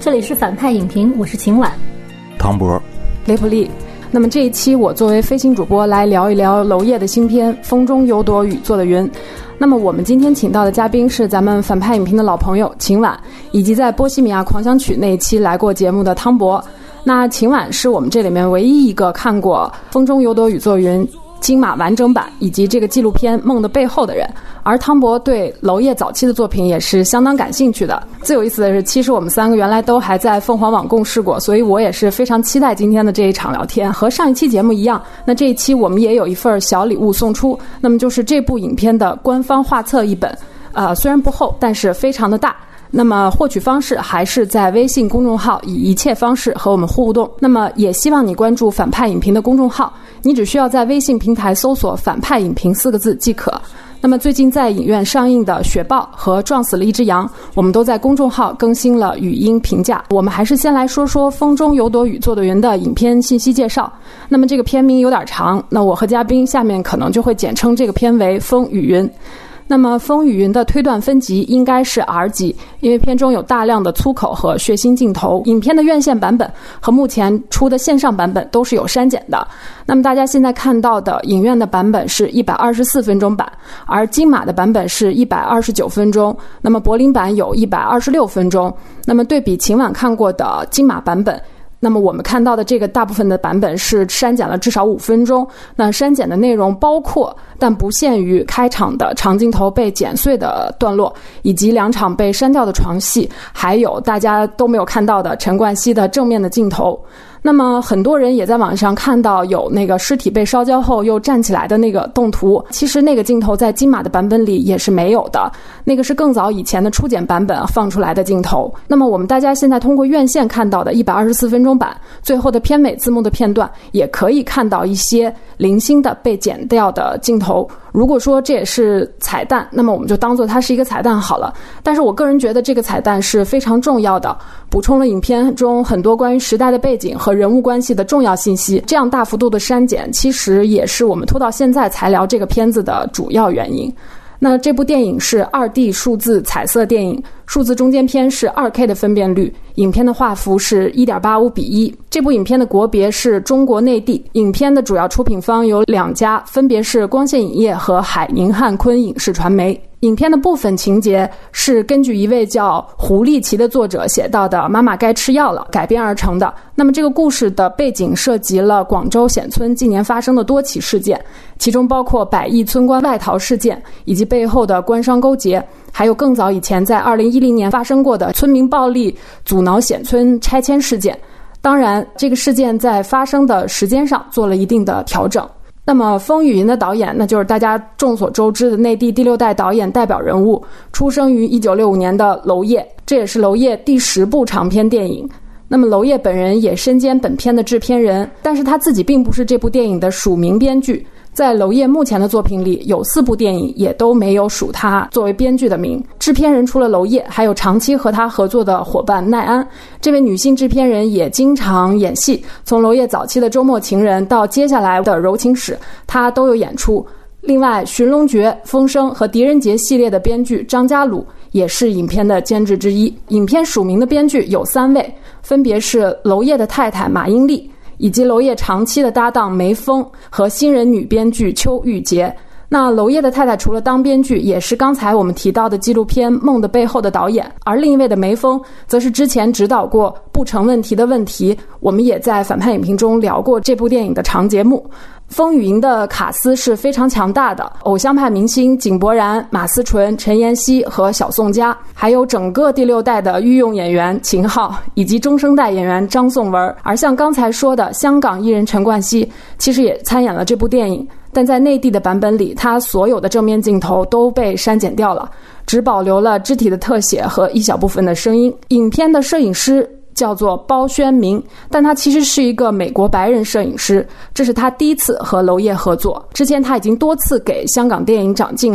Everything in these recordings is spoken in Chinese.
这里是反派影评，我是秦晚， 唐博， 雷普利。那么这一期我作为飞行主播来聊一聊娄烨的新片《风中有朵雨做的云》。那么我们今天请到的嘉宾是咱们反派影评的老朋友秦晚，以及在《波西米亚狂想曲》那一期来过节目的汤博。那秦晚是我们这里面唯一一个看过《风中有朵雨做云》金马完整版以及这个纪录片《梦的背后》的人，而汤博对娄烨早期的作品也是相当感兴趣的。最有意思的是，其实我们三个原来都还在凤凰网共事过，所以我也是非常期待今天的这一场聊天。和上一期节目一样，那这一期我们也有一份小礼物送出，那么就是这部影片的官方画册一本，虽然不厚，但是非常的大。那么获取方式还是在微信公众号以一切方式和我们互动。那么也希望你关注反派影评的公众号，你只需要在微信平台搜索反派影评4个字即可。那么最近在影院上映的雪豹和撞死了一只羊，我们都在公众号更新了语音评价。我们还是先来说说风中有朵雨做的云的影片信息介绍。那么这个片名有点长，那我和嘉宾下面可能就会简称这个片为风与云。那么风与云的推断分级应该是 R 级，因为片中有大量的粗口和血腥镜头。影片的院线版本和目前出的线上版本都是有删减的。那么大家现在看到的影院的版本是124分钟版，而金马的版本是129分钟，那么柏林版有126分钟。那么对比秦晚看过的金马版本，那么我们看到的这个大部分的版本是删减了至少5分钟。那删减的内容包括但不限于开场的长镜头被剪碎的段落，以及2场被删掉的床戏，还有大家都没有看到的陈冠希的正面的镜头。那么很多人也在网上看到有那个尸体被烧焦后又站起来的那个动图，其实那个镜头在金马的版本里也是没有的，那个是更早以前的初剪版本放出来的镜头。那么我们大家现在通过院线看到的124分钟版最后的片尾字幕的片段，也可以看到一些零星的被剪掉的镜头。如果说这也是彩蛋，那么我们就当做它是一个彩蛋好了。但是我个人觉得这个彩蛋是非常重要的，补充了影片中很多关于时代的背景和人物关系的重要信息。这样大幅度的删减其实也是我们拖到现在才聊这个片子的主要原因。那这部电影是2D 数字彩色电影，数字中间片是 2K 的分辨率，影片的画幅是 1.85:1。这部影片的国别是中国内地，影片的主要出品方有2家，分别是光线影业和海宁汉昆影视传媒。影片的部分情节是根据一位叫胡立奇的作者写到的《妈妈该吃药了》改编而成的。那么这个故事的背景涉及了广州显村近年发生的多起事件，其中包括百亿村官外逃事件，以及背后的官商勾结，还有更早以前在2010年发生过的村民暴力阻挠显村拆迁事件。当然这个事件在发生的时间上做了一定的调整。那么风与云的导演，那就是大家众所周知的内地第6代导演代表人物，出生于1965年的娄烨，这也是娄烨第10部长篇电影。那么娄烨本人也身兼本片的制片人，但是他自己并不是这部电影的署名编剧。在娄烨目前的作品里，有4部电影也都没有署他作为编剧的名。制片人除了娄烨，还有长期和他合作的伙伴奈安。这位女性制片人也经常演戏，从娄烨早期的《周末情人》到接下来的《柔情史》，她都有演出。另外，《寻龙诀》、《风声》和《狄仁杰》系列的编剧张家鲁也是影片的监制之一。影片署名的编剧有3位，分别是娄烨的太太马英丽，以及娄烨长期的搭档梅峰和新人女编剧邱玉洁。那娄烨的太太除了当编剧，也是刚才我们提到的纪录片《梦的背后》的导演，而另一位的梅峰则是之前指导过《不成问题的问题》，我们也在反派影评中聊过这部电影的长节目。风与云的卡司是非常强大的，偶像派明星井柏然、马思纯、陈妍希和小宋佳，还有整个第6代的御用演员秦昊，以及中生代演员张颂文。而像刚才说的香港艺人陈冠希，其实也参演了这部电影，但在内地的版本里，他所有的正面镜头都被删减掉了，只保留了肢体的特写和一小部分的声音。影片的摄影师叫做包宣明，但他其实是一个美国白人摄影师，这是他第1次和娄烨合作。之前他已经多次给香港电影长进了，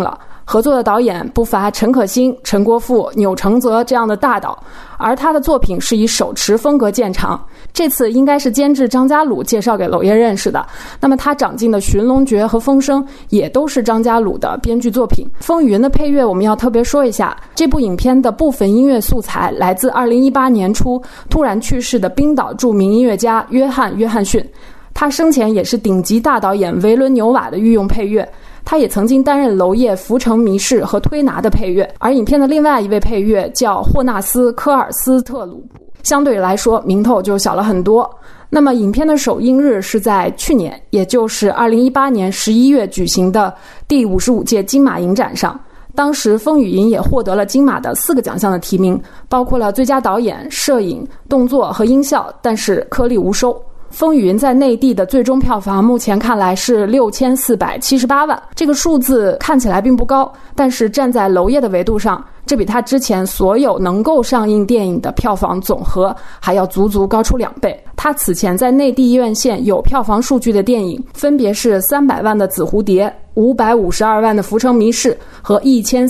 合作的导演不乏陈可辛、陈国富、钮承泽这样的大导，而他的作品是以手持风格见长。这次应该是监制张家鲁介绍给娄烨认识的，那么他长进的《寻龙诀》和《风声》也都是张家鲁的编剧作品。《风雨云》的配乐我们要特别说一下，这部影片的部分音乐素材来自2018年初突然去世的冰岛著名音乐家约翰逊，他生前也是顶级大导演维伦纽瓦的御用配乐，他也曾经担任娄烨《浮城谜事》和《推拿》的配乐。而影片的另外一位配乐叫霍纳斯·科尔斯特鲁普，相对来说名头就小了很多。那么影片的首映日是在去年，也就是2018年11月举行的第55届金马影展上，当时《风雨云》也获得了金马的4个奖项的提名，包括了最佳导演、摄影、动作和音效，但是颗粒无收。《风雨云》在内地的最终票房目前看来是6478万，这个数字看起来并不高，但是站在娄烨的维度上，这比他之前所有能够上映电影的票房总和还要足足高出2倍。他此前在内地院线有票房数据的电影分别是300万的《紫蝴蝶》、552万的《浮城谜事》和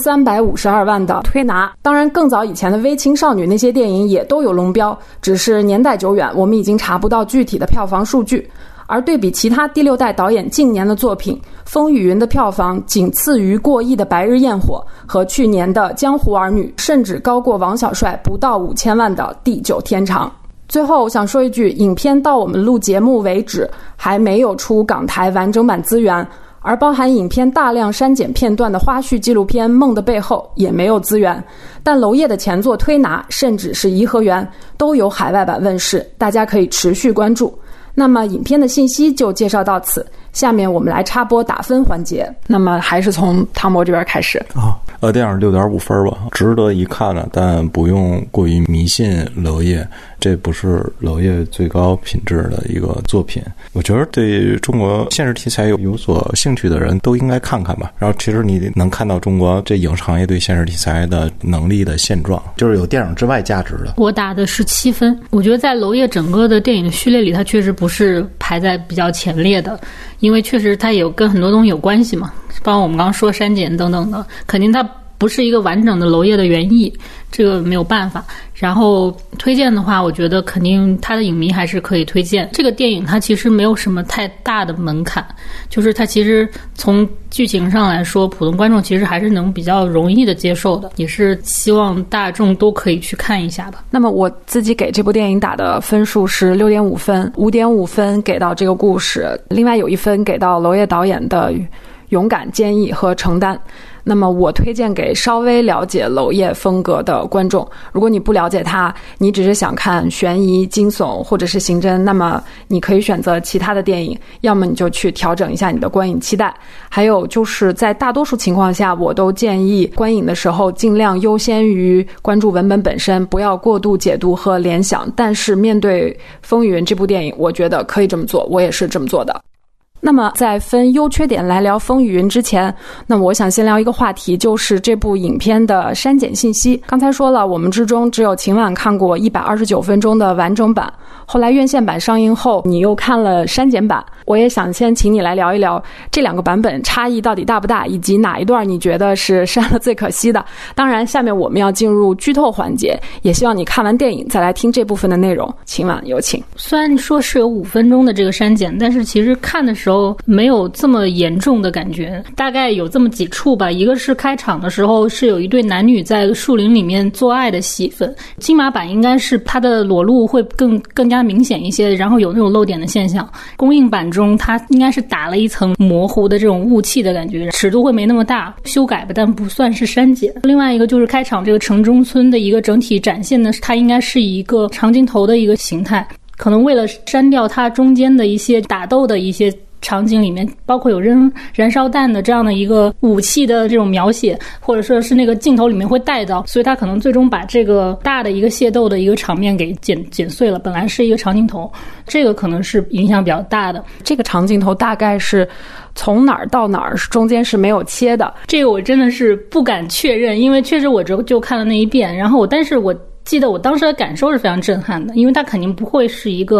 1352万的《推拿》。当然更早以前的微青少女那些电影也都有龙标，只是年代久远，我们已经查不到具体的票房数据。而对比其他第6代导演近年的作品，《风雨云》的票房仅次于过亿的《白日焰火》和去年的《江湖儿女》，甚至高过王小帅不到5000万的《地久天长》。最后我想说一句，影片到我们录节目为止还没有出港台完整版资源，而包含影片大量删减片段的花絮纪录片《梦的背后》也没有资源。但娄烨的前作《推拿》甚至是《颐和园》都有海外版问世，大家可以持续关注。那么影片的信息就介绍到此，下面我们来插播打分环节。那么还是从汤博这边开始。 电影6.5分吧，值得一看了，但不用过于迷信娄烨，这不是娄烨最高品质的一个作品。我觉得对中国现实题材有所兴趣的人都应该看看吧。然后其实你能看到中国这影视行业对现实题材的能力的现状，就是有电影之外价值的。 我打的是7分，我觉得在娄烨整个的电影的序列里，他确实不是排在比较前列的，因为确实他也有跟很多东西有关系嘛，包括我们刚刚说删减等等的，肯定他不是一个完整的娄烨的原意，这个没有办法。然后推荐的话，我觉得肯定他的影迷还是可以推荐这个电影。它其实没有什么太大的门槛，就是它其实从剧情上来说，普通观众其实还是能比较容易的接受的，也是希望大众都可以去看一下吧。 那么我自己给这部电影打的分数是6.5分，5.5分给到这个故事，另外有1分给到娄烨导演的勇敢、坚毅和承担。那么我推荐给稍微了解娄烨风格的观众，如果你不了解他，你只是想看悬疑、惊悚或者是刑侦，那么你可以选择其他的电影，要么你就去调整一下你的观影期待。还有就是在大多数情况下，我都建议观影的时候尽量优先于关注文本本身，不要过度解读和联想。但是面对《风雨云》这部电影，我觉得可以这么做，我也是这么做的。那么在分优缺点来聊《风雨云》之前，那么我想先聊一个话题，就是这部影片的删减信息。刚才说了，我们之中只有秦晚看过129分钟的完整版，后来院线版上映后你又看了删减版。我也想先请你来聊一聊这2个版本差异到底大不大，以及哪一段你觉得是删了最可惜的。当然下面我们要进入剧透环节，也希望你看完电影再来听这部分的内容。秦晚有请。 虽然说是有5分钟的这个删减，但是其实看的时候没有这么严重的感觉，大概有这么几处吧。一个是开场的时候是有一对男女在树林里面做爱的戏份，金马版应该是它的裸露会更加明显一些，然后有那种漏点的现象。公映版中它应该是打了一层模糊的这种雾气的感觉，尺度会没那么大，修改吧，但不算是删减。另外一个就是开场这个城中村的一个整体展现的，它应该是一个长镜头的一个形态，可能为了删掉它中间的一些打斗的一些场景里面，包括有扔燃烧弹的这样的一个武器的这种描写，或者说是那个镜头里面会带到，所以他可能最终把这个大的一个械斗的一个场面给剪碎了，本来是一个长镜头，这个可能是影响比较大的。 这个长镜头大概是从哪儿到哪儿，中间是没有切的， 这个我真的是不敢确认，因为确实我就看了那一遍，然后但是我记得我当时的感受是非常震撼的，因为它肯定不会是一个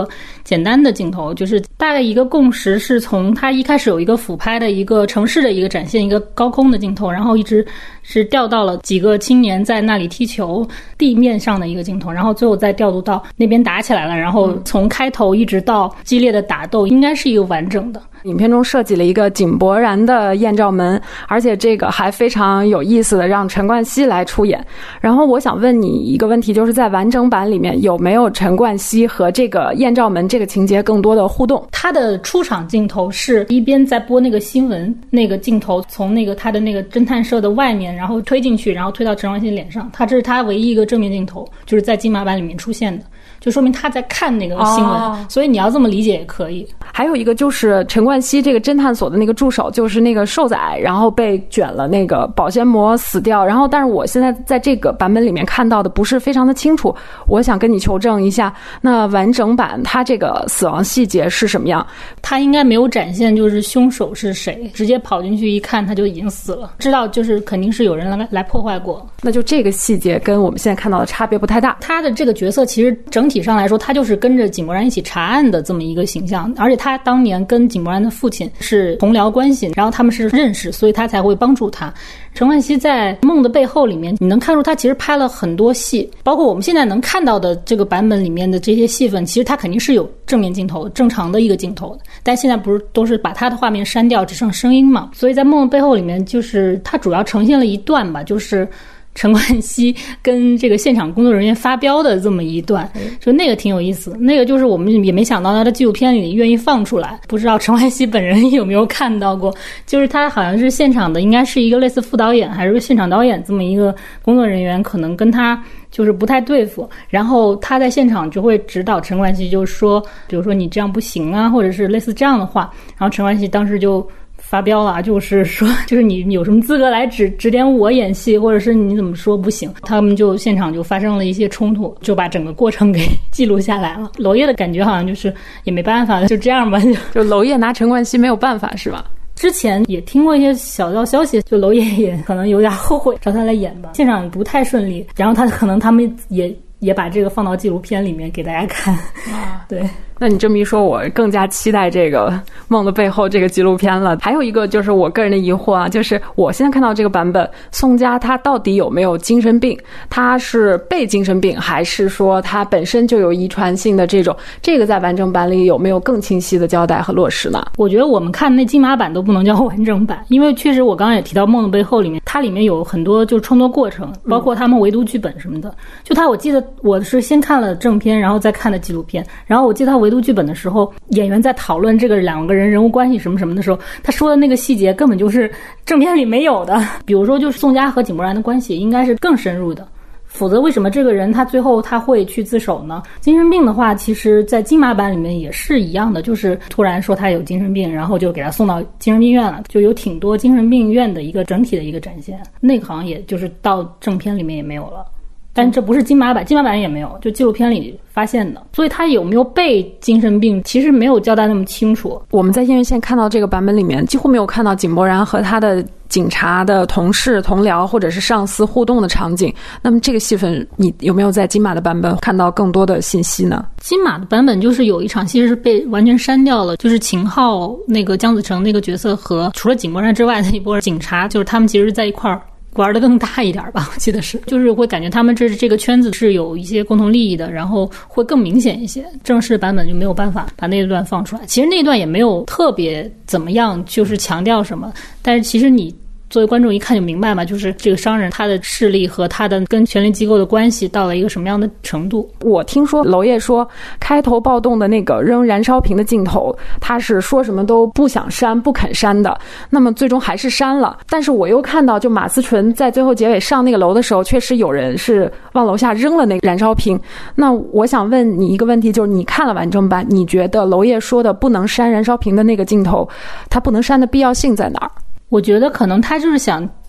简单的镜头，就是大概一个共识是从它一开始有一个俯拍的一个城市的一个展现，一个高空的镜头，然后一直是调到了几个青年在那里踢球地面上的一个镜头，然后最后再调度到那边打起来了，然后从开头一直到激烈的打斗，应该是一个完整的。 影片中设计了一个井柏然的艳照门，而且这个还非常有意思的让陈冠希来出演。然后我想问你一个问题，就是在完整版里面有没有陈冠希和这个艳照门这个情节更多的互动？ 他的出场镜头是一边在播那个新闻，那个镜头从那个他的那个侦探社的外面，然后推进去，然后推到陈冠希脸上，这是他唯一一个正面镜头，就是在金马版里面出现的，就说明他在看那个新闻，所以你要这么理解也可以。 还有一个就是陈冠希这个侦探所的那个助手，就是那个瘦仔，然后被卷了那个保鲜膜死掉，然后但是我现在在这个版本里面看到的不是非常的清楚，我想跟你求证一下，那完整版它这个死亡细节是什么样？ 他应该没有展现就是凶手是谁，直接跑进去一看他就已经死了，知道就是肯定是有人来破坏过。 那就这个细节跟我们现在看到的差别不太大。 他的这个角色其实整体上来说，他就是跟着井柏然一起查案的这么一个形象，而且他当年跟井柏然的父亲是同僚关系，然后他们是认识，所以他才会帮助他。陈冠希在《梦的背后》里面，你能看出他其实拍了很多戏，包括我们现在能看到的这个版本里面的这些戏份，其实他肯定是有正面镜头，正常的一个镜头的，但现在不是都是把他的画面删掉，只剩声音嘛？所以在《梦的背后》里面，就是他主要呈现了一段吧，就是陈冠希跟这个现场工作人员发飙的这么一段，就那个挺有意思。那个就是我们也没想到他的纪录片里愿意放出来，不知道陈冠希本人有没有看到过。就是他好像是现场的，应该是一个类似副导演还是现场导演这么一个工作人员，可能跟他就是不太对付，然后他在现场就会指导陈冠希，就是说比如说你这样不行啊，或者是类似这样的话，然后陈冠希当时就发飙了，就是说就是你有什么资格来指点我演戏，或者是你怎么说不行。他们就现场就发生了一些冲突，就把整个过程给记录下来了。娄烨的感觉好像就是也没办法，就这样吧， 就娄烨拿陈冠希没有办法是吧？ 之前也听过一些小道消息，就娄烨也可能有点后悔找他来演吧，现场不太顺利，然后他们也把这个放到纪录片里面给大家看。对， 那你这么一说，我更加期待这个《梦的背后》这个纪录片了。还有一个就是我个人的疑惑啊，就是我现在看到这个版本，宋佳他到底有没有精神病？他是被精神病，还是说他本身就有遗传性的这种？这个在完整版里有没有更清晰的交代和落实呢？我觉得我们看那金马版都不能叫完整版，因为确实我刚刚也提到《梦的背后》里面，它里面有很多就是创作过程，包括他们围读剧本什么的。就我记得我是先看了正片，然后再看的纪录片，然后我记得他围读剧本的时候，演员在讨论这个两个人人物关系什么什么的时候，他说的那个细节根本就是正片里没有的。比如说就是宋佳和井柏然的关系应该是更深入的，否则为什么这个人他最后他会去自首呢？精神病的话，其实在金马版里面也是一样的，就是突然说他有精神病，然后就给他送到精神病院了，就有挺多精神病院的一个整体的一个展现。那个好像也就是到正片里面也没有了，但这不是金马版，金马版也没有，就纪录片里发现的。所以他有没有被精神病其实没有交代那么清楚。 我们在院线看到这个版本里面几乎没有看到井柏然和他的警察的同事同僚或者是上司互动的场景，那么这个戏份你有没有在金马的版本看到更多的信息呢？ 金马的版本就是有一场戏是被完全删掉了，就是秦昊那个姜子成那个角色和除了井柏然之外的一波警察，就是他们其实在一块儿玩得更大一点吧，我记得是，就是会感觉他们这个圈子是有一些共同利益的，然后会更明显一些。正式版本就没有办法把那一段放出来，其实那一段也没有特别怎么样，就是强调什么，但是其实你作为观众一看就明白嘛，就是这个商人他的势力和他的跟权力机构的关系到了一个什么样的程度。 我听说娄烨说开头暴动的那个扔燃烧瓶的镜头，他是说什么都不想删不肯删的，那么最终还是删了。但是我又看到就马思纯在最后结尾上那个楼的时候，确实有人是往楼下扔了那个燃烧瓶。那我想问你一个问题，就是你看了完整版，你觉得娄烨说的不能删燃烧瓶的那个镜头，他不能删的必要性在哪儿？ 我觉得可能他就是想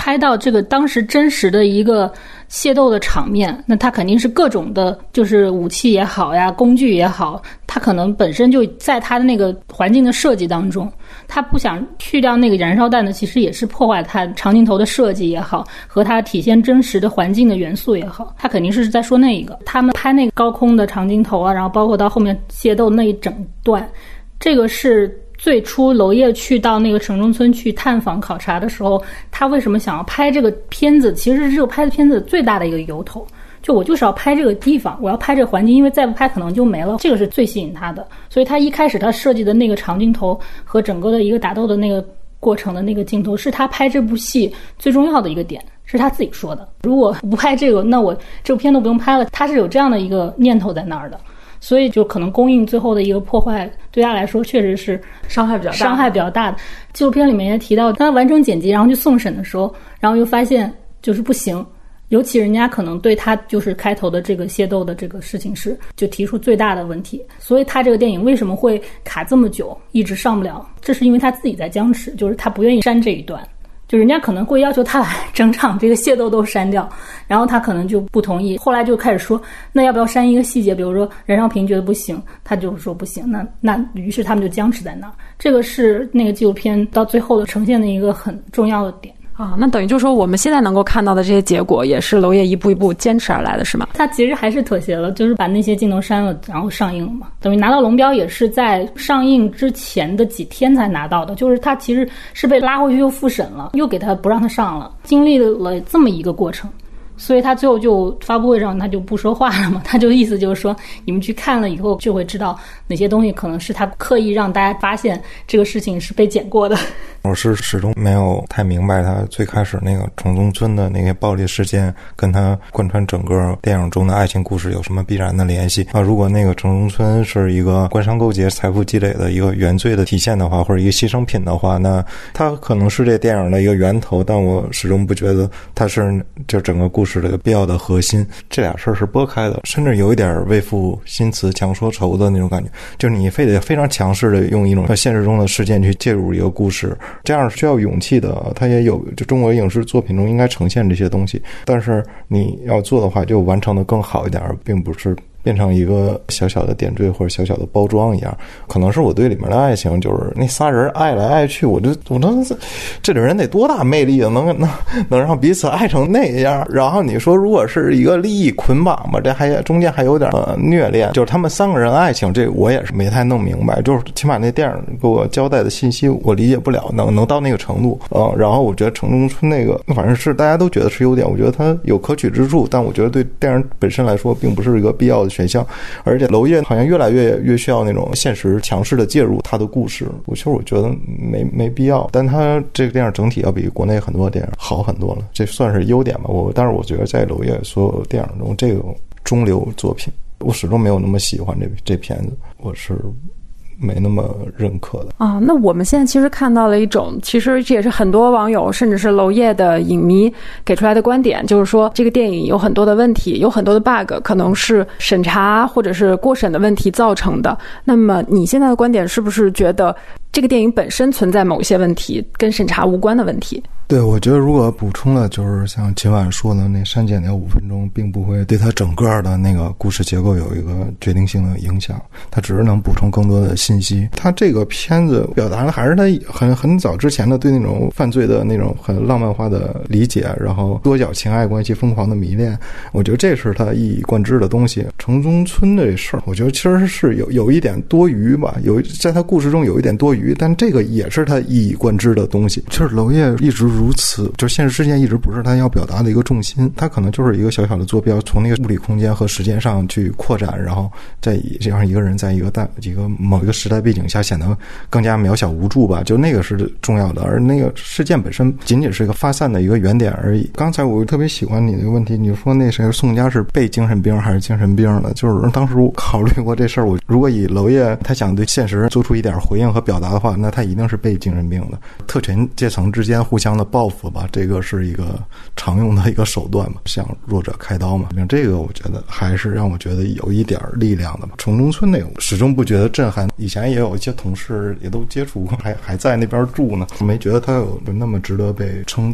拍到这个当时真实的一个械斗的场面，那它肯定是各种的，就是武器也好呀，工具也好，它可能本身就在它的那个环境的设计当中，它不想去掉那个燃烧弹的，其实也是破坏它长镜头的设计也好，和它体现真实的环境的元素也好，它肯定是在说那一个。他们拍那个高空的长镜头啊，然后包括到后面械斗那一整段，这个是最初娄烨去到那个城中村去探访考察的时候，他为什么想要拍这个片子，其实是这个拍的片子最大的一个由头，就我就是要拍这个地方，我要拍这个环境，因为再不拍可能就没了，这个是最吸引他的。所以他一开始他设计的那个长镜头和整个的一个打斗的那个过程的那个镜头，是他拍这部戏最重要的一个点，是他自己说的，如果不拍这个，那我这部片都不用拍了，他是有这样的一个念头在那儿的。所以就可能公映最后的一个破坏对他来说确实是伤害比较大的。纪录片里面也提到，他完成剪辑然后去送审的时候，然后又发现就是不行，尤其人家可能对他就是开头的这个械斗的这个事情是就提出最大的问题，所以他这个电影为什么会卡这么久一直上不了，这是因为他自己在僵持，就是他不愿意删这一段，就人家可能会要求他把整场这个械斗都删掉，然后他可能就不同意，后来就开始说那要不要删一个细节，比如说任少平觉得不行，他就说不行，那于是他们就僵持在那儿。这个是那个纪录片到最后的呈现的一个很重要的点啊。那等于就是说我们现在能够看到的这些结果也是娄烨一步一步坚持而来的，是吗？ 他其实还是妥协了，就是把那些镜头删了然后上映了嘛，等于拿到龙标也是在上映之前的几天才拿到的，就是他其实是被拉回去又复审了，又给他不让他上了，经历了这么一个过程。所以他最后就发布会上他就不说话了嘛，他就意思就是说你们去看了以后就会知道哪些东西可能是他刻意让大家发现这个事情是被剪过的。 我是始终没有太明白他最开始那个城中村的那个暴力事件跟他贯穿整个电影中的爱情故事有什么必然的联系啊？如果那个城中村是一个官商勾结财富积累的一个原罪的体现的话，或者一个牺牲品的话，那他可能是这电影的一个源头，但我始终不觉得他是就整个故事的必要的核心，这俩事儿是拨开的，甚至有一点为赋新词强说愁的那种感觉，就是你非得非常强势的用一种现实中的事件去介入一个故事，这样是需要勇气的。它也有就中国影视作品中应该呈现这些东西，但是你要做的话就完成的更好一点，并不是变成一个小小的点缀或者小小的包装一样。可能是我对里面的爱情，就是那仨人爱来爱去，我这里人得多大魅力啊，能让彼此爱成那样。然后你说如果是一个利益捆绑吧，这还中间还有点虐恋，就是他们三个人爱情，这我也是没太弄明白，就是起码那电影给我交代的信息我理解不了，能到那个程度。然后我觉得城中村那个反正是大家都觉得是优点，我觉得它有可取之处，但我觉得对电影本身来说并不是一个必要的选项。而且娄烨好像越来越需要那种现实强势的介入他的故事，其实我觉得没必要，但他这个电影整体要比国内很多电影好很多了，这算是优点吧。但是我觉得在娄烨所有电影中，这个中流作品我始终没有那么喜欢这片子，我是没那么认可的啊。那我们现在其实看到了一种，其实这也是很多网友甚至是娄烨的影迷给出来的观点，就是说这个电影有很多的问题，有很多的 bug， 可能是审查或者是过审的问题造成的。那么你现在的观点是不是觉得这个电影本身存在某些问题，跟审查无关的问题？ 对，我觉得如果补充了，就是像秦晚说的，那删减掉5分钟，并不会对它整个的那个故事结构有一个决定性的影响，它只是能补充更多的信息。它这个片子表达的还是它很早之前的对那种犯罪的那种很浪漫化的理解，然后多角情爱关系疯狂的迷恋，我觉得这是它一以贯之的东西。城中村这事儿，我觉得其实是有一点多余吧，在它故事中有一点多余，但这个也是它一以贯之的东西。就是娄烨一直如此，就现实事件一直不是他要表达的一个重心，他可能就是一个小小的坐标，从那个物理空间和时间上去扩展，然后再以这样一个人在一个某一个时代背景下显得更加渺小无助吧，就那个是重要的，而那个事件本身仅仅是一个发散的一个原点而已。刚才我特别喜欢你那个问题，你说那谁宋佳是被精神病还是精神病的，就是当时我考虑过这事儿，我如果以娄烨他想对现实做出一点回应和表达的话，那他一定是被精神病的。特权阶层之间互相的报复吧，这个是一个常用的一个手段嘛，向弱者开刀嘛。这个我觉得还是让我觉得有一点力量的吧。城中村那个始终不觉得震撼，以前也有一些同事也都接触过，还在那边住呢，没觉得他有那么值得被称赞。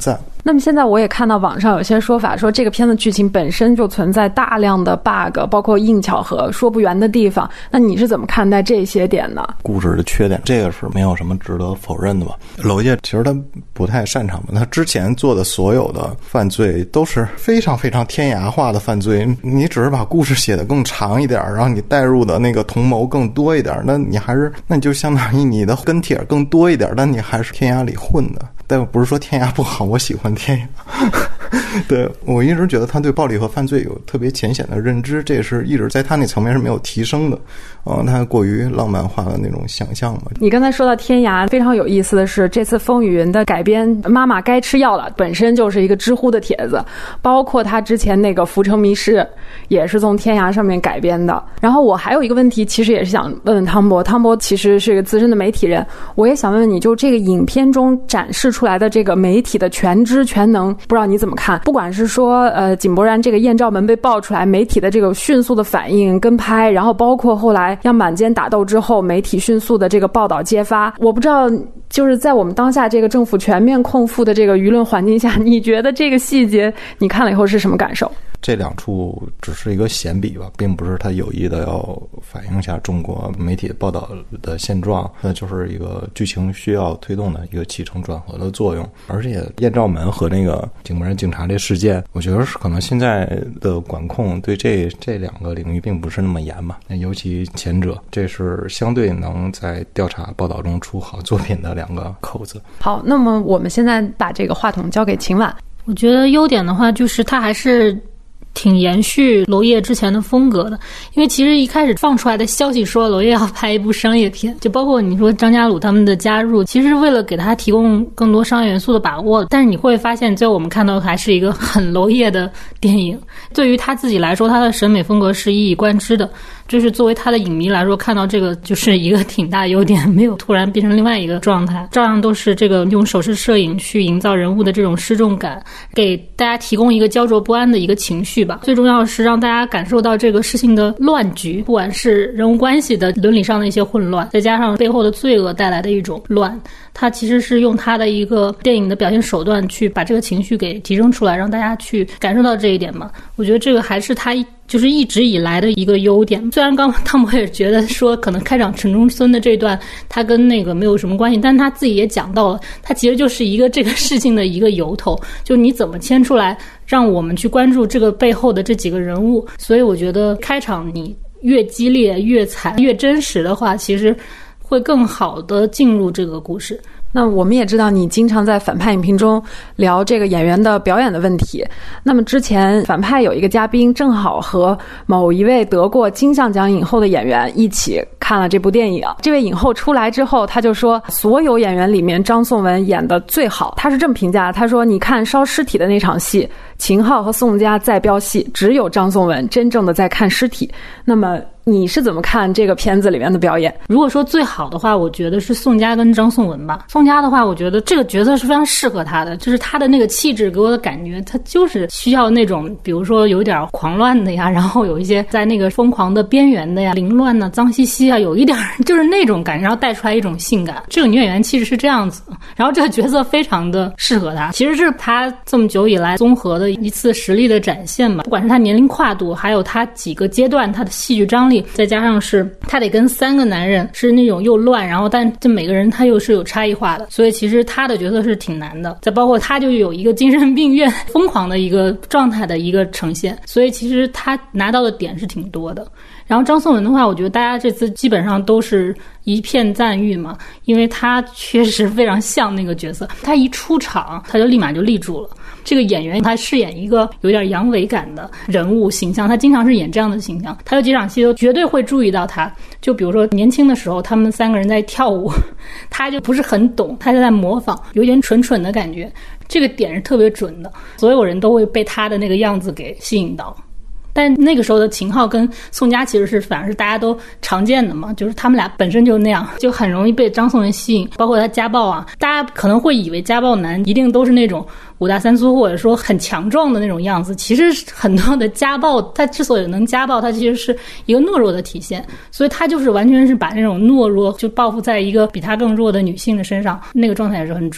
那么现在我也看到网上有些说法说这个片子剧情本身就存在大量的 bug， 包括硬巧合说不圆的地方，那你是怎么看待这些点呢？ 故事的缺点这个是没有什么值得否认的吧。娄烨其实他不太擅长吧，他之前做的所有的犯罪都是非常非常天涯化的犯罪，你只是把故事写得更长一点，然后你带入的那个同谋更多一点，那你就相当于你的跟帖更多一点，但你还是天涯里混的。但不是说天涯不好，我喜欢天涯。对，我一直觉得他对暴力和犯罪有特别浅显的认知，这也是一直在他那层面是没有提升的。他过于浪漫化的那种想象嘛。 你刚才说到天涯，非常有意思的是，这次风雨云的改编《妈妈该吃药了》本身就是一个知乎的帖子，包括他之前那个《浮城谜事》也是从天涯上面改编的。然后我还有一个问题，其实也是想问问汤博其实是个资深的媒体人，我也想问问你，就这个影片中展示出来的这个媒体的全知全能，不知道你怎么看？不管是说井柏然这个艳照门被爆出来，媒体的这个迅速的反应跟拍，然后包括后来样板间打斗之后媒体迅速的这个报道揭发，我不知道就是在我们当下这个政府全面控负的这个舆论环境下，你觉得这个细节你看了以后是什么感受？ 这两处只是一个闲笔吧，并不是他有意的要反映一下中国媒体报道的现状，那就是一个剧情需要推动的一个起承转合的作用。而且艳照门和那个井柏然警察这事件，我觉得是可能现在的管控对这两个领域并不是那么严嘛，尤其前者，这是相对能在调查报道中出好作品的两个口子。 好，那么我们现在把这个话筒交给秦晚。 我觉得优点的话就是他还是挺延续娄烨之前的风格的，因为其实一开始放出来的消息说娄烨要拍一部商业片，就包括你说张家鲁他们的加入，其实是为了给他提供更多商业元素的把握，但是你会发现最后我们看到还是一个很娄烨的电影。对于他自己来说，他的审美风格是一以贯之的，就是作为他的影迷来说，看到这个就是一个挺大优点，没有突然变成另外一个状态，照样都是这个用手势摄影去营造人物的这种失重感，给大家提供一个焦灼不安的一个情绪吧。最重要的是让大家感受到这个事情的乱局，不管是人物关系的伦理上的一些混乱，再加上背后的罪恶带来的一种乱，他其实是用他的一个电影的表现手段去把这个情绪给提升出来，让大家去感受到这一点嘛。我觉得这个还是他就是一直以来的一个优点。虽然刚刚汤博也觉得说可能开场陈中村的这段他跟那个没有什么关系，但他自己也讲到了，他其实就是一个这个事情的一个由头，就你怎么牵出来让我们去关注这个背后的这几个人物。所以我觉得开场你越激烈越惨越真实的话，其实会更好的进入这个故事。 那我们也知道你经常在反派影评中聊这个演员的表演的问题，那么之前反派有一个嘉宾正好和某一位得过金像奖影后的演员一起看了这部电影，这位影后出来之后他就说所有演员里面张颂文演得最好，他是这么评价，他说你看烧尸体的那场戏，秦昊和宋佳在飙戏，只有张颂文真正的在看尸体。那么你是怎么看这个片子里面的表演？ 如果说最好的话，我觉得是宋佳跟张颂文吧。宋佳的话，我觉得这个角色是非常适合他的，就是他的那个气质给我的感觉，他就是需要那种比如说有点狂乱的呀，然后有一些在那个疯狂的边缘的呀，凌乱的脏兮兮啊，有一点就是那种感觉，然后带出来一种性感。这个女演员气质是这样子，然后这个角色非常的适合他，其实是他这么久以来综合的一次实力的展现吧。不管是他年龄跨度，还有他几个阶段他的戏剧张力，再加上是他得跟三个男人是那种又乱，然后但这每个人他又是有差异化的，所以其实他的角色是挺难的。再包括他就有一个精神病院疯狂的一个状态的一个呈现，所以其实他拿到的点是挺多的。然后张颂文的话，我觉得大家这次基本上都是一片赞誉嘛，因为他确实非常像那个角色，他一出场他就立马就立住了。这个演员他饰演一个有点阳痿感的人物形象，他经常是演这样的形象，他有几场戏都绝对会注意到他。就比如说年轻的时候他们三个人在跳舞，他就不是很懂，他就在模仿，有点蠢蠢的感觉，这个点是特别准的，所有人都会被他的那个样子给吸引到。但那个时候的秦昊跟宋佳其实是反而是大家都常见的嘛，就是他们俩本身就那样，就很容易被张颂文吸引。包括他家暴啊，大家可能会以为家暴男一定都是那种五大三粗或者说很强壮的那种样子，其实很多的家暴他之所以能家暴，他其实是一个懦弱的体现，所以他就是完全是把那种懦弱就报复在一个比他更弱的女性的身上，那个状态也是很准的。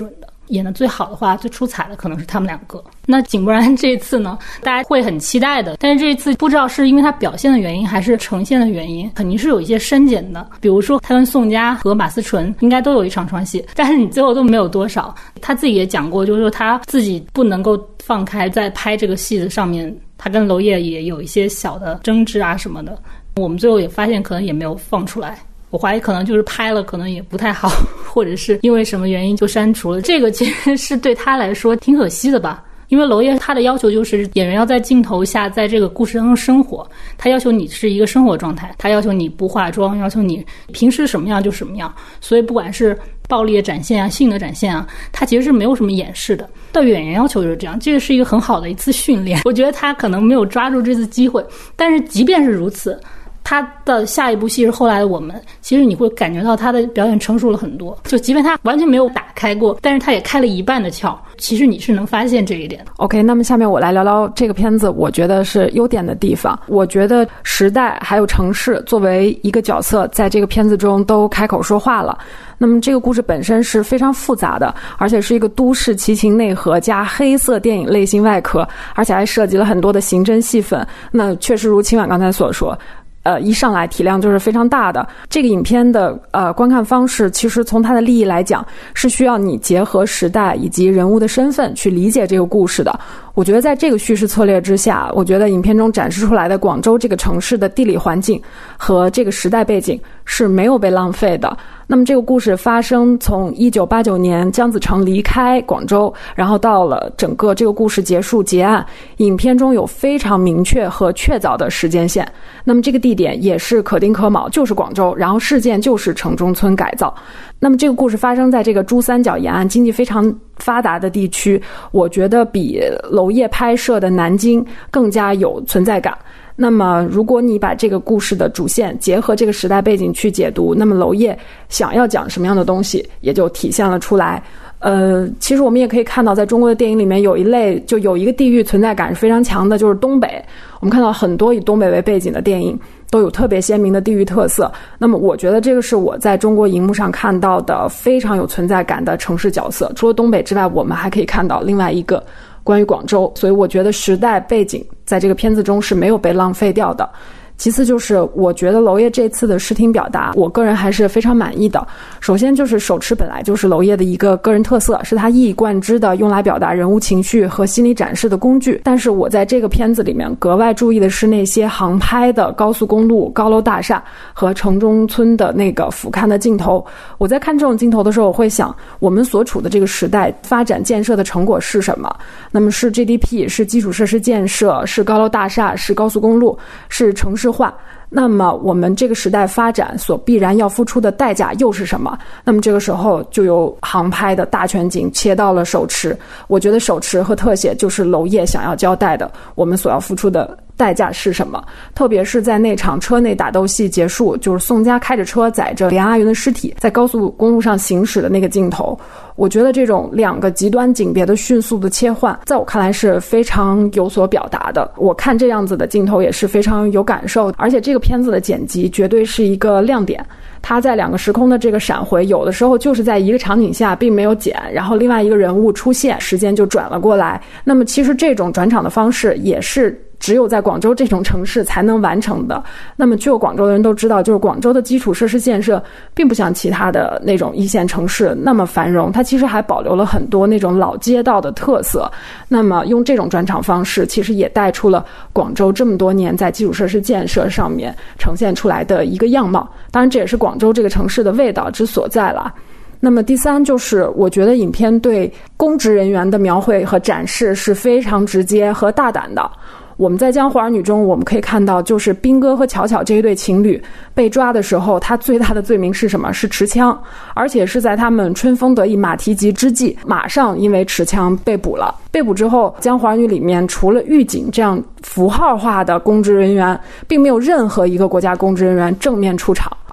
演得最好的话，最出彩的可能是他们两个。那井柏然这一次呢，大家会很期待的，但是这一次不知道是因为他表现的原因还是呈现的原因，肯定是有一些删减的。比如说他跟宋佳和马思纯应该都有一场床戏，但是你最后都没有多少。他自己也讲过，就是说他自己不能够放开在拍这个戏的上面，他跟娄烨也有一些小的争执啊什么的。我们最后也发现可能也没有放出来，我怀疑可能就是拍了可能也不太好，或者是因为什么原因就删除了。这个其实是对他来说挺可惜的吧，因为娄烨他的要求就是演员要在镜头下在这个故事当中生活，他要求你是一个生活状态，他要求你不化妆，要求你平时什么样就什么样。所以不管是暴力的展现啊，性的展现啊，他其实是没有什么掩饰的。对演员要求就是这样，这个是一个很好的一次训练。我觉得他可能没有抓住这次机会，但是即便是如此，他的下一部戏是后来的我们，其实你会感觉到他的表演成熟了很多，就即便他完全没有打开过，但是他也开了一半的窍，其实你是能发现这一点的。 OK， 那么下面我来聊聊这个片子我觉得是优点的地方。我觉得时代还有城市作为一个角色在这个片子中都开口说话了。那么这个故事本身是非常复杂的，而且是一个都市奇情内核加黑色电影类型外壳，而且还涉及了很多的刑侦戏份。那确实如清婉刚才所说，一上来体量就是非常大的。这个影片的观看方式，其实从它的立意来讲，是需要你结合时代以及人物的身份去理解这个故事的。我觉得在这个叙事策略之下，我觉得影片中展示出来的广州这个城市的地理环境和这个时代背景是没有被浪费的。那么这个故事发生从1989年姜子成离开广州，然后到了整个这个故事结束结案，影片中有非常明确和确凿的时间线。那么这个地点也是可丁可卯，就是广州，然后事件就是城中村改造。那么这个故事发生在这个珠三角沿岸经济非常发达的地区，我觉得比娄烨拍摄的南京更加有存在感。那么如果你把这个故事的主线结合这个时代背景去解读，那么娄烨想要讲什么样的东西也就体现了出来。其实我们也可以看到在中国的电影里面有一类，就有一个地域存在感是非常强的，就是东北。我们看到很多以东北为背景的电影都有特别鲜明的地域特色。那么我觉得这个是我在中国荧幕上看到的非常有存在感的城市角色。除了东北之外，我们还可以看到另外一个关于广州，所以我觉得时代背景在这个片子中是没有被浪费掉的。其次就是我觉得娄烨这次的视听表达，我个人还是非常满意的。首先就是手持本来就是娄烨的一个个人特色，是他一以贯之的用来表达人物情绪和心理展示的工具。但是我在这个片子里面格外注意的是那些航拍的高速公路、高楼大厦和城中村的那个俯瞰的镜头。我在看这种镜头的时候，我会想我们所处的这个时代发展建设的成果是什么？那么是 GDP， 是基础设施建设，是高楼大厦，是高速公路，是城市化。那么我们这个时代发展所必然要付出的代价又是什么？那么这个时候就由航拍的大全景切到了手持。我觉得手持和特写就是娄烨想要交代的我们所要付出的代价是什么。特别是在那场车内打斗戏结束，就是宋佳开着车载着连阿云的尸体在高速公路上行驶的那个镜头，我觉得这种两个极端景别的迅速的切换，在我看来是非常有所表达的。我看这样子的镜头也是非常有感受，而且这个片子的剪辑绝对是一个亮点。它在两个时空的这个闪回，有的时候就是在一个场景下并没有剪，然后另外一个人物出现，时间就转了过来。那么其实这种转场的方式也是只有在广州这种城市才能完成的。那么去过广州的人都知道，就是广州的基础设施建设并不像其他的那种一线城市那么繁荣，它其实还保留了很多那种老街道的特色。那么用这种转场方式，其实也带出了广州这么多年在基础设施建设上面呈现出来的一个样貌。当然这也是广州这个城市的味道之所在了。那么第三就是我觉得影片对公职人员的描绘和展示是非常直接和大胆的。我们在《江湖儿女》中我们可以看到，就是兵哥和巧巧这一对情侣被抓的时候，他最大的罪名是什么？是持枪，而且是在他们春风得意马蹄疾之际，马上因为持枪被捕了。被捕之后，《江湖儿女》里面除了狱警这样符号化的公职人员，并没有任何一个国家公职人员正面出场，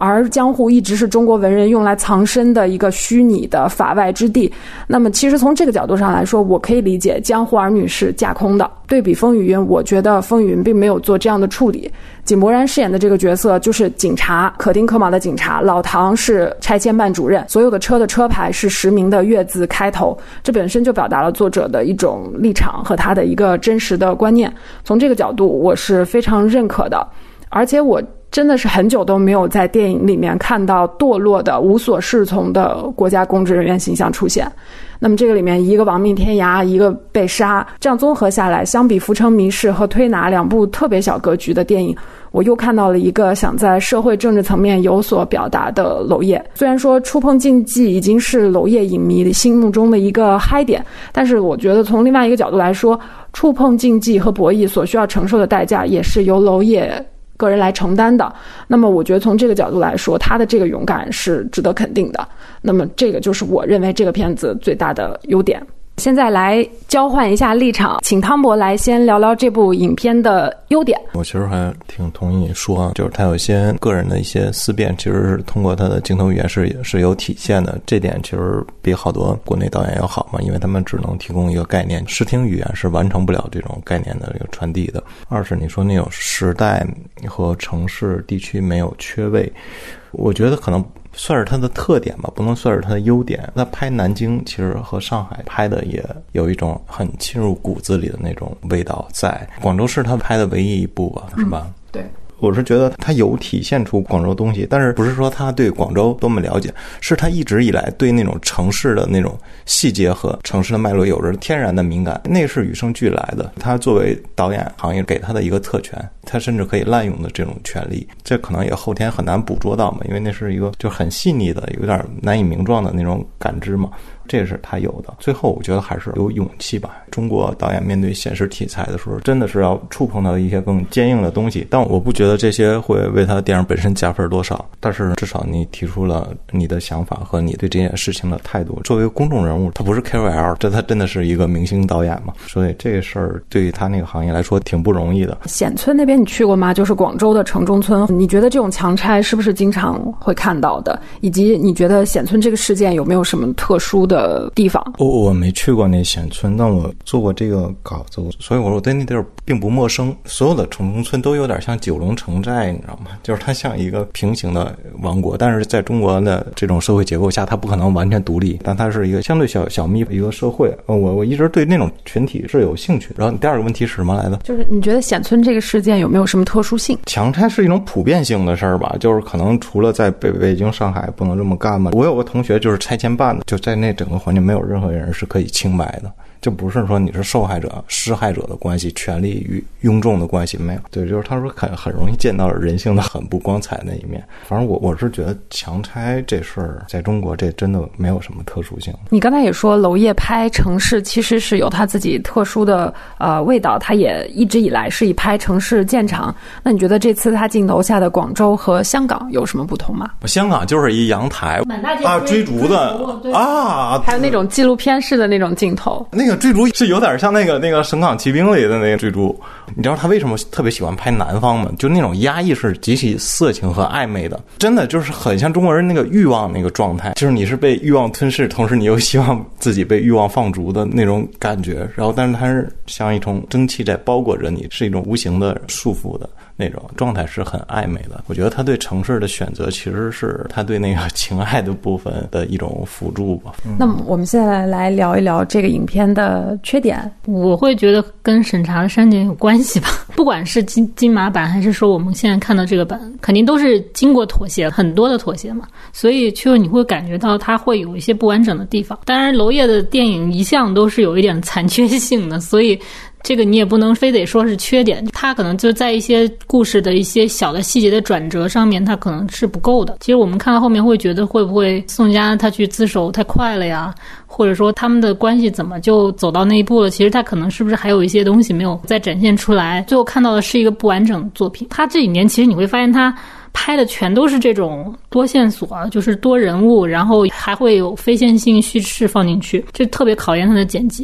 而江户一直是中国文人用来藏身的一个虚拟的法外之地。那么其实从这个角度上来说，我可以理解江户儿女是架空的。对比风雨云，我觉得风雨云并没有做这样的处理。井柏然饰演的这个角色就是警察，可丁可卯的警察，老唐是拆迁办主任，所有的车的车牌是实名的月字开头，这本身就表达了作者的一种立场和他的一个真实的观念。从这个角度我是非常认可的，而且我真的是很久都没有在电影里面看到堕落的无所适从的国家公职人员形象出现。那么这个里面一个亡命天涯，一个被杀，这样综合下来，相比《浮城谜事》和《推拿》两部特别小格局的电影，我又看到了一个想在社会政治层面有所表达的娄烨。虽然说触碰竞技已经是娄烨影迷心目中的一个嗨点，但是我觉得从另外一个角度来说，触碰竞技和博弈所需要承受的代价也是由娄烨个人来承担的。那么我觉得从这个角度来说，他的这个勇敢是值得肯定的。那么这个就是我认为这个片子最大的优点。现在来交换一下立场，请汤博来先聊聊这部影片的优点。 我其实还挺同意你说，就是他有些个人的一些思辨，其实是通过他的镜头语言是有体现的。这点其实比好多国内导演要好嘛，因为他们只能提供一个概念，视听语言是完成不了这种概念的这个传递的。二是你说那种时代和城市地区没有缺位，我觉得可能算是它的特点吧，不能算是它的优点。他拍南京其实和上海拍的也有一种很侵入骨子里的那种味道在。广州是他拍的唯一一部吧，是吧？ 对。 我是觉得他有体现出广州东西，但是不是说他对广州多么了解，是他一直以来对那种城市的那种细节和城市的脉络有着天然的敏感，那是与生俱来的。他作为导演行业给他的一个特权，他甚至可以滥用的这种权利，这可能也后天很难捕捉到嘛，因为那是一个就很细腻的有点难以名状的那种感知嘛，这也是他有的。最后我觉得还是有勇气吧，中国导演面对现实题材的时候真的是要触碰到一些更坚硬的东西，但我不觉得这些会为他的电影本身加分多少，但是至少你提出了你的想法和你对这件事情的态度。作为公众人物，他不是 KOL， 他真的是一个明星导演嘛，所以这个事儿对于他那个行业来说挺不容易的。 显村那边你去过吗？就是广州的城中村，你觉得这种强拆是不是经常会看到的？以及你觉得显村这个事件有没有什么特殊的地方？ 我没去过那显村，但我做过这个稿子，所以我对那地儿并不陌生。所有的城中村都有点像九龙城寨，你知道吗？就是它像一个平行的王国，但是在中国的这种社会结构下，它不可能完全独立，但它是一个相对小密一个社会。我一直对那种群体是有兴趣。然后第二个问题是什么来的？ 就是你觉得显村这个事件有没有什么特殊性？ 强拆是一种普遍性的事儿吧，就是可能除了在北京、上海不能这么干嘛。我有个同学就是拆迁办的，就在那整个环境没有任何人是可以清白的，就不是说你是受害者施害者的关系，权利与庸众的关系没有。对，就是他说很容易见到人性的很不光彩的一面。反正我是觉得强拆这事儿在中国这真的没有什么特殊性。 你刚才也说娄烨拍城市其实是有他自己特殊的味道，他也一直以来是以拍城市见长。那你觉得这次他镜头下的广州和香港有什么不同吗？ 香港就是一阳台啊，追逐的啊， 还有那种纪录片式的那种镜头， 那个追逐是有点像那个神港骑兵里的那个追逐。你知道他为什么特别喜欢拍南方吗？就那种压抑是极其色情和暧昧的，真的就是很像中国人那个欲望那个状态，就是你是被欲望吞噬，同时你又希望自己被欲望放逐的那种感觉。然后但是它是像一种蒸汽在包裹着你，是一种无形的束缚的那种状态，是很暧昧的。我觉得他对城市的选择其实是他对那个情爱的部分的一种辅助吧。 那么我们现在来聊一聊这个影片的缺点。 我会觉得跟审查的删减有关系吧，不管是金马版还是说我们现在看到这个版，肯定都是经过妥协，很多的妥协嘛，所以就你会感觉到它会有一些不完整的地方。当然娄烨的电影一向都是有一点残缺性的，所以这个你也不能非得说是缺点，它可能就在一些故事的一些小的细节的转折上面，它可能是不够的。其实我们看到后面会觉得会不会宋佳他去自首太快了呀，或者说他们的关系怎么就走到那一步了，其实他可能是不是还有一些东西没有再展现出来，最后看到的是一个不完整的作品。他这几年其实你会发现他拍的全都是这种多线索，就是多人物，然后还会有非线性叙事放进去，这特别考验他的剪辑。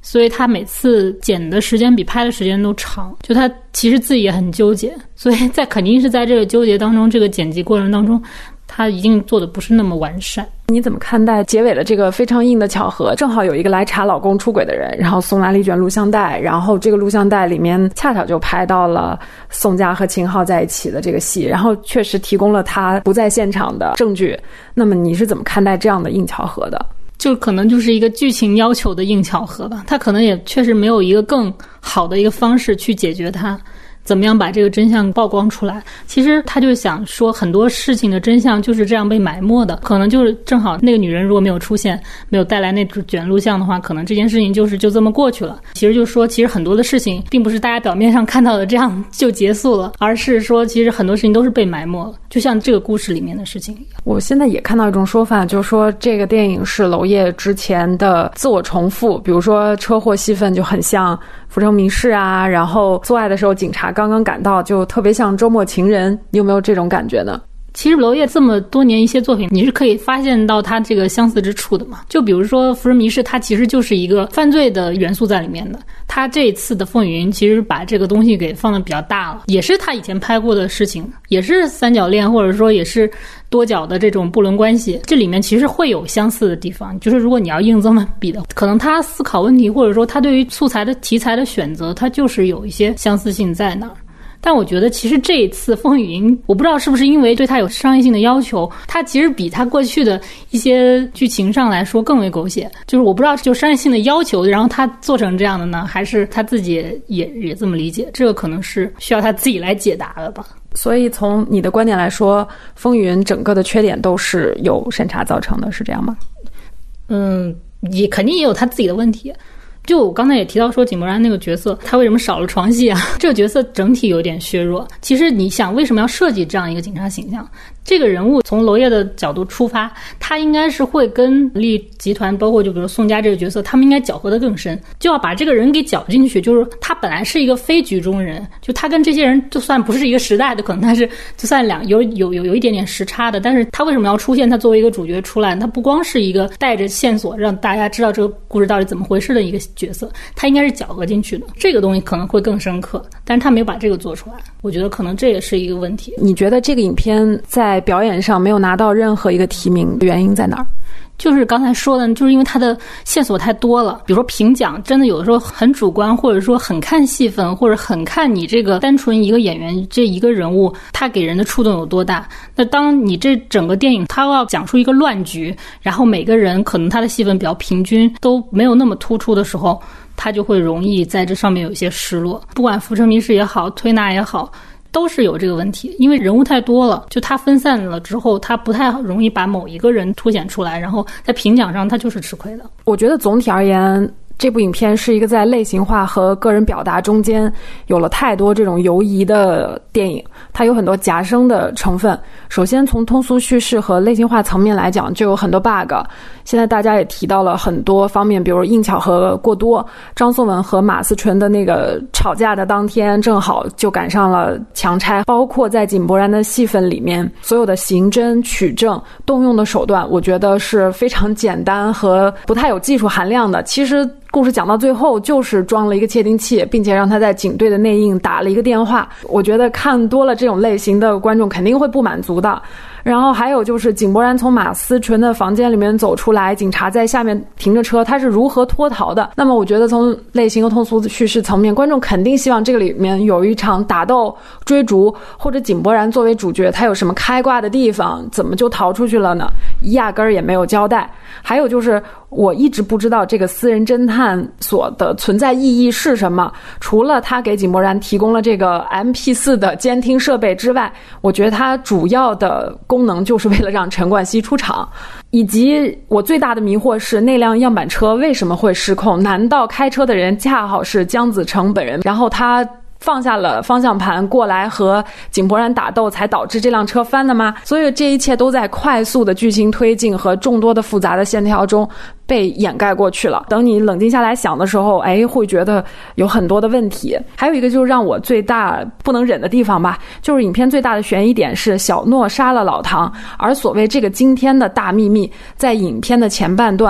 所以他每次剪的时间比拍的时间都长，就他其实自己也很纠结，所以肯定是在这个纠结当中，这个剪辑过程当中他一定做的不是那么完善。 你怎么看待结尾的这个非常硬的巧合？正好有一个来查老公出轨的人，然后送来了一卷录像带，然后这个录像带里面恰巧就拍到了宋佳和秦昊在一起的这个戏，然后确实提供了他不在现场的证据。那么你是怎么看待这样的硬巧合的？ 就可能就是一个剧情要求的硬巧合吧，他可能也确实没有一个更好的一个方式去解决它，怎么样把这个真相曝光出来。其实他就想说很多事情的真相就是这样被埋没的，可能就是正好那个女人如果没有出现，没有带来那卷录像的话，可能这件事情就这么过去了。其实就是说其实很多的事情并不是大家表面上看到的这样就结束了，而是说其实很多事情都是被埋没了，就像这个故事里面的事情一样。 我现在也看到一种说法，就是说这个电影是娄烨之前的自我重复，比如说车祸戏份就很像浮城谜事啊，然后做爱的时候警察刚刚赶到就特别像周末情人，你有没有这种感觉呢？ 其实娄烨这么多年一些作品你是可以发现到他这个相似之处的嘛，就比如说浮城谜事，它其实就是一个犯罪的元素在里面的，他这一次的风雨云其实把这个东西给放得比较大了，也是他以前拍过的事情，也是三角恋或者说也是多角的这种不伦关系，这里面其实会有相似的地方，就是如果你要硬这么比的，可能他思考问题或者说他对于素材的题材的选择，他就是有一些相似性在那儿。但我觉得其实这一次风雨云，我不知道是不是因为对他有商业性的要求，他其实比他过去的一些剧情上来说更为狗血，就是我不知道就商业性的要求然后他做成这样的呢，还是他自己也这么理解，这个可能是需要他自己来解答的吧。 所以从你的观点来说，风雨云整个的缺点都是由审查造成的，是这样吗？ 也肯定也有他自己的问题。就我刚才也提到说井柏然那个角色他为什么少了床戏啊，这个角色整体有点削弱。其实你想为什么要设计这样一个警察形象，这个人物从娄烨的角度出发，他应该是会跟利益集团包括就比如宋佳这个角色他们应该搅和得更深，就要把这个人给搅进去，就是他本来是一个非局中人，就他跟这些人就算不是一个时代的，可能他是就算有一点点时差的，但是他为什么要出现，他作为一个主角出来，他不光是一个带着线索让大家知道这个故事到底怎么回事的一个角色，他应该是搅和进去的，这个东西可能会更深刻，但是他没有把这个做出来，我觉得可能这也是一个问题。 你觉得这个影片在表演上没有拿到任何一个提名，原因在哪儿？ 就是刚才说的，就是因为它的线索太多了，比如说评奖真的有的时候很主观，或者说很看戏份，或者很看你这个单纯一个演员这一个人物他给人的触动有多大。那当你这整个电影他要讲述一个乱局，然后每个人可能他的戏份比较平均，都没有那么突出的时候，他就会容易在这上面有一些失落。不管浮城谜事也好，推拿也好，都是有这个问题，因为人物太多了，就他分散了之后，他不太容易把某一个人凸显出来，然后在评奖上他就是吃亏的。 我觉得总体而言，这部影片是一个在类型化和个人表达中间有了太多这种游移的电影，它有很多夹生的成分。首先从通俗叙事和类型化层面来讲，就有很多 bug。现在大家也提到了很多方面，比如硬巧合过多，张颂文和马思纯的那个吵架的当天正好就赶上了强拆，包括在井柏然的戏份里面，所有的刑侦取证动用的手段，我觉得是非常简单和不太有技术含量的。其实故事讲到最后就是装了一个窃听器，并且让他在警队的内应打了一个电话。我觉得看多了这种类型的观众肯定会不满足的。然后还有就是井柏然从马思纯的房间里面走出来，警察在下面停着车，他是如何脱逃的。那么我觉得从类型和通俗叙事层面，观众肯定希望这个里面有一场打斗追逐，或者井柏然作为主角他有什么开挂的地方，怎么就逃出去了呢？压根儿也没有交代。还有就是我一直不知道这个私人侦探所的存在意义是什么，除了他给井柏然提供了这个 MP4 的监听设备之外，我觉得他主要的功能就是为了让陈冠希出场。以及我最大的迷惑是那辆样板车为什么会失控？难道开车的人恰好是姜子成本人，然后他放下了方向盘过来和井柏然打斗，才导致这辆车翻的吗？所以这一切都在快速的剧情推进和众多的复杂的线条中被掩盖过去了。等你冷静下来想的时候，会觉得有很多的问题。还有一个就是让我最大不能忍的地方吧，就是影片最大的悬疑点是小诺杀了老唐，而所谓这个惊天的大秘密，在影片的前半段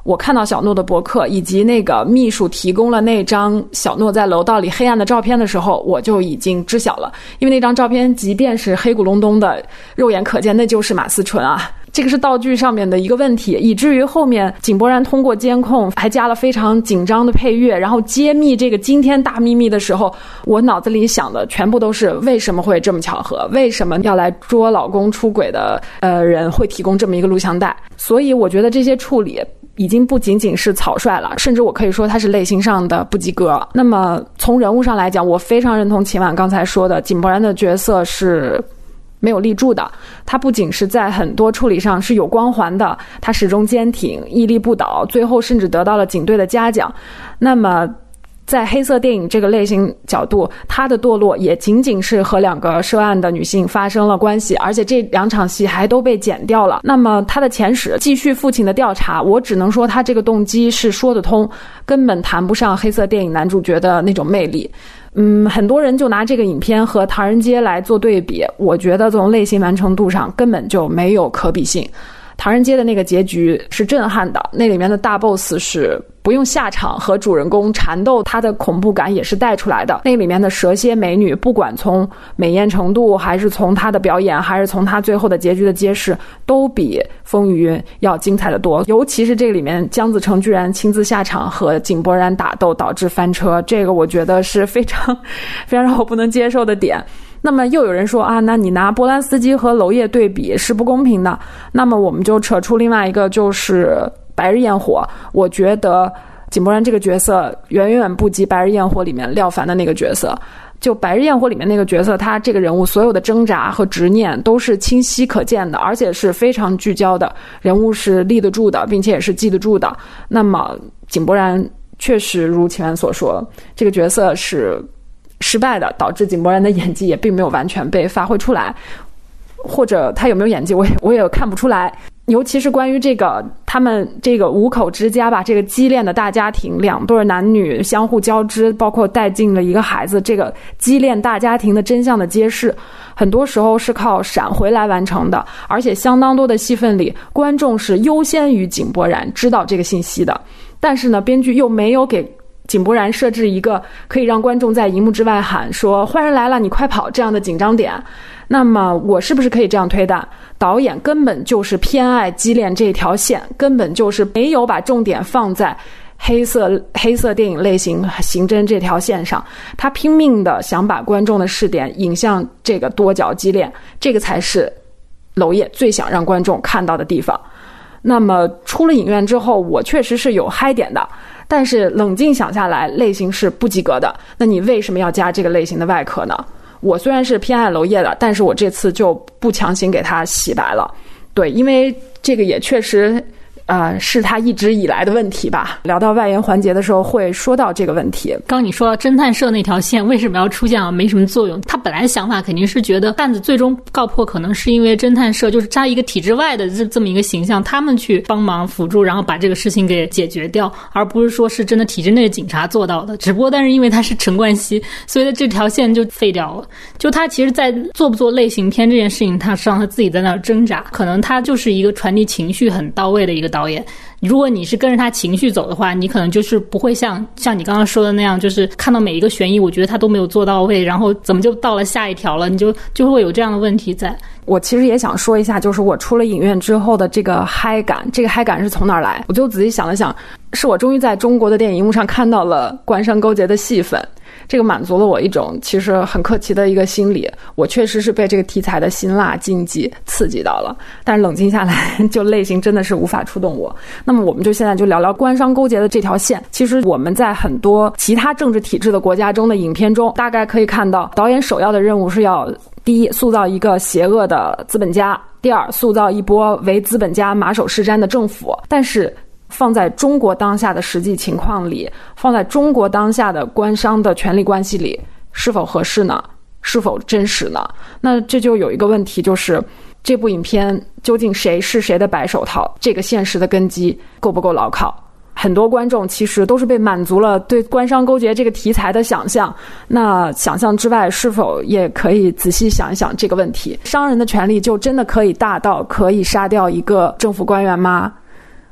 我看到小诺的博客以及那个秘书提供了那张小诺在楼道里黑暗的照片的时候，我就已经知晓了。因为那张照片即便是黑咕隆咚的，肉眼可见那就是马思纯啊。这个是道具上面的一个问题，以至于后面井柏然通过监控还加了非常紧张的配乐，然后揭秘这个惊天大秘密的时候，我脑子里想的全部都是为什么会这么巧合，为什么要来捉老公出轨的人会提供这么一个录像带。所以我觉得这些处理已经不仅仅是草率了，甚至我可以说它是类型上的不及格。那么从人物上来讲，我非常认同秦晚刚才说的，井柏然的角色是没有立住的，他不仅是在很多处理上是有光环的，他始终坚挺屹立不倒，最后甚至得到了警队的嘉奖。那么在黑色电影这个类型角度，他的堕落也仅仅是和2个涉案的女性发生了关系，而且这2场戏还都被剪掉了。那么他的前史继续父亲的调查，我只能说他这个动机是说得通，根本谈不上黑色电影男主角的那种魅力。很多人就拿这个影片和《唐人街》来做对比，我觉得从类型完成度上根本就没有可比性。《唐人街》的那个结局是震撼的，那里面的大 boss 是不用下场和主人公缠斗，他的恐怖感也是带出来的。那里面的蛇蝎美女，不管从美艳程度，还是从她的表演，还是从她最后的结局的揭示，都比风雨云要精彩的多。尤其是这里面姜子成居然亲自下场和井柏然打斗，导致翻车，这个我觉得是非常非常让我不能接受的点。那么又有人说啊，那你拿波兰斯基和娄烨对比是不公平的。那么我们就扯出另外一个，就是白日焰火。我觉得井柏然这个角色远远不及白日焰火里面廖凡的那个角色。就白日焰火里面那个角色，他这个人物所有的挣扎和执念都是清晰可见的，而且是非常聚焦的，人物是立得住的，并且也是记得住的。那么井柏然确实如秦岚所说，这个角色是失败的，导致井柏然的演技也并没有完全被发挥出来，或者他有没有演技我也看不出来。尤其是关于这个他们这个5口之家吧，这个畸恋的大家庭，2对男女相互交织，包括带进了一个孩子，这个畸恋大家庭的真相的揭示，很多时候是靠闪回来完成的，而且相当多的戏份里，观众是优先于井柏然知道这个信息的。但是呢，编剧又没有给井柏然设置一个可以让观众在荧幕之外喊说坏人来了你快跑这样的紧张点。那么我是不是可以这样推断，导演根本就是偏爱畸恋这条线，根本就是没有把重点放在黑色电影类型刑侦这条线上，他拼命的想把观众的视点引向这个多角畸恋，这个才是娄烨最想让观众看到的地方。那么出了影院之后，我确实是有嗨点的，但是冷静想下来，类型是不及格的。那你为什么要加这个类型的外壳呢？我虽然是偏爱娄烨的，但是我这次就不强行给他洗白了。对，因为这个也确实是他一直以来的问题吧。聊到外延环节的时候会说到这个问题。 刚你说侦探社那条线为什么要出现啊？没什么作用。他本来想法肯定是觉得案子最终告破，可能是因为侦探社就是扎一个体制外的这么一个形象，他们去帮忙辅助，然后把这个事情给解决掉，而不是说是真的体制内的警察做到的。只不过但是因为他是陈冠希，所以这条线就废掉了。就他其实在做不做类型片这件事情，他是让他自己在那儿挣扎，可能他就是一个传递情绪很到位的一个导演。如果你是跟着他情绪走的话，你可能就是不会像你刚刚说的那样，就是看到每一个悬疑我觉得他都没有做到位，然后怎么就到了下一条了，你就会有这样的问题在。 我其实也想说一下，就是我出了影院之后的这个嗨感，这个嗨感是从哪儿来？我就仔细想了想，是我终于在中国的电影荧幕上看到了官商勾结的戏份，这个满足了我一种其实很客气的一个心理。我确实是被这个题材的辛辣禁忌刺激到了，但是冷静下来，就类型真的是无法触动我。那么我们就现在就聊聊官商勾结的这条线。其实我们在很多其他政治体制的国家中的影片中，大概可以看到导演首要的任务是要第一，塑造一个邪恶的资本家；第二，塑造一波为资本家马首是瞻的政府。但是放在中国当下的实际情况里，放在中国当下的官商的权力关系里，是否合适呢？是否真实呢？那这就有一个问题，就是这部影片究竟谁是谁的白手套，这个现实的根基够不够牢靠？很多观众其实都是被满足了对官商勾结这个题材的想象，那想象之外，是否也可以仔细想一想这个问题？商人的权力就真的可以大到可以杀掉一个政府官员吗？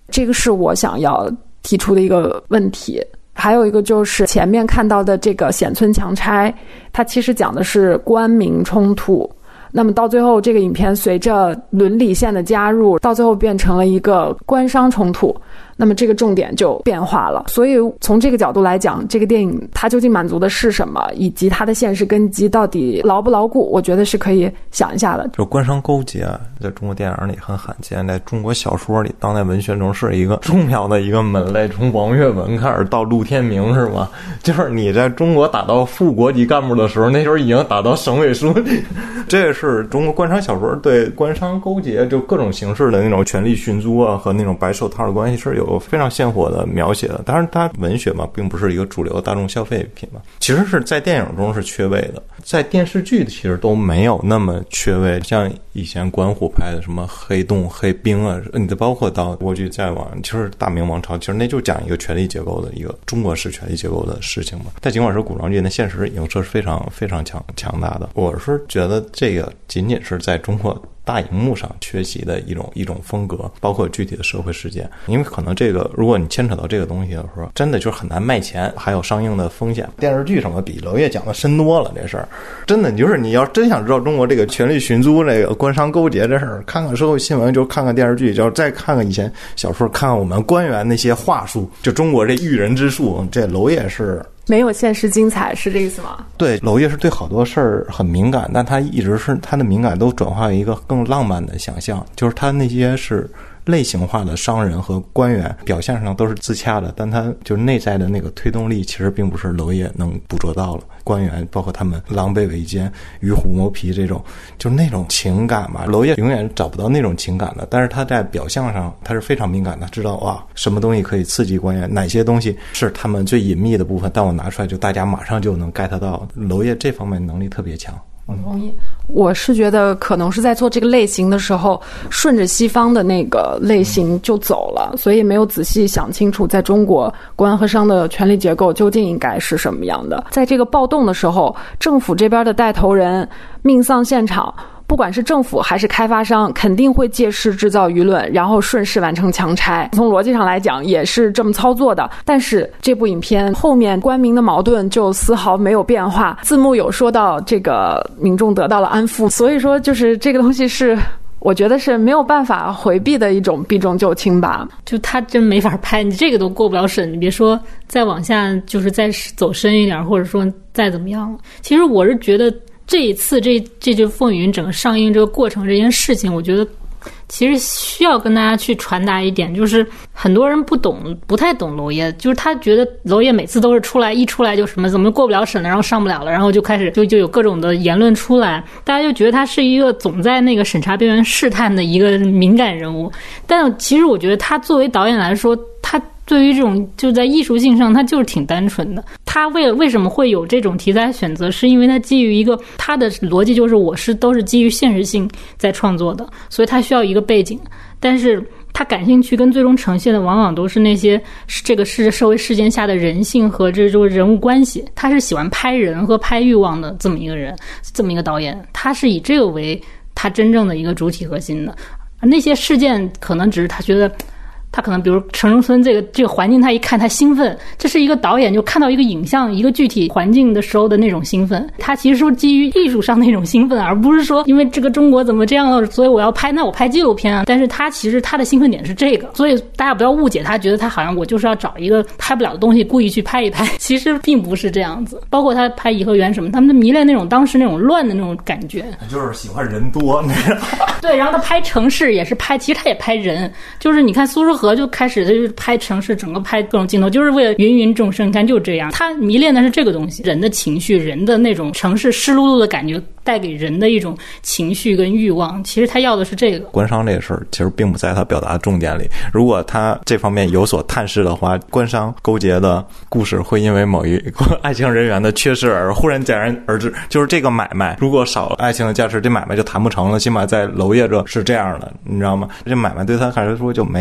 这个是我想要提出的一个问题。还有一个就是前面看到的这个显村强拆，它其实讲的是官民冲突，那么到最后这个影片随着伦理线的加入，到最后变成了一个官商冲突，那么这个重点就变化了。所以从这个角度来讲，这个电影它究竟满足的是什么，以及它的现实根基到底牢不牢固，我觉得是可以想一下的。 就官商勾结在中国电影里很罕见，在中国小说里当代文学中是一个重要的一个门类，从王岳文开始到陆天明是吧，就是你在中国打到副国级干部的时候，那时候已经打到省委书记。这是中国官商小说对官商勾结就各种形式的那种权力寻租和那种白手套的关系是有非常鲜活的描写的。当然它文学嘛并不是一个主流大众消费品嘛，其实是在电影中是缺位的，在电视剧其实都没有那么缺位。像以前关虎拍的什么黑洞黑冰你包括到过去再往其实大明王朝，其实那就讲一个权力结构的一个中国式权力结构的事情嘛。但尽管是古装剧，那现实影射是非常非常强大的。我是觉得这个仅仅是在中国大荧幕上缺席的一种风格，包括具体的社会事件。因为可能这个如果你牵扯到这个东西的时候，真的就是很难卖钱，还有上映的风险。电视剧什么比娄烨讲的深多了，这事儿真的就是你要真想知道中国这个权力寻租这个官商勾结这事儿，看看社会新闻，就看看电视剧，就再看看以前小说，看看我们官员那些话术，就中国这驭人之术，这娄烨是没有现实精彩，是这意思吗？ 对，娄烨是对好多事儿很敏感，但他一直是他的敏感都转化为一个更浪漫的想象，就是他那些是类型化的商人和官员，表现上都是自洽的，但他就是内在的那个推动力其实并不是娄烨能捕捉到了。官员包括他们狼狈为奸、与虎谋皮这种，就是那种情感嘛，娄烨永远找不到那种情感的。但是他在表象上他是非常敏感的，知道哇什么东西可以刺激官员，哪些东西是他们最隐秘的部分，但我拿出来就大家马上就能 get 到。娄烨这方面能力特别强。 同意。我是觉得可能是在做这个类型的时候顺着西方的那个类型就走了，所以没有仔细想清楚在中国官和商的权力结构究竟应该是什么样的。在这个暴动的时候，政府这边的带头人命丧现场，不管是政府还是开发商肯定会借势制造舆论，然后顺势完成强拆，从逻辑上来讲也是这么操作的。但是这部影片后面官民的矛盾就丝毫没有变化，字幕有说到这个民众得到了安抚，所以说就是这个东西是我觉得是没有办法回避的一种避重就轻吧。 就他真没法拍，你这个都过不了审，你别说再往下就是再走深一点，或者说再怎么样。其实我是觉得这一次这就风雨云整个上映这个过程这件事情，我觉得其实需要跟大家去传达一点，就是很多人不太懂娄烨，就是他觉得娄烨每次都是一出来就什么怎么过不了审了，然后上不了了，然后就开始就有各种的言论出来，大家就觉得他是一个总在那个审查边缘试探的一个敏感人物。但其实我觉得他作为导演来说，他对于这种就在艺术性上他就是挺单纯的。他为什么会有这种题材选择，是因为他基于一个他的逻辑就是都是基于现实性在创作的，所以他需要一个背景，但是他感兴趣跟最终呈现的往往都是那些这个社会事件下的人性和这种人物关系。他是喜欢拍人和拍欲望的这么一个人，这么一个导演，他是以这个为他真正的一个主体核心的。那些事件可能只是他觉得他可能比如城中村这个环境，他一看他兴奋，这是一个导演就看到一个影像一个具体环境的时候的那种兴奋，他其实是基于艺术上的那种兴奋，而不是说因为这个中国怎么这样了所以我要拍，那我拍纪录片啊。但是他其实他的兴奋点是这个，所以大家不要误解他，觉得他好像我就是要找一个拍不了的东西故意去拍一拍，其实并不是这样子。包括他拍颐和园什么，他们迷恋那种当时那种乱的那种感觉， 就是喜欢人多对，然后他拍城市也是拍，其实他也拍人，就是你看苏州河就开始就是拍城市，整个拍各种镜头，就是为了芸芸众生，你看就这样。他迷恋的是这个东西，人的情绪，人的那种城市湿漉漉的感觉带给人的一种情绪跟欲望，其实他要的是这个。 官商这个事儿其实并不在他表达的重点里，如果他这方面有所探视的话，官商勾结的故事会因为某一个爱情人员的缺失而忽然戛然而止。就是这个买卖如果少了爱情的价值，这买卖就谈不成了，起码在娄烨这是这样的，你知道吗？这买卖对他来说就没有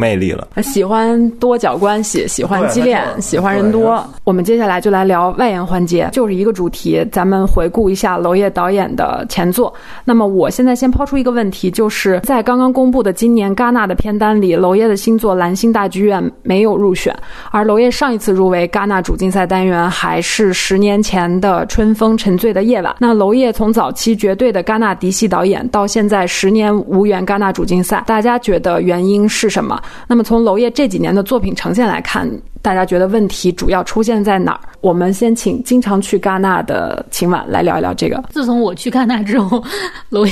魅力了。 喜欢多角关系，喜欢激烈，喜欢人多。我们接下来就来聊外延环节，就是一个主题，咱们回顾一下娄烨导演的前作。那么我现在先抛出一个问题，就是在刚刚公布的今年戛纳的片单里，娄烨的新作《蓝星大剧院》没有入选，而娄烨上一次入围戛纳主竞赛单元还是10年前的《春风沉醉的夜晚》。那娄烨从早期绝对的戛纳嫡系导演到现在10年无缘戛纳主竞赛，大家觉得原因是什么？那么从娄烨这几年的作品呈现来看，大家觉得问题主要出现在哪儿？我们先请经常去戛纳的秦晚来聊一聊这个。 自从我去戛纳之后，娄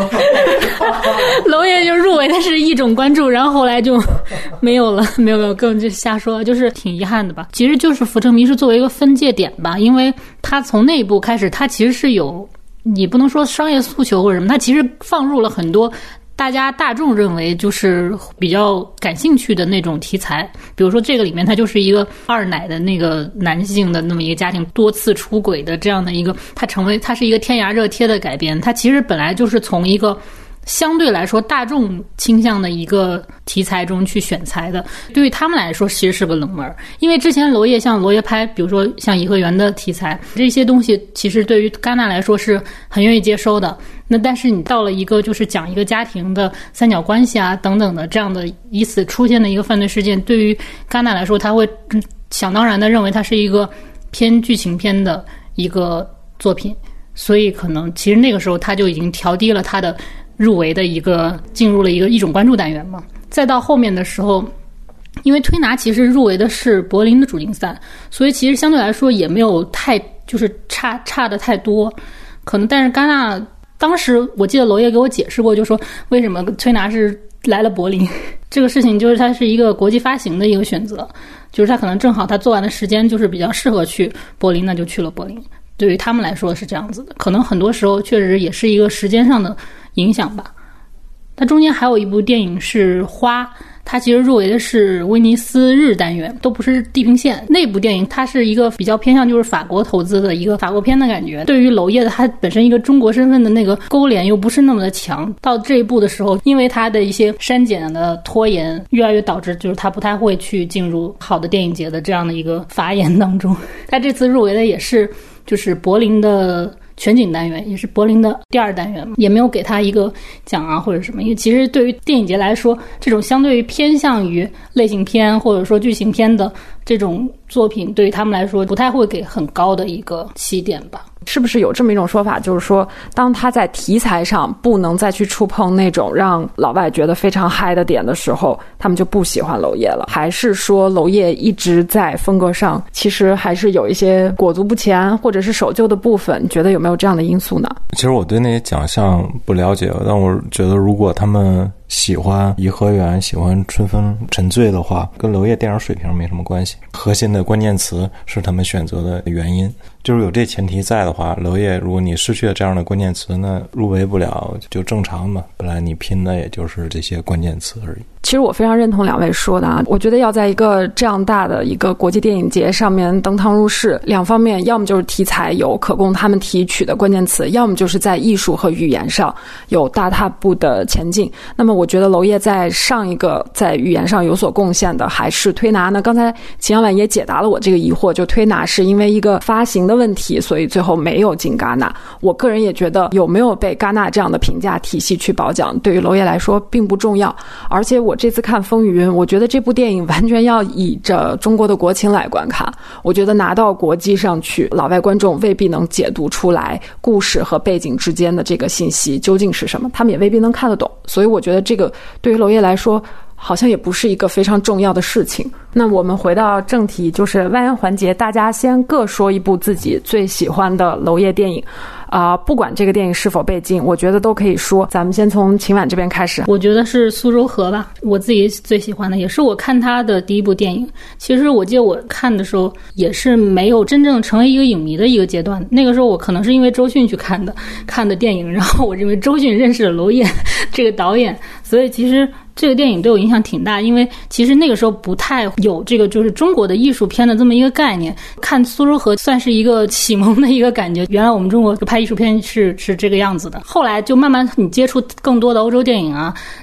烨就入围的是一种关注，然后后来就没有了，没有更就瞎说，就是挺遗憾的吧。其实就是《浮城谜事》作为一个分界点吧，因为他从那一部开始，他其实是有，你不能说商业诉求或者什么，他其实放入了很多大家大众认为就是比较感兴趣的那种题材，比如说这个里面它就是一个二奶的那个男性的那么一个家庭多次出轨的这样的一个，它是一个天涯热贴的改编，它其实本来就是从一个相对来说大众倾向的一个题材中去选材的，对于他们来说其实是个冷门。因为之前娄烨拍比如说像颐和园的题材，这些东西其实对于戛纳来说是很愿意接收的，那但是你到了一个就是讲一个家庭的三角关系啊等等的这样的以此出现的一个犯罪事件，对于戛纳来说他会想当然的认为它是一个偏剧情片的一个作品，所以可能其实那个时候他就已经调低了他的入围的进入了一种关注单元嘛。再到后面的时候，因为推拿其实入围的是柏林的主竞赛，所以其实相对来说也没有太就是差的太多，可能但是戛纳当时我记得娄烨给我解释过，就说为什么推拿是来了柏林这个事情，就是它是一个国际发行的一个选择，就是他可能正好他做完的时间就是比较适合去柏林，那就去了柏林。对于他们来说是这样子的，可能很多时候确实也是一个时间上的影响吧。它中间还有一部电影是《花》，它其实入围的是威尼斯日单元，都不是地平线。那部电影它是一个比较偏向就是法国投资的一个法国片的感觉，对于娄烨的他本身一个中国身份的那个勾连又不是那么的强。到这一步的时候，因为他的一些删减的拖延，越来越导致就是他不太会去进入好的电影节的这样的一个法眼当中。他这次入围的也是就是柏林的全景单元，也是柏林的第2单元，也没有给他一个奖啊或者什么。因为其实对于电影节来说，这种相对于偏向于类型片或者说剧情片的这种作品，对于他们来说不太会给很高的一个起点吧。 是不是有这么一种说法，就是说当他在题材上不能再去触碰那种让老外觉得非常嗨的点的时候，他们就不喜欢娄烨了？还是说娄烨一直在风格上其实还是有一些裹足不前或者是守旧的部分？你觉得有没有这样的因素呢？ 其实我对那些奖项不了解，但我觉得如果他们喜欢颐和园，喜欢春风沉醉的话，跟娄烨电影水平没什么关系，核心的关键词是他们选择的原因。就是有这前提在的话，娄烨如果你失去了这样的关键词，那入围不了就正常嘛，本来你拼的也就是这些关键词而已。 其实我非常认同两位说的啊，我觉得要在一个这样大的一个国际电影节上面登堂入室，两方面要么就是题材有可供他们提取的关键词，要么就是在艺术和语言上有大踏步的前进。那么我觉得娄烨在上一个在语言上有所贡献的还是推拿呢。刚才秦阳晚也解答了我这个疑惑，就推拿是因为一个发行的问题，所以最后没有进戛纳。我个人也觉得有没有被戛纳这样的评价体系去褒奖，对于娄烨来说并不重要。而且我这次看《风雨云》，我觉得这部电影完全要以着中国的国情来观看。我觉得拿到国际上去，老外观众未必能解读出来故事和背景之间的这个信息究竟是什么，他们也未必能看得懂。所以我觉得这个对于娄烨来说好像也不是一个非常重要的事情。那我们回到正题，就是外延环节，大家先各说一部自己最喜欢的娄烨电影。不管这个电影是否被禁，我觉得都可以说。咱们先从秦晚这边开始。 我觉得是苏州河吧，我自己最喜欢的，也是我看他的第一部电影。其实我记得我看的时候也是没有真正成为一个影迷的一个阶段，那个时候我可能是因为周迅去看的电影，然后我认为周迅认识了娄烨这个导演，所以其实这个电影对我影响挺大。因为其实那个时候不太有这个就是中国的艺术片的这么一个概念，看苏州河算是一个启蒙的一个感觉，原来我们中国拍艺术片是这个样子的。后来就慢慢你接触更多的欧洲电影啊，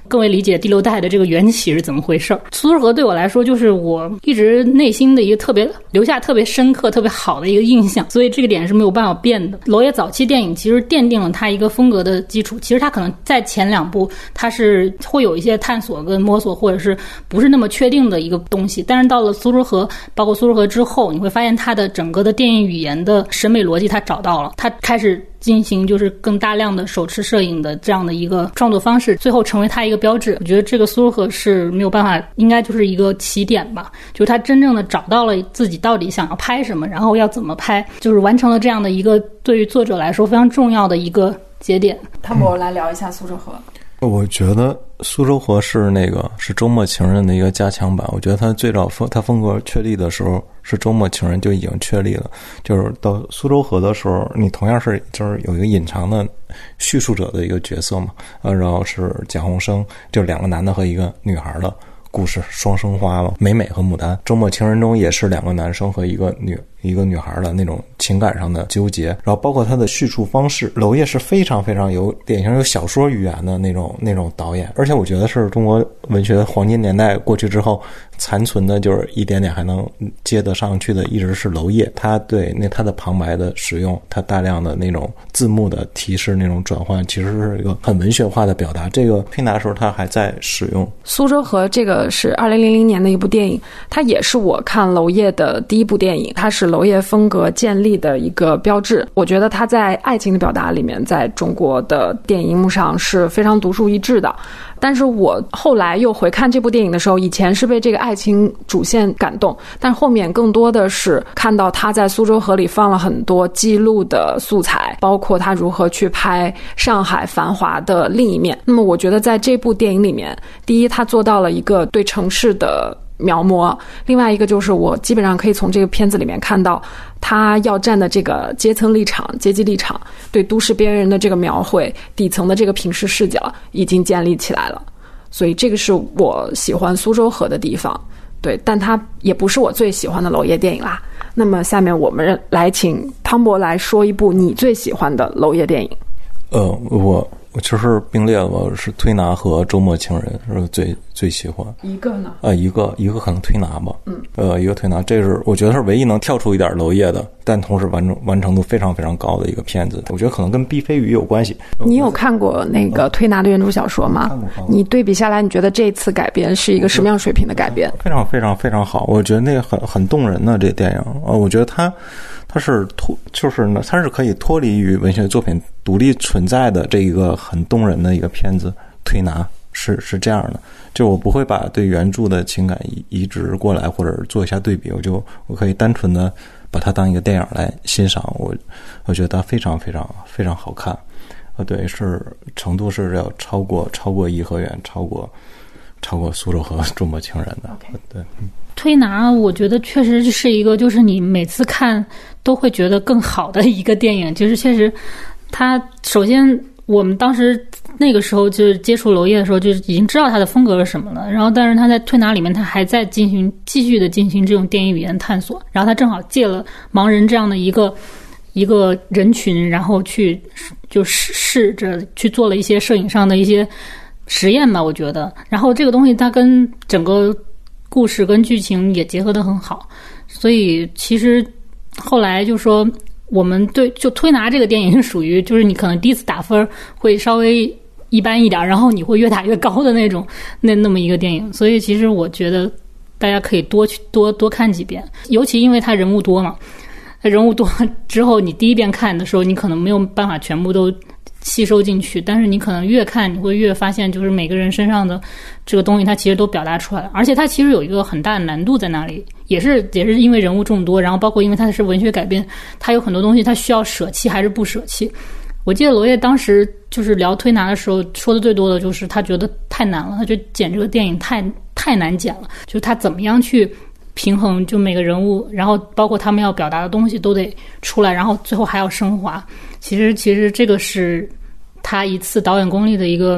更为理解第六代的这个缘起是怎么回事。苏州河对我来说就是我一直内心的一个留下特别深刻特别好的一个印象，所以这个点是没有办法变的。娄烨早期电影其实奠定了他一个风格的基础，其实他可能在前2部他是会有一些探索跟摸索，或者是不是那么确定的一个东西，但是到了苏州河包括苏州河之后，你会发现他的整个的电影语言的审美逻辑他找到了，他开始进行就是更大量的手持摄影的这样的一个创作方式，最后成为他一个标志。我觉得这个苏州河是没有办法，应该就是一个起点吧，就是他真正的找到了自己到底想要拍什么，然后要怎么拍，就是完成了这样的一个对于作者来说非常重要的一个节点。 汤博来聊一下苏州河。 我觉得苏州河是周末情人的一个加强版。我觉得他最早他风格确立的时候是周末情人就已经确立了，就是到苏州河的时候，你同样是就是有一个隐藏的叙述者的一个角色嘛，然后是贾宏声，就2个男的和一个女孩的故事，双生花嘛，美美和牡丹。周末情人中也是2个男生和一个女孩的那种情感上的纠结，然后包括他的叙述方式，娄烨是非常非常典型有小说语言的那种导演，而且我觉得是中国文学黄金年代过去之后残存的，就是一点点还能接得上去的，一直是娄烨。他对他的旁白的使用，他大量的那种字幕的提示那种转换，其实是一个很文学化的表达。这个推拿的时候他还在使用。 苏州河这个是2000年的一部电影，它也是我看娄烨的第一部电影，它是娄烨风格建立的一个标志。我觉得他在爱情的表达里面，在中国的电影荧幕上是非常独树一帜的。但是我后来又回看这部电影的时候，以前是被这个爱情主线感动，但后面更多的是看到他在苏州河里放了很多记录的素材，包括他如何去拍上海繁华的另一面。那么我觉得在这部电影里面，第一，他做到了一个对城市的描摹，另外一个就是我基本上可以从这个片子里面看到他要站的这个阶层立场、阶级立场，对都市边缘人的这个描绘，底层的这个平视视角已经建立起来了。所以这个是我喜欢苏州河的地方。对，但它也不是我最喜欢的娄烨电影啦。那么下面我们来请汤博来说一部你最喜欢的娄烨电影。 我其实并列了，是推拿和周末情人是最喜欢。 一个呢？ 一个可能推拿吧。一个推拿，这是我觉得是唯一能跳出一点娄烨的，但同时完成度非常非常高的一个片子。我觉得可能跟毕飞宇有关系。 你有看过那个推拿的原著小说吗？看过。你对比下来，你觉得这次改编是一个什么样水平的改编？ 非常非常非常好，我觉得那个很动人的这电影。我觉得它是它是可以脱离于文学作品独立存在的这一个很动人的一个片子。推拿是这样的，就我不会把对原著的情感移植过来或者做一下对比，我可以单纯的把它当一个电影来欣赏。我觉得它非常非常非常好看。对，是程度是要超过颐和园，超过苏州河周末情人的。对。 推拿我觉得确实是一个就是你每次看都会觉得更好的一个电影。就是确实它首先我们当时那个时候就是接触娄烨的时候就已经知道他的风格是什么了，然后但是他在推拿里面他还在继续的进行这种电影语言探索，然后他正好借了盲人这样的一个人群，然后就试着去做了一些摄影上的一些实验吧，我觉得。然后这个东西它跟整个故事跟剧情也结合得很好，所以其实后来就说我们就推拿这个电影是属于就是你可能第一次打分会稍微一般一点，然后你会越打越高的那种那么一个电影。所以其实我觉得大家可以多看几遍，尤其因为它人物多嘛，人物多之后你第一遍看的时候你可能没有办法全部都吸收进去，但是你可能越看你会越发现就是每个人身上的这个东西它其实都表达出来了，而且它其实有一个很大的难度在那里，也是因为人物众多，然后包括因为它是文学改编，它有很多东西它需要舍弃还是不舍弃。我记得娄烨当时就是聊推拿的时候说的最多的就是他觉得太难了，他觉得剪这个电影太难剪了，就是他怎么样去平衡就每个人物，然后包括他们要表达的东西都得出来，然后最后还要升华。其实这个是他一次导演功力的一个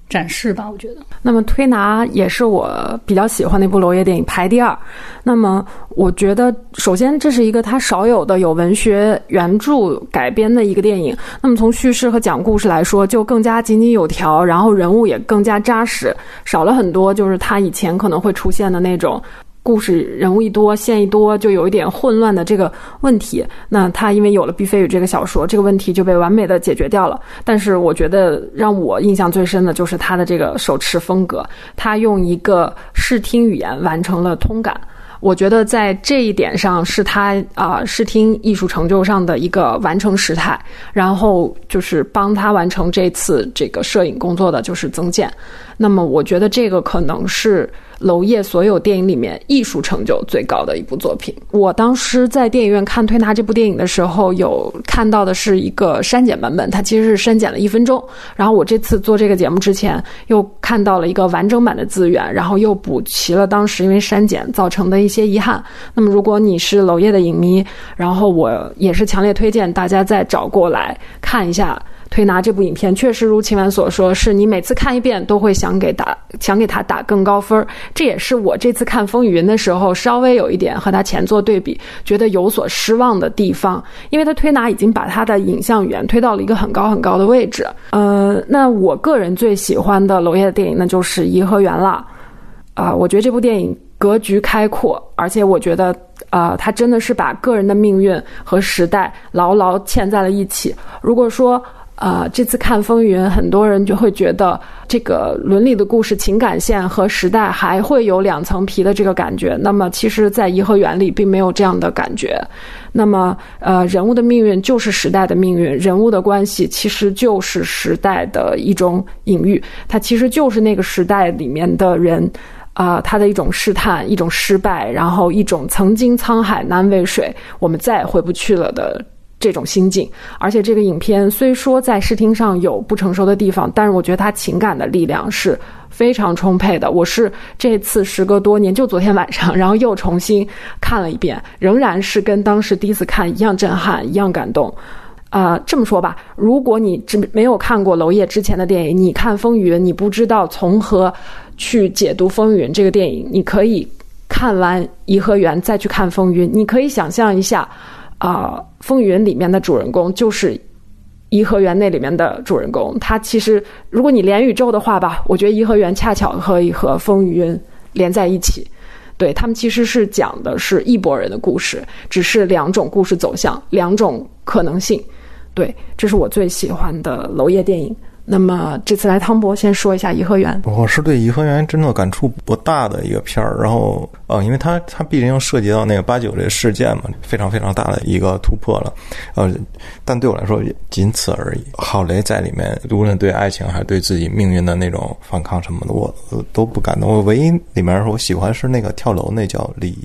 展示吧，我觉得。 那么推拿也是我比较喜欢的一部娄烨电影，排第2。那么我觉得首先这是一个他少有的有文学原著改编的一个电影，那么从叙事和讲故事来说就更加井井有条，然后人物也更加扎实，少了很多就是他以前可能会出现的那种故事人物一多线一多就有一点混乱的这个问题。那他因为有了毕飞宇这个小说，这个问题就被完美的解决掉了。但是我觉得让我印象最深的就是他的这个手持风格，他用一个视听语言完成了通感，我觉得在这一点上是他视听艺术成就上的一个完成时态。然后就是帮他完成这次这个摄影工作的就是曾健。那么我觉得这个可能是娄烨所有电影里面艺术成就最高的一部作品。我当时在电影院看推拿这部电影的时候，有看到的是一个删减版本，它其实是删减了1分钟。然后我这次做这个节目之前又看到了一个完整版的资源，然后又补齐了当时因为删减造成的一些遗憾。那么如果你是娄烨的影迷，然后我也是强烈推荐大家再找过来看一下推拿这部影片。确实如秦晚所说，是你每次看一遍都会想给他打更高分。这也是我这次看风雨云的时候稍微有一点和他前作对比觉得有所失望的地方，因为他推拿已经把他的影像语言推到了一个很高很高的位置。那我个人最喜欢的娄烨的电影那就是颐和园了。我觉得这部电影格局开阔，而且我觉得他真的是把个人的命运和时代牢牢嵌在了一起。如果说这次看风云很多人就会觉得这个伦理的故事情感线和时代还会有2层皮的这个感觉，那么其实在颐和园里并没有这样的感觉。那么人物的命运就是时代的命运，人物的关系其实就是时代的一种隐喻，它其实就是那个时代里面的人他的一种试探，一种失败，然后一种曾经沧海难为水，我们再也回不去了的这种心境。而且这个影片虽说在视听上有不成熟的地方，但是我觉得它情感的力量是非常充沛的。我是这次时隔多年，就昨天晚上然后又重新看了一遍，仍然是跟当时第一次看一样震撼，一样感动。这么说吧，如果你没有看过娄烨之前的电影，你看风云你不知道从何去解读风云这个电影，你可以看完颐和园再去看风云，你可以想象一下风云里面的主人公就是颐和园那里面的主人公。他其实如果你连宇宙的话吧，我觉得颐和园恰巧可以和风云连在一起。对，他们其实是讲的是一拨人的故事，只是2种故事走向，2种可能性。对，这是我最喜欢的娄烨电影。那么这次来汤博先说一下颐和园。 我是对颐和园真的感触不大的一个片儿，然后因为它毕竟涉及到那个89这个事件嘛，非常非常大的一个突破了，但对我来说也仅此而已。郝蕾在里面无论对爱情还是对自己命运的那种反抗什么的，我都不感动。我唯一里面我喜欢是那个跳楼那叫李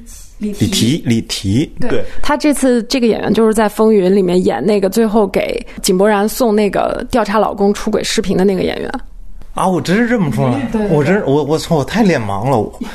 提。对， 他这次这个演员就是在风云里面演那个最后给井柏然送那个调查老公出轨视频的那个演员我真是这么说了，我太脸盲了，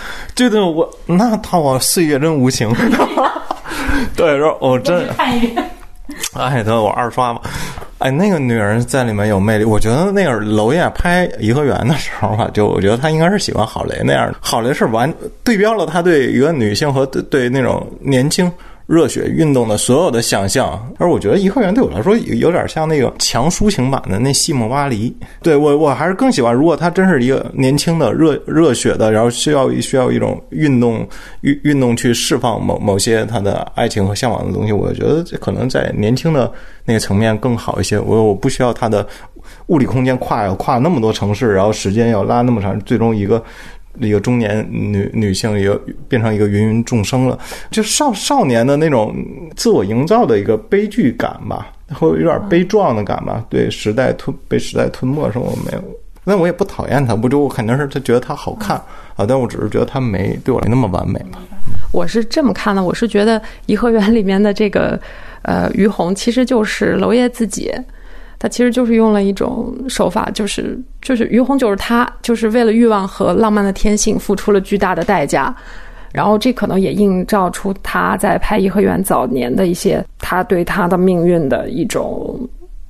我岁月真无情。对，我真看一遍。 等我2刷吧。那个女人在里面有魅力。我觉得那个娄烨拍颐和园的时候吧，我觉得他应该是喜欢郝蕾那样的。郝蕾是对标了他对一个女性和对那种年轻热血运动的所有的想象。而我觉得颐和园对我来说有点像那个强抒情版的那西蒙巴黎。对，我还是更喜欢，如果他真是一个年轻的热血的，然后需要一种运动去释放某些他的爱情和向往的东西，我觉得这可能在年轻的那个层面更好一些。我不需要他的物理空间跨那么多城市，然后时间要拉那么长，最终一个中年女性变成一个芸芸众生了，就少年的那种自我营造的一个悲剧感吧，会有点悲壮的感吧。对，被时代吞没什么我没有，但我也不讨厌他，我肯定是他觉得他好看但我只是觉得他对我来那么完美嘛。 我是这么看的，我是觉得颐和园里面的这个于红其实就是娄烨自己。他其实就是用了一种手法，就是于红就是他就是为了欲望和浪漫的天性付出了巨大的代价，然后这可能也映照出他在拍颐和园早年的一些他对他的命运的一种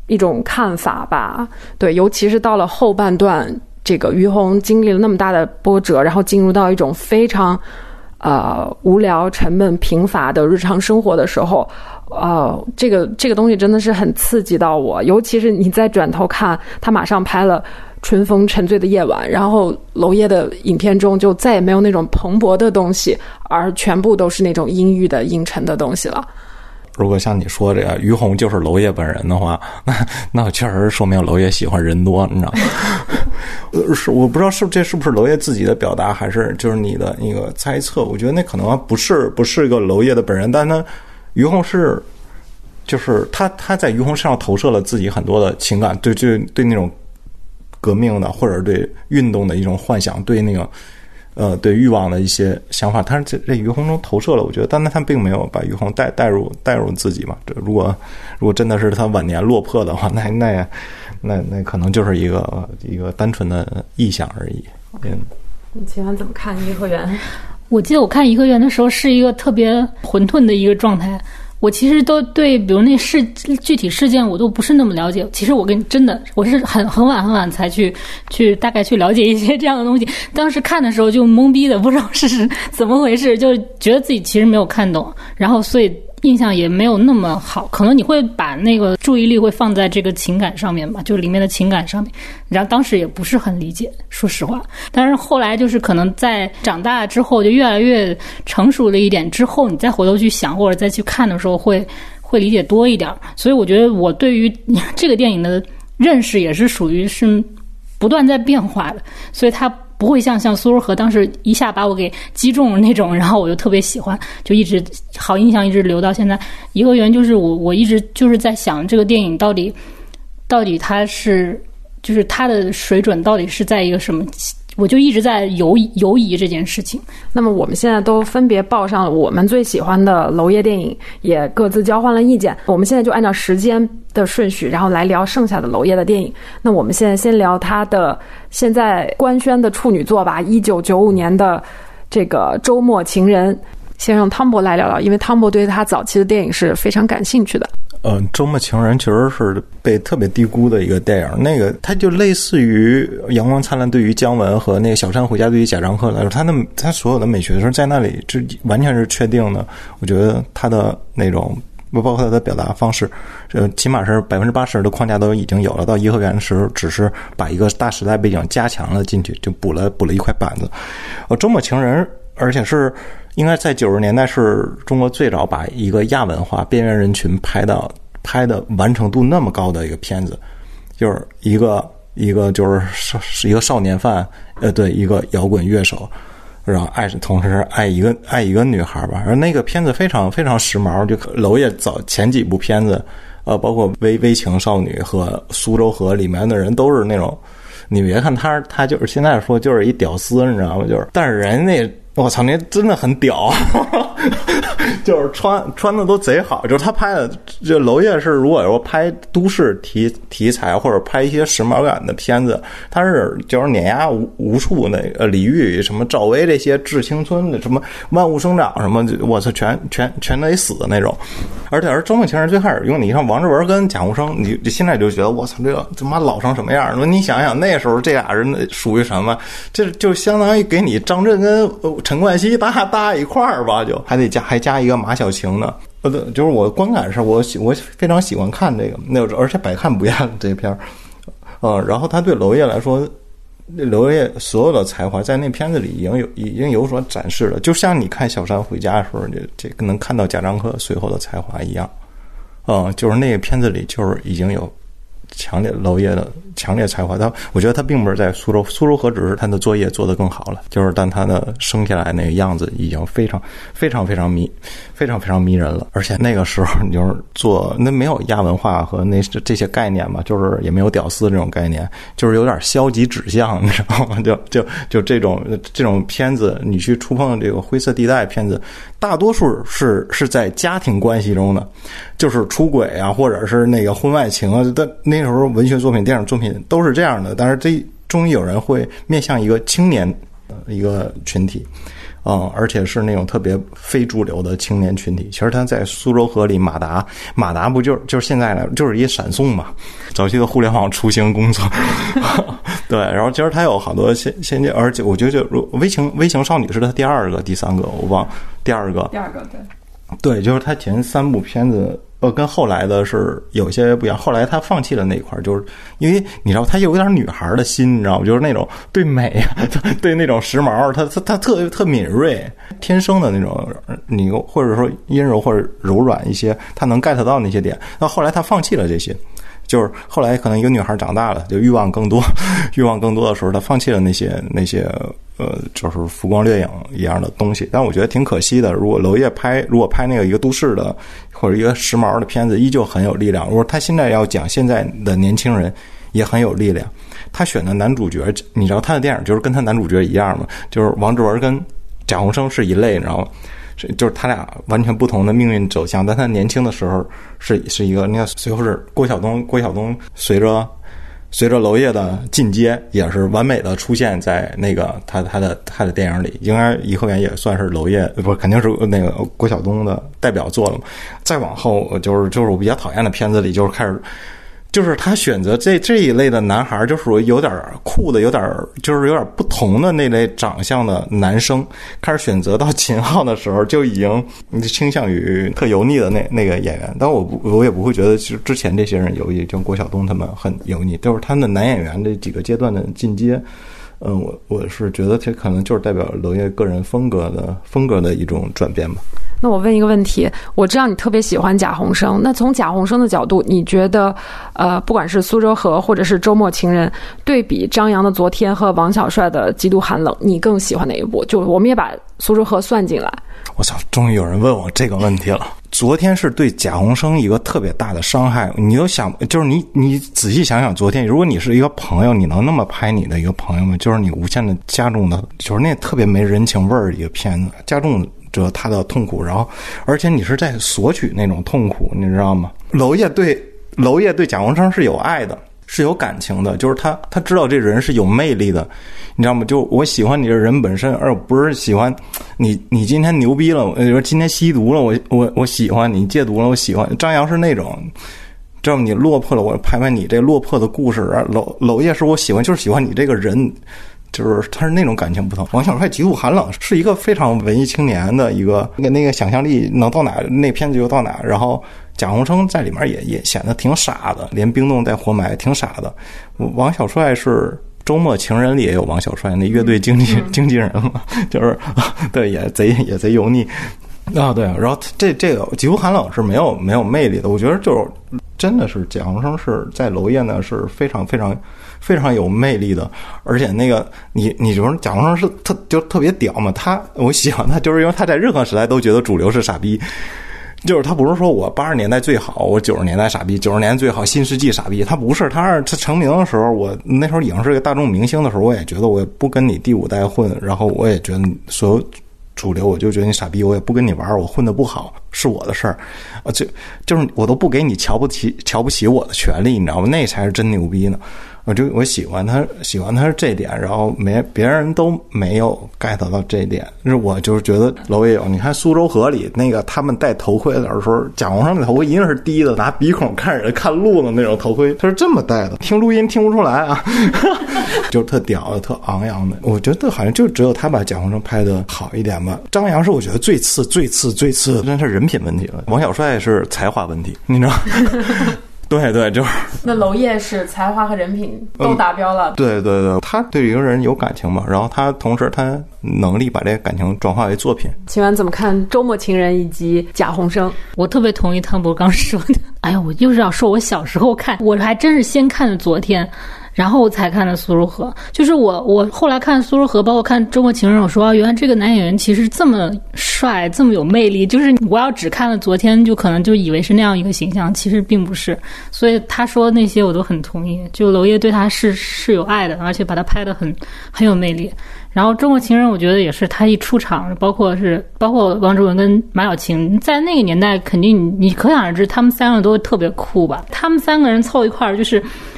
一种看法吧。对，尤其是到了后半段，这个于洪经历了那么大的波折，然后进入到一种非常无聊、沉闷、贫乏的日常生活的时候，这个东西真的是很刺激到我。尤其是你再转头看，他马上拍了春风沉醉的夜晚，然后娄烨的影片中就再也没有那种蓬勃的东西，而全部都是那种阴郁的、阴沉的东西了。 如果像你说这个于洪就是娄烨本人的话，那确实说明娄烨喜欢人多，你知道吗？我不知道这是不是娄烨自己的表达，还是就是你的那个猜测。我觉得那可能不是一个娄烨的本人，但他于洪就是他在于洪身上投射了自己很多的情感，对那种革命的或者对运动的一种幻想，对那个对欲望的一些想法，他是这于洪中投射了，我觉得，但他并没有把于洪带入自己嘛。这如果真的是他晚年落魄的话，那可能就是一个单纯的臆想而已。 你秦岚怎么看颐和园？ 我记得我看颐和园的时候是一个特别混沌的一个状态。我其实都对，比如那具体事件我都不是那么了解。其实我是很晚才去大概去了解一些这样的东西。当时看的时候就懵逼的，不知道是怎么回事，就觉得自己其实没有看懂，然后所以印象也没有那么好。可能你会把那个注意力会放在这个情感上面吧，就里面的情感上面。然后当时也不是很理解，说实话。但是后来就是可能在长大之后，就越来越成熟了一点之后，你再回头去想或者再去看的时候会理解多一点。所以我觉得我对于这个电影的认识也是属于是不断在变化的，所以它不会像苏若河当时一下把我给击中了那种，然后我就特别喜欢，就一直好印象一直留到现在。颐和园就是我一直就是在想这个电影到底它是就是它的水准到底是在一个什么，我就一直在犹疑这件事情。 那么我们现在都分别报上了我们最喜欢的娄烨电影，也各自交换了意见。我们现在就按照时间的顺序，然后来聊剩下的娄烨的电影。那我们现在先聊他的现在官宣的处女作吧，1995年的这个《周末情人》。先让汤博来聊聊，因为汤博对他早期的电影是非常感兴趣的。 周末情人确实是被特别低估的一个电影。那个它就类似于阳光灿烂对于姜文和那个小山回家对于贾樟柯来说，他所有的美学是在那里就完全是确定的。我觉得他的那种包括他的表达方式，起码是80%的框架都已经有了。到颐和园的时候，只是把一个大时代背景加强了进去，就补了一块板子。周末情人，而且是应该在90年代是中国最早把一个亚文化边缘人群拍的完成度那么高的一个片子，就是一个就是一个少年犯，对，一个摇滚乐手，然后同时爱一个女孩吧。而那个片子非常非常时髦，就娄烨早前几部片子，包括微情少女和苏州河里面的人都是那种，你别看他就是现在说就是一屌丝，你知道吗？就是，但是人那。我操，那真的很屌，就是穿的都贼好。就是他拍的，就娄烨是如果说拍都市题材或者拍一些时髦感的片子，他是就是碾压无数那个李玉什么赵薇这些致青春的什么万物生长什么，我操，全得死的那种。而周末情人最开始用你像王志文跟贾宏声，你现在就觉得我操，这个他妈老成什么样了？你想想那时候这俩人属于什么？这就相当于给你张震跟陈冠希搭一块儿吧，就还加一个马小晴的。就是我观感上我非常喜欢看这个，而且百看不厌这片然后他对娄烨来说，娄烨所有的才华在那片子里已经有所展示了，就像你看《小山回家》的时候，这能看到贾樟柯随后的才华一样。就是那个片子里就是已经有娄烨的强烈才华。我觉得他并不是在苏州河，只是他的作业做得更好了，就是但他的生下来那个样子已经非常非常非常迷人了。而且那个时候你就是做那没有亚文化和这些概念嘛，就是也没有屌丝这种概念，就是有点消极指向，你知道吗？就这种片子，你去触碰这个灰色地带片子，大多数是在家庭关系中的，就是出轨啊，或者是那个婚外情啊。那时候文学作品、电影作品都是这样的，但是这终于有人会面向一个青年一个群体， 而且是那种特别非主流的青年群体。其实他在苏州河里，马达不就是现在呢，就是一闪送嘛，早期的互联网雏形工作。对，然后其实他有好多先进，而且我觉得微情少女是他第二个、第三个，我忘第二个对，就是他前3部片子。跟后来的是有些不一样，后来他放弃了那一块，就是因为你知道他有点女孩的心，你知道吗？就是那种对美对那种时髦，他特敏锐，天生的那种，你或者说阴柔或者柔软一些，他能 get 到那些点。那后来他放弃了这些，就是后来可能一个女孩长大了，就欲望更多的时候，他放弃了那些就是浮光掠影一样的东西。但我觉得挺可惜的，如果娄烨拍那个一个都市的或者一个时髦的片子，依旧很有力量。如果他现在要讲现在的年轻人，也很有力量。他选的男主角，你知道他的电影就是跟他男主角一样嘛，就是王志文跟贾宏声是一类，然后就是他俩完全不同的命运走向。但他年轻的时候是一个，那个随后是郭晓东随着娄烨的进阶，也是完美的出现在那个他的电影里。应该颐和园也算是娄烨，不肯定是那个郭晓东的代表作了嘛。再往后就是我比较讨厌的片子里，就是开始就是他选择这一类的男孩，就属于有点酷的，有点不同的那类长相的男生。开始选择到秦昊的时候，就已经倾向于特油腻的那个演员。但我也不会觉得之前这些人油腻，就郭晓东他们很油腻，就是他们的男演员这几个阶段的进阶。我是觉得这可能就是代表娄烨个人风格的一种转变吧。 那我问一个问题，我知道你特别喜欢贾宏声，那从贾宏声的角度，你觉得不管是苏州河或者是周末情人，对比张扬的昨天和王小帅的极度寒冷，你更喜欢哪一部？就我们也把苏州河算进来。 我操，终于有人问我这个问题了。昨天是对贾宏声一个特别大的伤害，你都想，就是你仔细想想，昨天如果你是一个朋友，你能那么拍你的一个朋友吗？就是你无限的加重的，就是那特别没人情味儿的一个片子，加重着他的痛苦，然后而且你是在索取那种痛苦，你知道吗？娄烨对贾宏声是有爱的，是有感情的，就是他知道这人是有魅力的，你知道吗？就我喜欢你这人本身，而不是喜欢你今天牛逼了，比如今天吸毒了，我喜欢你，戒毒了我喜欢。张扬是那种知道吗？你落魄了，我拍你这落魄的故事。娄烨是我喜欢，就是喜欢你这个人，就是他是那种感情不同。王小帅极度寒冷是一个非常文艺青年的一个那个想象力能到哪，那片子就到哪。然后贾宏声在里面也显得挺傻的，连冰冻带活埋挺傻的。王小帅是周末情人里也有王小帅，那乐队经纪人嘛，就是对也贼油腻啊，对。然后这个极度寒冷是没有魅力的，我觉得就是真的是贾宏声是在娄烨呢是非常非常非常有魅力的，而且那个你就是贾宏声是特别屌嘛，我喜欢他就是因为他在任何时代都觉得主流是傻逼。就是他不是说我80年代最好，我90年代傻逼，90年最好，新世纪傻逼。他不是，他成名的时候，我那时候已经是个大众明星的时候，我也觉得我也不跟你第5代混，然后我也觉得所有主流，我就觉得你傻逼，我也不跟你玩，我混得不好是我的事儿，就是我都不给你瞧不起我的权利，你知道吗？那才是真牛逼呢。我喜欢他是这点，然后别人都没有 get 到这一点。我就是觉得娄烨有，你看苏州河里那个他们戴头盔的时候，贾宏声的头盔一定是低的，拿鼻孔看人看路的那种头盔，他是这么戴的，听录音听不出来啊，就是特屌的特昂扬的。我觉得好像就只有他把贾宏声拍的好一点吧。张扬是我觉得最次真是人品问题了。王小帅是才华问题，你知道对，就是那娄烨是才华和人品都达标了。 对，他对一个人有感情嘛，然后他同时他能力把这个感情转化为作品。 秦婉怎么看周末情人以及贾宏声？ 我特别同意汤博刚说的。哎呀，我又是要说我小时候看，我还真是先看的昨天，然后我才看的苏州河。就是我后来看苏州河，包括看周末情人，我说原来这个男演员其实这么帅，这么有魅力。就是我要只看了昨天，就可能就以为是那样一个形象，其实并不是。所以他说那些我都很同意。就娄烨对他是有爱的，而且把他拍得很有魅力。然后周末情人我觉得也是他一出场，包括王志文跟马小晴，在那个年代肯定你可想而知他们3个都特别酷吧。他们3个人凑一块儿，就是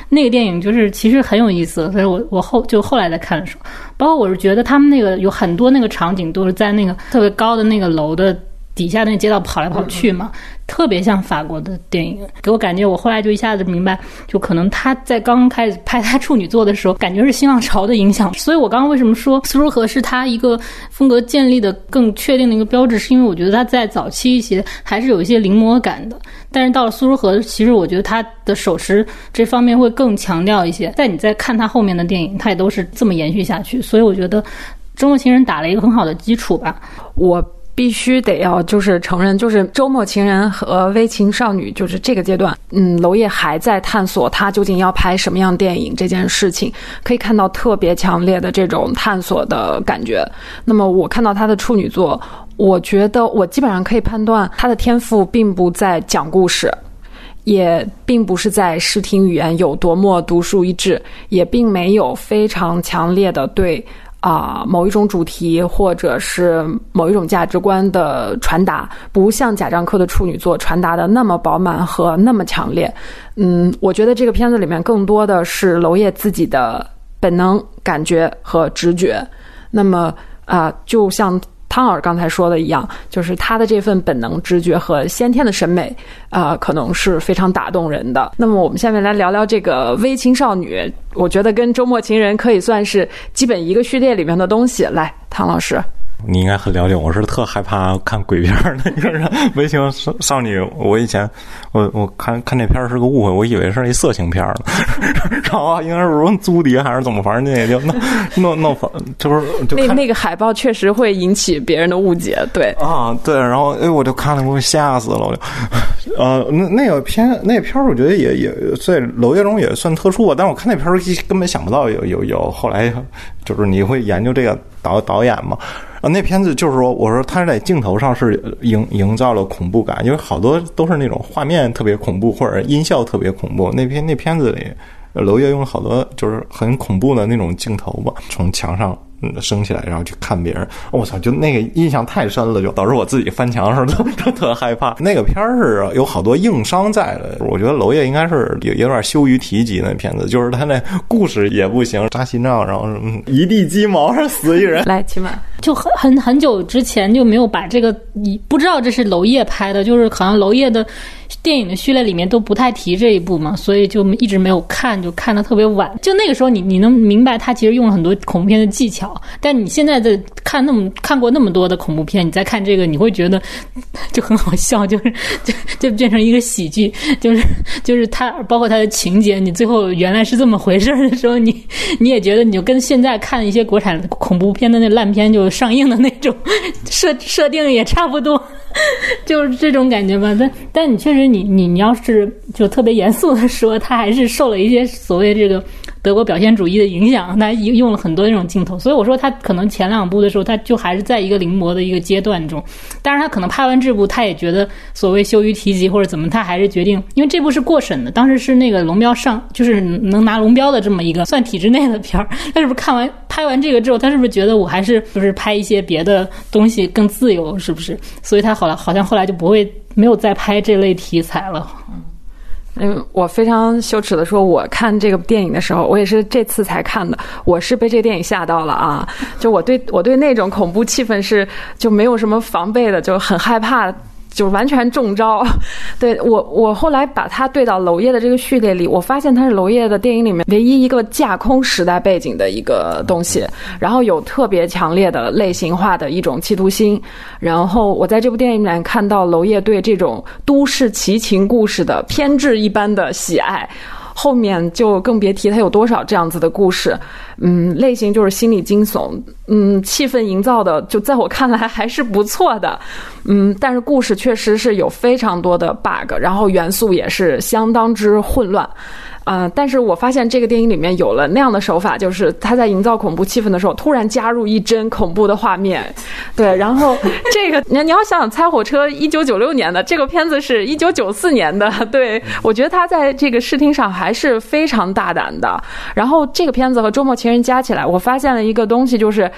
那个电影就是其实很有意思，所以我后来在看的时候，包括我是觉得他们那个有很多那个场景都是在那个特别高的那个楼的底下那个街道跑来跑去嘛，特别像法国的电影，给我感觉我后来就一下子明白，就可能他在刚开始拍他处女作的时候，感觉是新浪潮的影响。所以我刚刚为什么说苏如和是他一个风格建立的更确定的一个标志，是因为我觉得他在早期一些还是有一些临摹感的，但是到了苏如和，其实我觉得他的手持这方面会更强调一些。在你在看他后面的电影，他也都是这么延续下去，所以我觉得《周末情人》打了一个很好的基础吧。 我必须得要就是承认，就是周末情人和微情少女就是这个阶段，娄烨还在探索他究竟要拍什么样电影这件事情，可以看到特别强烈的这种探索的感觉。那么我看到他的处女作，我觉得我基本上可以判断他的天赋并不在讲故事，也并不是在视听语言有多么独树一帜，也并没有非常强烈的对某一种主题或者是某一种价值观的传达，不像贾樟柯的处女作传达的那么饱满和那么强烈。我觉得这个片子里面更多的是娄烨自己的本能感觉和直觉。那么就像汤尔刚才说的一样，就是他的这份本能直觉和先天的审美可能是非常打动人的。那么我们下面来聊聊这个微情少女，我觉得跟周末情人可以算是基本一个序列里面的东西。来，汤老师， 你应该很了解，我是特害怕看鬼片的一个人。微情少女，我以前我看这片是个误会，我以为是一色情片呢，然后应该是问租碟还是怎么，反正那也就弄就是那个海报确实会引起别人的误解，对对，然后我就看了，我吓死了，我就那个片我觉得也在娄烨中也算特殊吧，但我看那片根本想不到有后来就是你会研究这个导演嘛。那片子就是说，我说他在镜头上是营造了恐怖感，因为好多都是那种画面特别恐怖或者音效特别恐怖。那片子里，娄烨用了好多就是很恐怖的那种镜头吧，从墙上升起来，然后去看别人。我操，就那个印象太深了，就导致我自己翻墙的时候都特害怕。那个片儿是有好多硬伤在的，我觉得娄烨应该是有点羞于提及那片子，就是他那故事也不行，扎心脏，然后一地鸡毛死一人。 来，起码就很久之前就没有把这个，不知道这是娄烨拍的，就是好像娄烨的电影的序列里面都不太提这一部嘛，所以就一直没有看，就看得特别晚。就那个时候你能明白他其实用了很多恐怖片的技巧，但你现在的看过那么多的恐怖片，你再看这个你会觉得就很好笑，就变成一个喜剧，就是他包括他的情节，你最后原来是这么回事的时候，你也觉得你就跟现在看一些国产恐怖片的那烂片就上映的那种设定也差不多，就是这种感觉吧。但你确实你要是就特别严肃的说，他还是受了一些所谓这个德国表现主义的影响，他用了很多这种镜头，所以我说他可能前两部的时候他就还是在一个临摹的一个阶段中，当然他可能拍完这部他也觉得所谓羞于提及或者怎么，他还是决定，因为这部是过审的，当时是那个龙标上就是能拿龙标的这么一个算体制内的片儿，他是不是拍完这个之后，他是不是觉得我还是就是拍一些别的东西更自由，是不是？所以他好像后来就没有再拍这类题材了。 我非常羞耻的说，我看这个电影的时候，我也是这次才看的，我是被这个电影吓到了啊！就我对那种恐怖气氛是就没有什么防备的，就很害怕，就完全中招。对，我后来把它对到娄烨的这个序列里，我发现它是娄烨的电影里面唯一一个架空时代背景的一个东西，然后有特别强烈的类型化的一种企图心。然后我在这部电影里面看到娄烨对这种都市奇情故事的偏执一般的喜爱，后面就更别提他有多少这样子的故事。类型就是心理惊悚，气氛营造的就在我看来还是不错的。但是故事确实是有非常多的 bug， 然后元素也是相当之混乱。但是我发现这个电影里面有了那样的手法，就是他在营造恐怖气氛的时候突然加入一帧恐怖的画面。对，然后这个你要想想猜火车1996年的，这个片子是1994年的，对，我觉得他在这个视听上还是非常大胆的。然后这个片子和周末情人加起来，我发现了一个东西，就是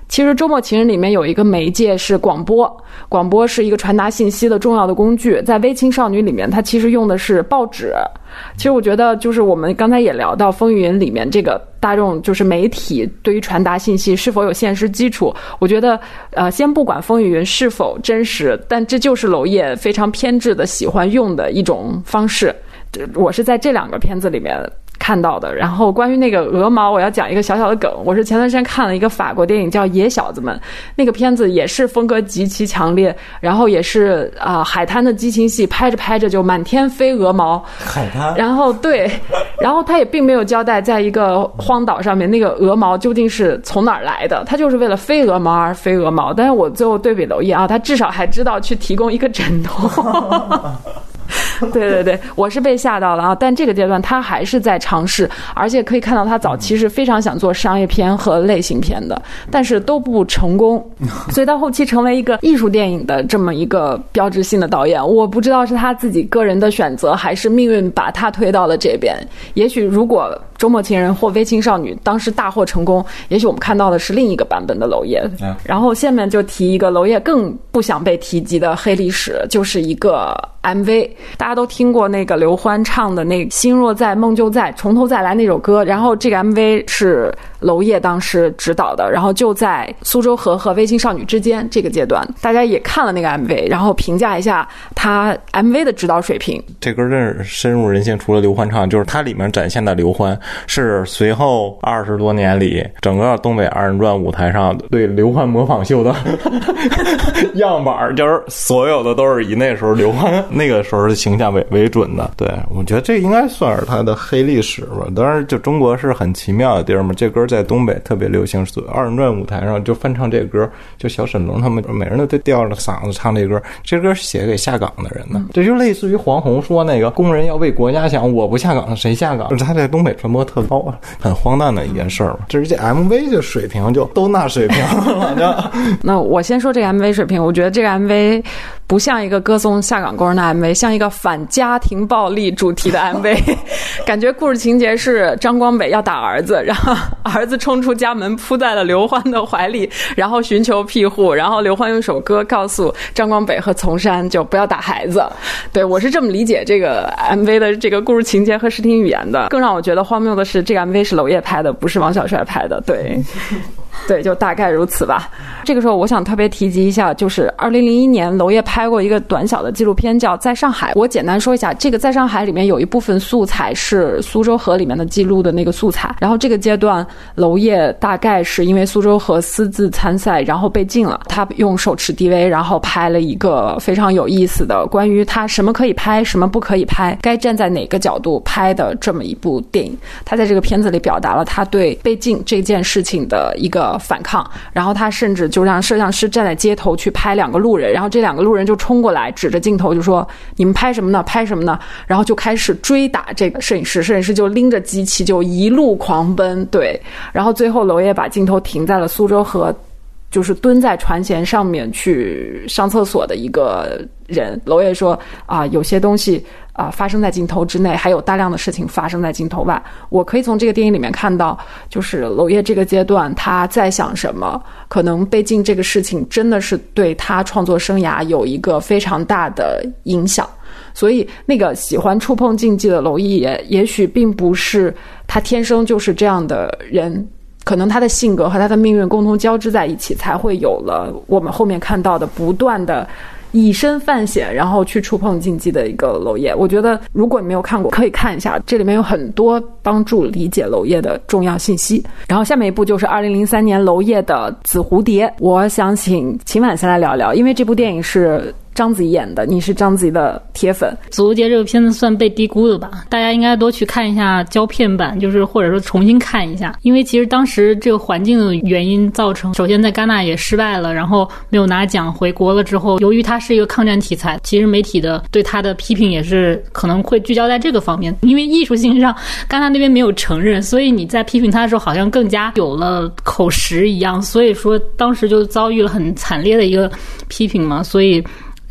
其实周末情人里面有一个媒介是广播，广播是一个传达信息的重要的工具。在微青少女里面，它其实用的是报纸。其实我觉得就是我们刚才也聊到风云里面这个大众就是媒体对于传达信息是否有现实基础，我觉得先不管风云是否真实，但这就是娄烨非常偏执的喜欢用的一种方式。我是在这两个片子里面看到的。然后关于那个鹅毛，我要讲一个小小的梗。我是前段时间看了一个法国电影叫《野小子们》，那个片子也是风格极其强烈，然后也是海滩的激情戏，拍着拍着就满天飞鹅毛。 海滩。 然后对，然后他也并没有交代在一个荒岛上面那个鹅毛究竟是从哪儿来的，他就是为了飞鹅毛而飞鹅毛。但是我最后对比娄烨他至少还知道去提供一个枕头。对对对，我是被吓到了但这个阶段他还是在尝试，而且可以看到他早期是非常想做商业片和类型片的，但是都不成功，所以到后期成为一个艺术电影的这么一个标志性的导演。我不知道是他自己个人的选择，还是命运把他推到了这边。也许如果周末情人或微青少女当时大获成功，也许我们看到的是另一个版本的娄烨。然后下面就提一个娄烨更不想被提及的黑历史，就是一个 MV。 大家都听过那个刘欢唱的那心若在梦就在从头再来那首歌，然后这个 MV 是娄烨当时指导的，然后就在苏州河和微青少女之间这个阶段，大家也看了那个 MV， 然后评价一下他 MV 的指导水平。 这歌真是深入人心，除了刘欢唱，就是它里面展现的刘欢是随后20多年里整个东北二人转舞台上对刘欢模仿秀的样板，就是所有的都是以那时候刘欢那个时候的形象为准的。对，我觉得这应该算是他的黑历史吧。当然就中国是很奇妙的地儿嘛，这歌在东北特别流行，二人转舞台上就翻唱这歌，就小沈龙他们每人都吊着嗓子唱这歌，这歌写给下岗的人的。这就类似于黄宏说那个工人要为国家想，我不下岗谁下岗，他在东北传播特高，很荒诞的一件事儿嘛。至于这 MV 的水平就都那水平了。 那我先说这个 MV 水平，我觉得这个 MV 不像一个歌颂下岗工人的 MV， 像一个反家庭暴力主题的 MV。 感觉故事情节是张光北要打儿子，然后儿子冲出家门扑在了刘欢的怀里，然后寻求庇护，然后刘欢用一首歌告诉张光北和丛山就不要打孩子。对，我是这么理解这个 MV 的这个故事情节和视听语言的。更让我觉得荒谬的是这个 MV 是娄烨拍的，不是王小帅拍的。对对，就大概如此吧。这个时候我想特别提及一下，就是2001年娄烨拍过一个短小的纪录片叫《在上海》。我简单说一下，这个《在上海》里面有一部分素材是苏州河里面的记录的那个素材，然后这个阶段娄烨大概是因为苏州河私自参赛然后被禁了，他用手持 DV 然后拍了一个非常有意思的关于他什么可以拍什么不可以拍，该站在哪个角度拍的这么一部电影。他在这个片子里表达了他对被禁这件事情的一个反抗，然后他甚至就让摄像师站在街头去拍两个路人，然后这两个路人就冲过来指着镜头就说你们拍什么呢拍什么呢，然后就开始追打这个摄影师，摄影师就拎着机器就一路狂奔。对，然后最后娄烨把镜头停在了苏州河，就是蹲在船舷上面去上厕所的一个人。娄烨说有些东西发生在镜头之内，还有大量的事情发生在镜头外。我可以从这个电影里面看到，就是娄烨这个阶段他在想什么，可能被禁这个事情真的是对他创作生涯有一个非常大的影响。所以那个喜欢触碰禁忌的娄烨也许并不是他天生就是这样的人，可能他的性格和他的命运共同交织在一起，才会有了我们后面看到的不断的以身犯险然后去触碰禁忌的一个娄烨。我觉得如果你没有看过可以看一下，这里面有很多帮助理解娄烨的重要信息。然后下面一部就是2003年娄烨的《紫蝴蝶》，我想请秦晚先来聊聊，因为这部电影是章子怡演的，你是章子怡的铁粉。 紫蝴蝶这个片子算被低估的吧，大家应该多去看一下胶片版，就是或者说重新看一下。因为其实当时这个环境的原因造成，首先在戛纳也失败了，然后没有拿奖，回国了之后，由于它是一个抗战题材，其实媒体的对它的批评也是可能会聚焦在这个方面，因为艺术性上戛纳那边没有承认，所以你在批评它的时候好像更加有了口实一样，所以说当时就遭遇了很惨烈的一个批评嘛。所以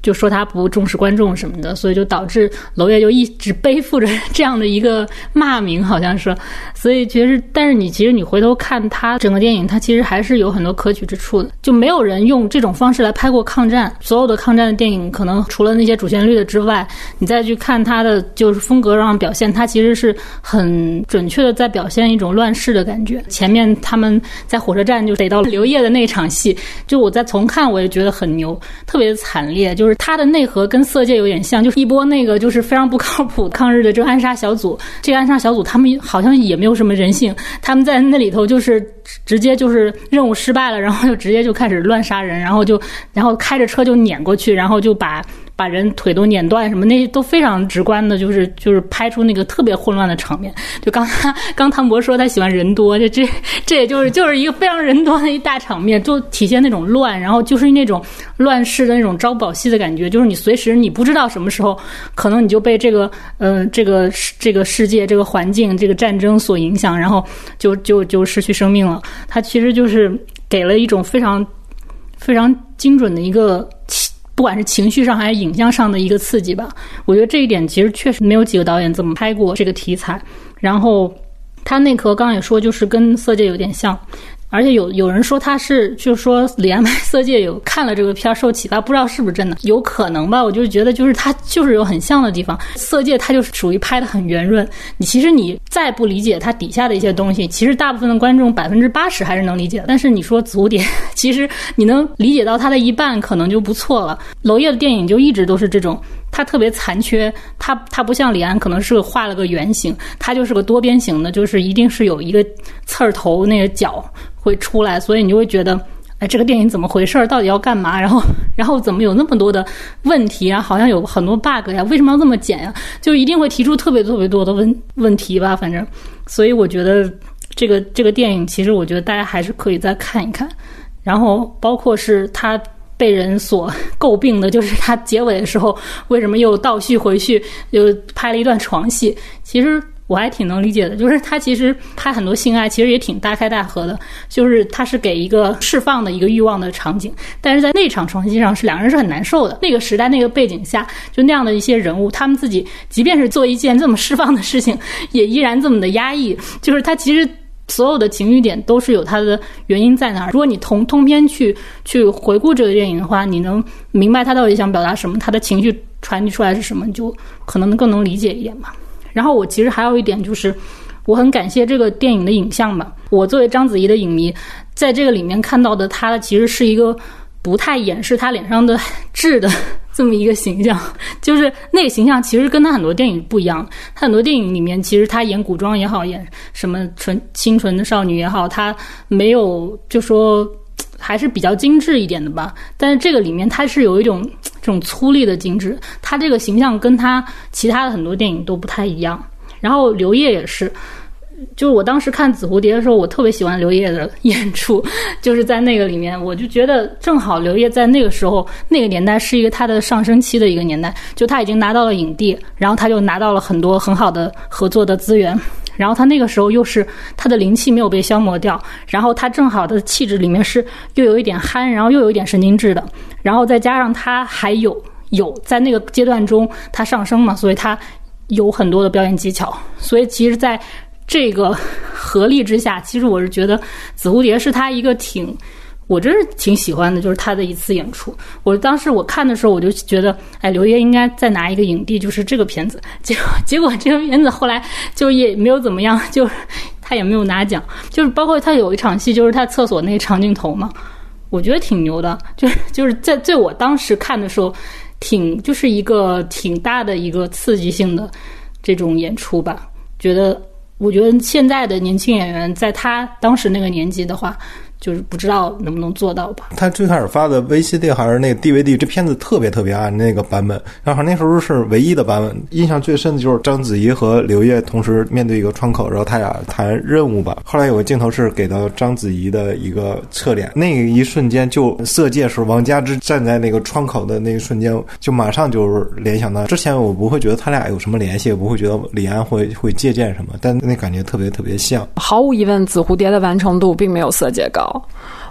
就说他不重视观众什么的，所以就导致娄烨就一直背负着这样的一个骂名，好像是。所以其实，但是其实你回头看他整个电影，他其实还是有很多可取之处的。就没有人用这种方式来拍过抗战，所有的抗战的电影，可能除了那些主旋律的之外，你再去看他的就是风格上表现，他其实是很准确的在表现一种乱世的感觉。前面他们在火车站就逮到刘烨的那场戏，就我再重看我也觉得很牛，特别惨烈。就是他的内核跟色戒有点像，就是一波那个就是非常不靠谱抗日的这个暗杀小组，这个暗杀小组他们好像也没有什么人性，他们在那里头就是直接就是任务失败了，然后就直接就开始乱杀人，然后开着车就撵过去，然后就把人腿都碾断什么，那些都非常直观的，就是拍出那个特别混乱的场面。就刚汤博说他喜欢人多，这也就是一个非常人多的一大场面，就体现那种乱，然后就是那种乱世的那种朝保夕的感觉，就是你随时你不知道什么时候可能你就被这个世界这个环境这个战争所影响，然后就失去生命了。他其实就是给了一种非常非常精准的一个不管是情绪上还是影像上的一个刺激吧。我觉得这一点其实确实没有几个导演这么拍过这个题材。然后他内核刚刚也说就是跟色戒有点像，而且有人说他是就是说李安拍色戒有看了这个片受启发，不知道是不是真的，有可能吧。我就觉得就是他就是有很像的地方，色戒他就是属于拍得很圆润，其实你再不理解他底下的一些东西，其实大部分的观众80%还是能理解的。但是你说紫蝴蝶，其实你能理解到他的一半可能就不错了。娄烨的电影就一直都是这种，它特别残缺，它不像李安可能是画了个圆形，它就是个多边形的，就是一定是有一个刺儿头那个角会出来，所以你就会觉得哎，这个电影怎么回事，到底要干嘛，然后怎么有那么多的问题啊，好像有很多 bug 呀，为什么要这么剪呀，就一定会提出特别特别多的问题吧，反正。所以我觉得这个电影其实我觉得大家还是可以再看一看。然后包括是它被人所诟病的就是他结尾的时候为什么又倒叙回去又拍了一段床戏，其实我还挺能理解的，就是他其实拍很多性爱其实也挺大开大合的，就是他是给一个释放的一个欲望的场景，但是在那场床戏上是两个人是很难受的，那个时代那个背景下就那样的一些人物，他们自己即便是做一件这么释放的事情也依然这么的压抑，就是他其实所有的情绪点都是有它的原因在哪儿。如果你通篇去回顾这个电影的话，你能明白他到底想表达什么，他的情绪传递出来是什么，你就可能更能理解一点吧。然后我其实还有一点就是我很感谢这个电影的影像吧，我作为章子怡的影迷在这个里面看到的她其实是一个不太掩饰她脸上的痣的这么一个形象，就是那个形象其实跟他很多电影不一样，他很多电影里面其实他演古装也好，演什么清纯的少女也好，他没有就说还是比较精致一点的吧，但是这个里面他是有一种这种粗粝的精致，他这个形象跟他其他的很多电影都不太一样。然后刘烨也是，就是我当时看紫蝴蝶的时候我特别喜欢刘烨的演出，就是在那个里面我就觉得正好刘烨在那个时候那个年代是一个他的上升期的一个年代，就他已经拿到了影帝，然后他就拿到了很多很好的合作的资源，然后他那个时候又是他的灵气没有被消磨掉，然后他正好的气质里面是又有一点憨，然后又有一点神经质的，然后再加上他还有在那个阶段中他上升嘛，所以他有很多的表演技巧，所以其实在这个合力之下，其实我是觉得紫蝴蝶是他一个我真是挺喜欢的，就是他的一次演出。当时我看的时候我就觉得哎，刘烨应该再拿一个影帝，就是这个片子，结果这个片子后来就也没有怎么样，就是他也没有拿奖，就是包括他有一场戏就是他厕所那个长镜头嘛，我觉得挺牛的，就是在我当时看的时候就是一个挺大的一个刺激性的这种演出吧。我觉得现在的年轻演员在他当时那个年纪的话就是不知道能不能做到吧。 他最开始发的 VCD 还是那个 DVD， 这片子特别特别暗那个版本，然后那时候是唯一的版本。印象最深的就是章子怡和刘烨同时面对一个窗口，然后他俩谈任务吧。后来有个镜头是给到章子怡的一个侧脸，那一瞬间就色戒时王佳芝站在那个窗口的那一瞬间，就马上就是联想到之前我不会觉得他俩有什么联系，也不会觉得李安会借鉴什么，但那感觉特别特别像。 毫无疑问，紫蝴蝶的完成度并没有色戒高。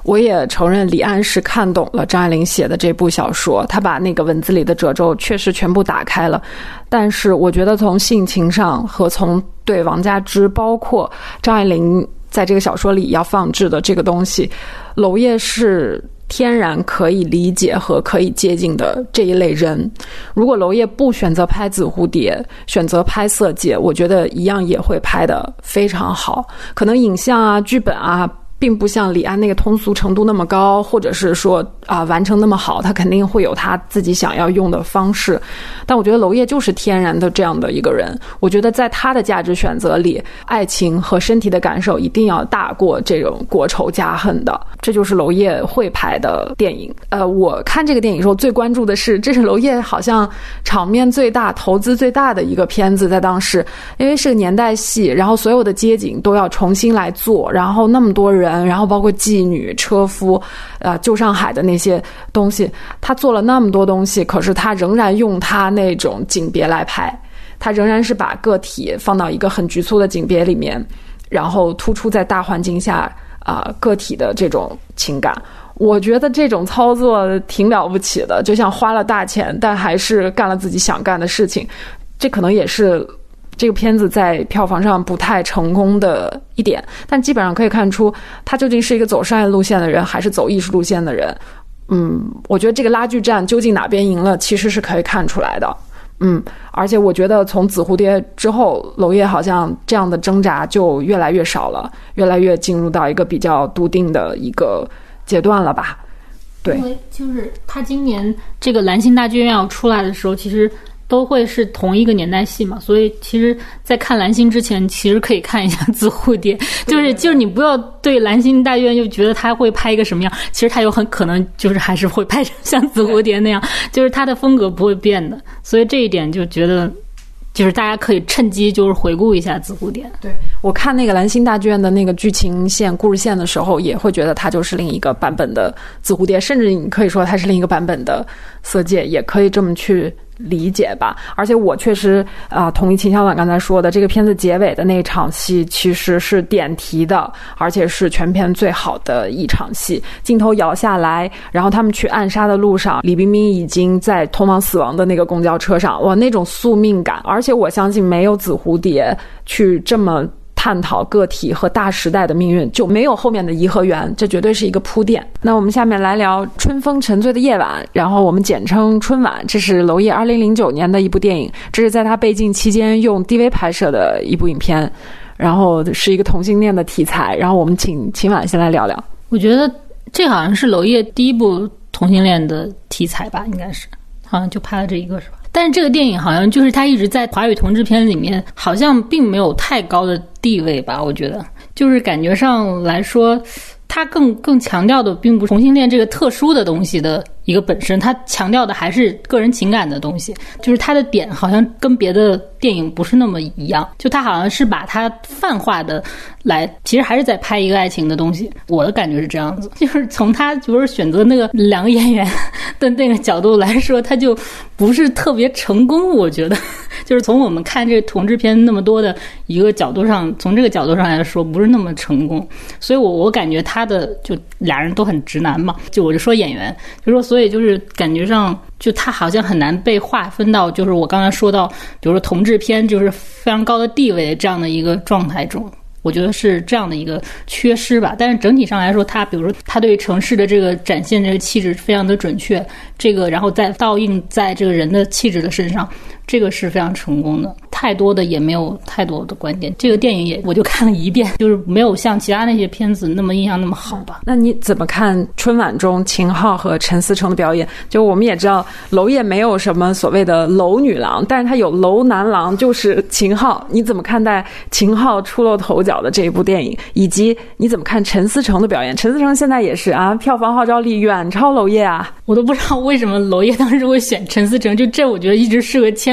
我也承认李安是看懂了张爱玲写的这部小说，他把那个文字里的褶皱确实全部打开了，但是我觉得从性情上和从对王佳芝包括张爱玲在这个小说里要放置的这个东西，娄烨是天然可以理解和可以接近的这一类人。如果娄烨不选择拍紫蝴蝶，选择拍色戒，我觉得一样也会拍得非常好。可能影像啊剧本啊并不像李安那个通俗程度那么高，或者是说完成那么好，他肯定会有他自己想要用的方式。但我觉得娄烨就是天然的这样的一个人，我觉得在他的价值选择里，爱情和身体的感受一定要大过这种国仇家恨的，这就是娄烨会拍的电影。我看这个电影的时候最关注的是，这是娄烨好像场面最大投资最大的一个片子，在当时因为是个年代戏，然后所有的街景都要重新来做，然后那么多人，然后包括妓女车夫旧上海的那些东西，他做了那么多东西，可是他仍然用他那种景别来拍，他仍然是把个体放到一个很局促的景别里面，然后突出在大环境下个体的这种情感。我觉得这种操作挺了不起的，就像花了大钱但还是干了自己想干的事情。这可能也是这个片子在票房上不太成功的一点，但基本上可以看出他究竟是一个走商业路线的人还是走艺术路线的人。我觉得这个拉锯战究竟哪边赢了其实是可以看出来的。而且我觉得从紫蝴蝶之后，娄烨好像这样的挣扎就越来越少了，越来越进入到一个比较笃定的一个阶段了吧。对， 因为就是他今年这个兰心大剧院要出来的时候，其实都会是同一个年代戏嘛，所以其实在看兰心之前其实可以看一下紫蝴蝶，就是你不要对兰心大院又觉得他会拍一个什么样，其实他有很可能就是还是会拍成像紫蝴蝶那样，就是他的风格不会变的，所以这一点就觉得就是大家可以趁机就是回顾一下紫蝴蝶。 对，我看那个兰心大剧院的那个剧情线故事线的时候，也会觉得它就是另一个版本的紫蝴蝶，甚至你可以说它是另一个版本的色戒，也可以这么去理解吧。而且我确实同意秦小婉刚才说的，这个片子结尾的那场戏其实是点题的，而且是全片最好的一场戏。镜头摇下来，然后他们去暗杀的路上，李冰冰已经在通往死亡的那个公交车上，哇，那种宿命感，而且我相信没有紫蝴蝶去这么探讨个体和大时代的命运，就没有后面的颐和园，这绝对是一个铺垫。那我们下面来聊春风沉醉的夜晚，然后我们简称春晚，这是娄烨2009年的一部电影，这是在他被禁期间用 DV 拍摄的一部影片，然后是一个同性恋的题材，然后我们请秦晚先来聊聊。 我觉得这好像是娄烨第一部同性恋的题材吧，应该是好像就拍了这一个是吧。但是这个电影好像就是他一直在华语同志片里面好像并没有太高的地位吧，我觉得就是感觉上来说他更强调的并不是同性恋这个特殊的东西的一个本身，他强调的还是个人情感的东西，就是他的点好像跟别的电影不是那么一样，就他好像是把它泛化的来，其实还是在拍一个爱情的东西，我的感觉是这样子。就是从他就是选择那个两个演员的那个角度来说，他就不是特别成功，我觉得就是从我们看这个同志片那么多的一个角度上，从这个角度上来说不是那么成功，所以我感觉他的就俩人都很直男嘛，就我就说演员，就说所以就是感觉上就他好像很难被划分到就是我刚才说到比如说同志片就是非常高的地位这样的一个状态中，我觉得是这样的一个缺失吧。但是整体上来说，他比如说他对城市的这个展现这个气质非常的准确，这个然后再倒映在这个人的气质的身上，这个是非常成功的。太多的也没有太多的观点，这个电影也我就看了一遍，就是没有像其他那些片子那么印象那么好吧。 那你怎么看春晚中秦昊和陈思诚的表演？就我们也知道娄烨没有什么所谓的娄女郎，但是他有娄男郎，就是秦昊。你怎么看待秦昊出露头角的这一部电影，以及你怎么看陈思诚的表演？陈思诚现在也是票房号召力远超娄烨啊。 我都不知道为什么娄烨当时会选陈思诚，就这我觉得一直是个千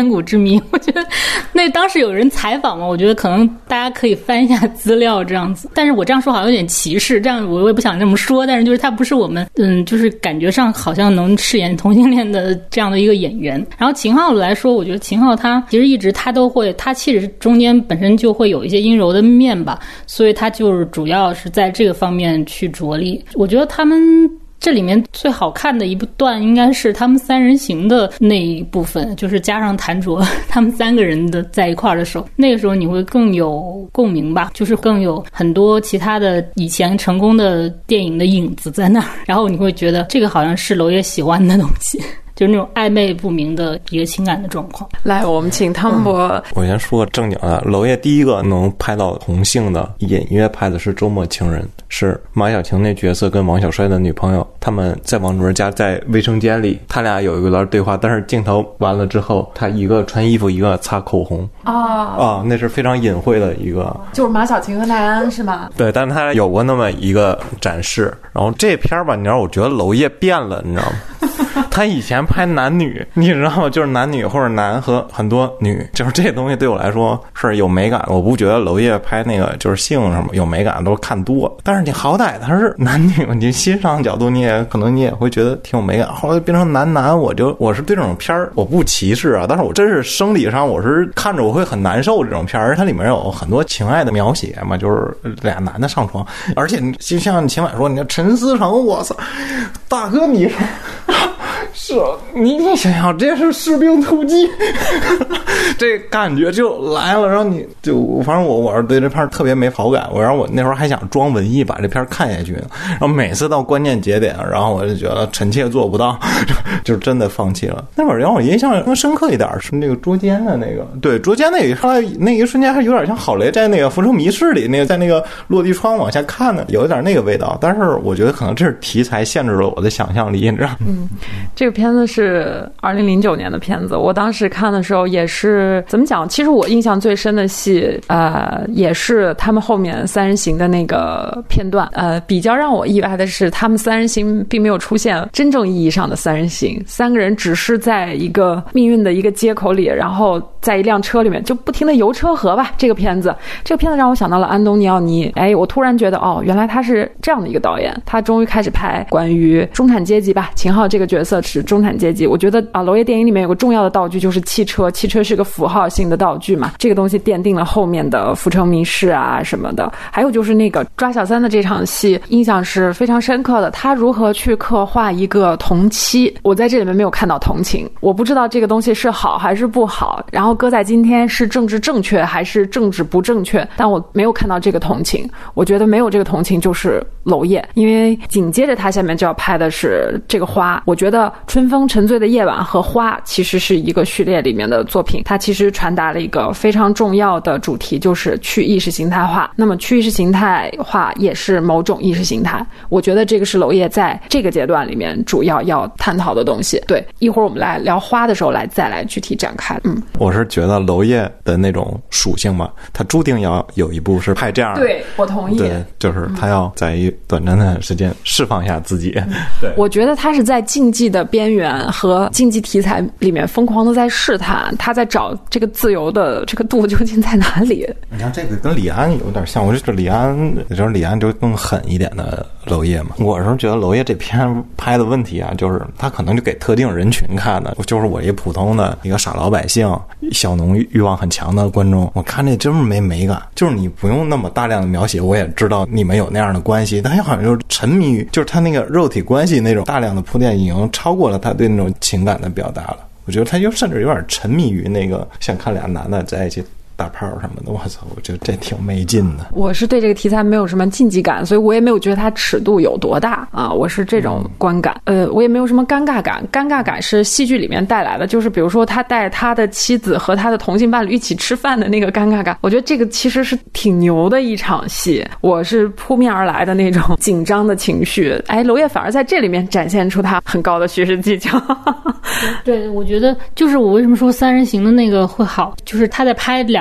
千古之谜。我觉得那当时有人采访嘛，我觉得可能大家可以翻一下资料这样子。但是我这样说好像有点歧视，这样我也不想这么说，但是就是他不是我们就是感觉上好像能饰演同性恋的这样的一个演员。然后秦昊来说，我觉得秦昊他其实一直他都会，他其实中间本身就会有一些阴柔的面吧，所以他就是主要是在这个方面去着力。我觉得他们这里面最好看的一部段应该是他们三人行的那一部分，就是加上谭卓他们三个人的在一块儿的时候，那个时候你会更有共鸣吧，就是更有很多其他的以前成功的电影的影子在那儿，然后你会觉得这个好像是娄烨喜欢的东西，就是那种暧昧不明的一个情感的状况。 来，我们请汤博。 我先说个正经的，娄烨第一个能拍到同性的隐约拍的是《周末情人》，是马小晴那角色跟王小帅的女朋友，他们在王主任家在卫生间里，他俩有一段对话，但是镜头完了之后，他一个穿衣服，一个擦口红那是非常隐晦的一个， 就是马小晴和奈安是吗？ 对，但是他有过那么一个展示。然后这片吧，你知道，我觉得娄烨变了，你知道吗？他以前拍男女，你知道吗？就是男女或者男和很多女，就是这东西对我来说是有美感。我不觉得娄烨拍那个就是性什么有美感，都看多。但是你好歹他是男女，你欣赏角度你也可能你也会觉得挺有美感。后来变成男，我是对这种片儿我不歧视啊，但是我真是生理上我是看着我会很难受这种片儿，它里面有很多情爱的描写嘛，就是俩男的上床，而且就像秦晚说，你看陈思诚，我操，大哥你是你想想，这是士兵突击，这感觉就来了。然后你就反正我是对这片特别没好感，然后我那时候还想装文艺把这片看下去呢。然后每次到关键节点，然后我就觉得臣妾做不到，就真的放弃了。那会儿让我印象更深刻一点是那个捉奸的那个，对捉奸那个，后来那一瞬间还有点像郝蕾在那个《浮城谜事》里那个在那个落地窗往下看的，有一点那个味道。但是我觉得可能这是题材限制了我的想象力，你知道？ 这个片子是2009年的片子，我当时看的时候也是怎么讲？其实我印象最深的戏，也是他们后面三人行的那个片段。比较让我意外的是，他们三人行并没有出现真正意义上的三人行，三个人只是在一个命运的一个街口里，然后在一辆车里面就不停的游车河吧。这个片子让我想到了安东尼奥尼。我突然觉得原来他是这样的一个导演，他终于开始拍关于中产阶级吧。秦昊这个角色是中产阶级，我觉得娄烨电影里面有个重要的道具就是汽车是个符号性的道具嘛，这个东西奠定了后面的浮城谜事啊什么的。还有就是那个抓小三的这场戏，印象是非常深刻的。他如何去刻画一个同妻，我在这里面没有看到同情，我不知道这个东西是好还是不好，然后搁在今天是政治正确还是政治不正确，但我没有看到这个同情。我觉得没有这个同情就是娄烨，因为紧接着他下面就要拍的是这个花。我觉得春风沉醉的夜晚和花其实是一个序列里面的作品，它其实传达了一个非常重要的主题，就是去意识形态化。那么去意识形态化也是某种意识形态，我觉得这个是娄烨在这个阶段里面主要要探讨的东西。对，一会儿我们来聊花的时候再来具体展开。 我是觉得娄烨的那种属性嘛，他注定要有一部是拍这样的。 对，我同意。 对，就是他要在一短暂的时间释放一下自己。对， 我觉得他是在竞技的边缘和竞技题材里面疯狂的在试探，他在找这个自由的这个度究竟在哪里。 你看这个跟李安有点像，我觉得李安就更狠一点的娄烨嘛。我是觉得娄烨这片拍的问题啊，就是他可能就给特定人群看的，就是我一普通的一个傻老百姓、小农欲望很强的观众，我看这真是没美感。就是你不用那么大量的描写，我也知道你们有那样的关系，但好像就是沉迷于就是他那个肉体关系那种大量的铺垫，已经超过了他对那种情感的表达了。我觉得他就甚至有点沉迷于那个想看俩男的在一起打炮什么的，我操！我觉得这挺没劲的。 我是对这个题材没有什么禁忌感，所以我也没有觉得它尺度有多大啊，我是这种观感。我也没有什么尴尬感，尴尬感是戏剧里面带来的，就是比如说他带他的妻子和他的同性伴侣一起吃饭的那个尴尬感，我觉得这个其实是挺牛的一场戏，我是扑面而来的那种紧张的情绪。娄烨反而在这里面展现出他很高的叙事技巧。 对，我觉得就是我为什么说三人行的那个会好，就是他在拍两个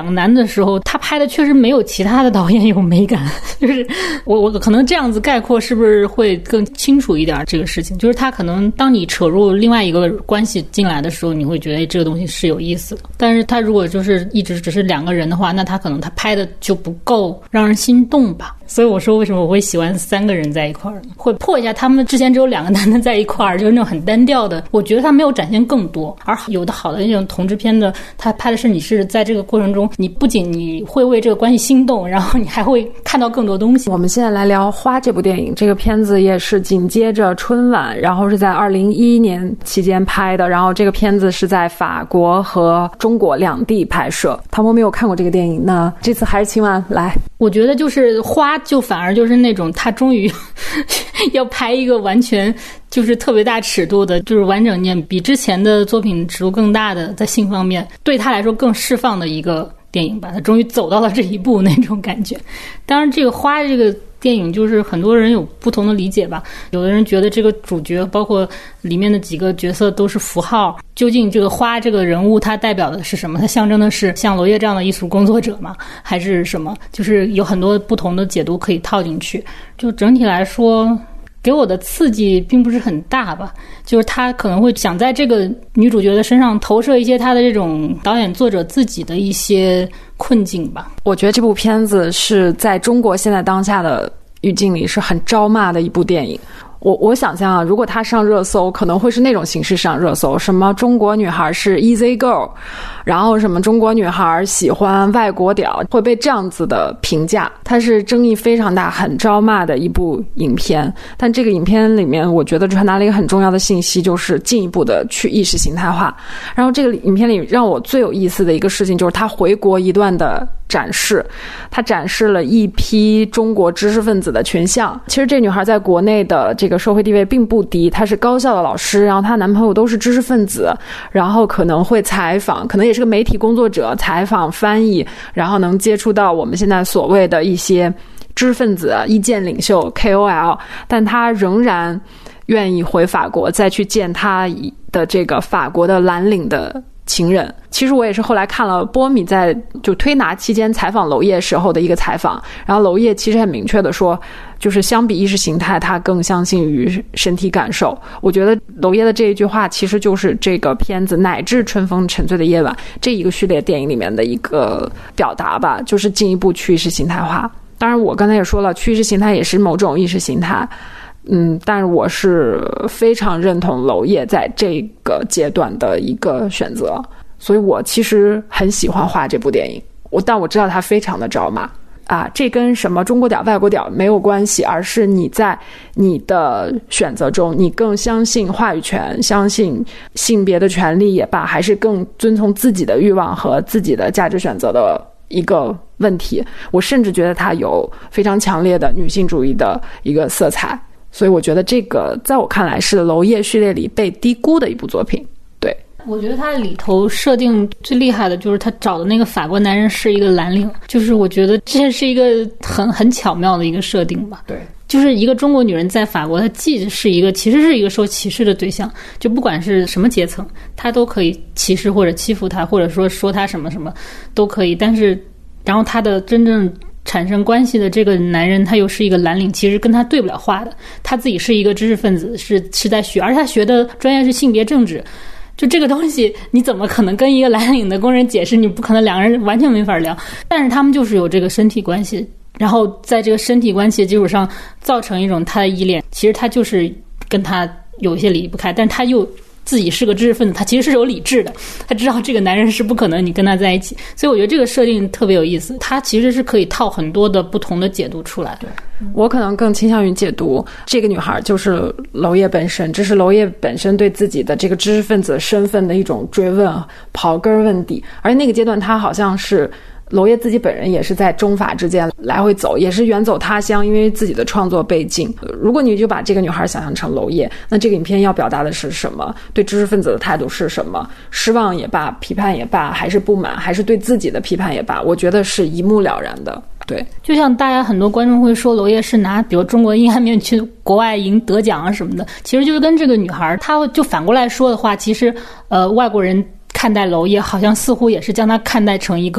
个男的时候，他拍的确实没有其他的导演有美感。就是我可能这样子概括是不是会更清楚一点这个事情？就是他可能当你扯入另外一个关系进来的时候，你会觉得这个东西是有意思的。但是他如果就是一直只是两个人的话，那他可能他拍的就不够让人心动吧。所以我说为什么我会喜欢3个人在一块儿，会破一下他们之前只有2个男的在一块儿，就是那种很单调的。我觉得他没有展现更多，而有的好的那种同志片的，他拍的是你是在这个过程中，你不仅你会为这个关系心动，然后你还会看到更多东西。 我们现在来聊《花》这部电影，这个片子也是紧接着春晚，然后是在2011年期间拍的，然后这个片子是在法国和中国两地拍摄。唐博没有看过这个电影，那这次还是请晚来。 我觉得就是花就反而就是那种他终于要拍一个完全就是特别大尺度的，就是完整件比之前的作品尺度更大的，在性方面对他来说更释放的一个电影吧，他终于走到了这一步那种感觉。当然这个花这个电影就是很多人有不同的理解吧，有的人觉得这个主角包括里面的几个角色都是符号，究竟这个花这个人物它代表的是什么？它象征的是像娄烨这样的艺术工作者吗？还是什么？就是有很多不同的解读可以套进去。就整体来说给我的刺激并不是很大吧，就是他可能会想在这个女主角的身上投射一些他的这种导演作者自己的一些困境吧。 我觉得这部片子是在中国现在当下的语境里是很招骂的一部电影。我想象啊，如果它上热搜，可能会是那种形式上热搜，什么中国女孩是 easy girl， 然后什么中国女孩喜欢外国屌，会被这样子的评价。它是争议非常大、很招骂的一部影片。但这个影片里面，我觉得传达了一个很重要的信息，就是进一步的去意识形态化。然后这个影片里让我最有意思的一个事情，就是他回国一段的展示，他展示了一批中国知识分子的群像。其实这女孩在国内的这个社会地位并不低，她是高校的老师，然后她男朋友都是知识分子，然后可能会采访，可能也是个媒体工作者，采访翻译，然后能接触到我们现在所谓的一些知识分子、意见领袖 KOL， 但她仍然愿意回法国再去见她的这个法国的蓝领的情人。其实我也是后来看了波米在就推拿期间采访娄烨时候的一个采访，然后娄烨其实很明确的说，就是相比意识形态，他更相信于身体感受。我觉得娄烨的这一句话其实就是这个片子乃至春风沉醉的夜晚这一个序列电影里面的一个表达吧，就是进一步去意识形态化。当然我刚才也说了，去意识形态也是某种意识形态，但是我是非常认同娄烨在这个阶段的一个选择，所以我其实很喜欢《花》这部电影，但我知道它非常的招骂啊，这跟什么中国屌外国屌没有关系，而是你在你的选择中，你更相信话语权，相信性别的权利也罢，还是更遵从自己的欲望和自己的价值选择的一个问题。我甚至觉得它有非常强烈的女性主义的一个色彩，所以我觉得这个在我看来是娄烨序列里被低估的一部作品。对， 我觉得他里头设定最厉害的就是他找的那个法国男人是一个蓝领，就是我觉得这是一个很巧妙的一个设定吧。 对， 就是一个中国女人在法国，她既是一个其实是一个受歧视的对象，就不管是什么阶层，她都可以歧视或者欺负她，或者说她什么什么都可以。但是然后她的真正产生关系的这个男人，他又是一个蓝领，其实跟他对不了话的。他自己是一个知识分子，是在学，而且他学的专业是性别政治。就这个东西，你怎么可能跟一个蓝领的工人解释？你不可能，两个人完全没法聊。但是他们就是有这个身体关系，然后在这个身体关系的基础上造成一种他的依恋。其实他就是跟他有一些离不开，但是他又自己是个知识分子，他其实是有理智的，他知道这个男人是不可能你跟他在一起，所以我觉得这个设定特别有意思，他其实是可以套很多的不同的解读出来。对， 我可能更倾向于解读这个女孩就是娄烨本身，这是娄烨本身对自己的这个知识分子身份的一种追问，刨根问底。而那个阶段他好像是娄烨自己本人也是在中法之间来回走，也是远走他乡，因为自己的创作背景。如果你就把这个女孩想象成娄烨，那这个影片要表达的是什么？对知识分子的态度是什么？失望也罢，批判也罢，还是不满，还是对自己的批判也罢，我觉得是一目了然的。对， 就像大家很多观众会说娄烨是拿比如中国阴暗面去国外赢得奖啊什么的，其实就是跟这个女孩她就反过来说的话，其实外国人看待娄烨好像似乎也是将她看待成一个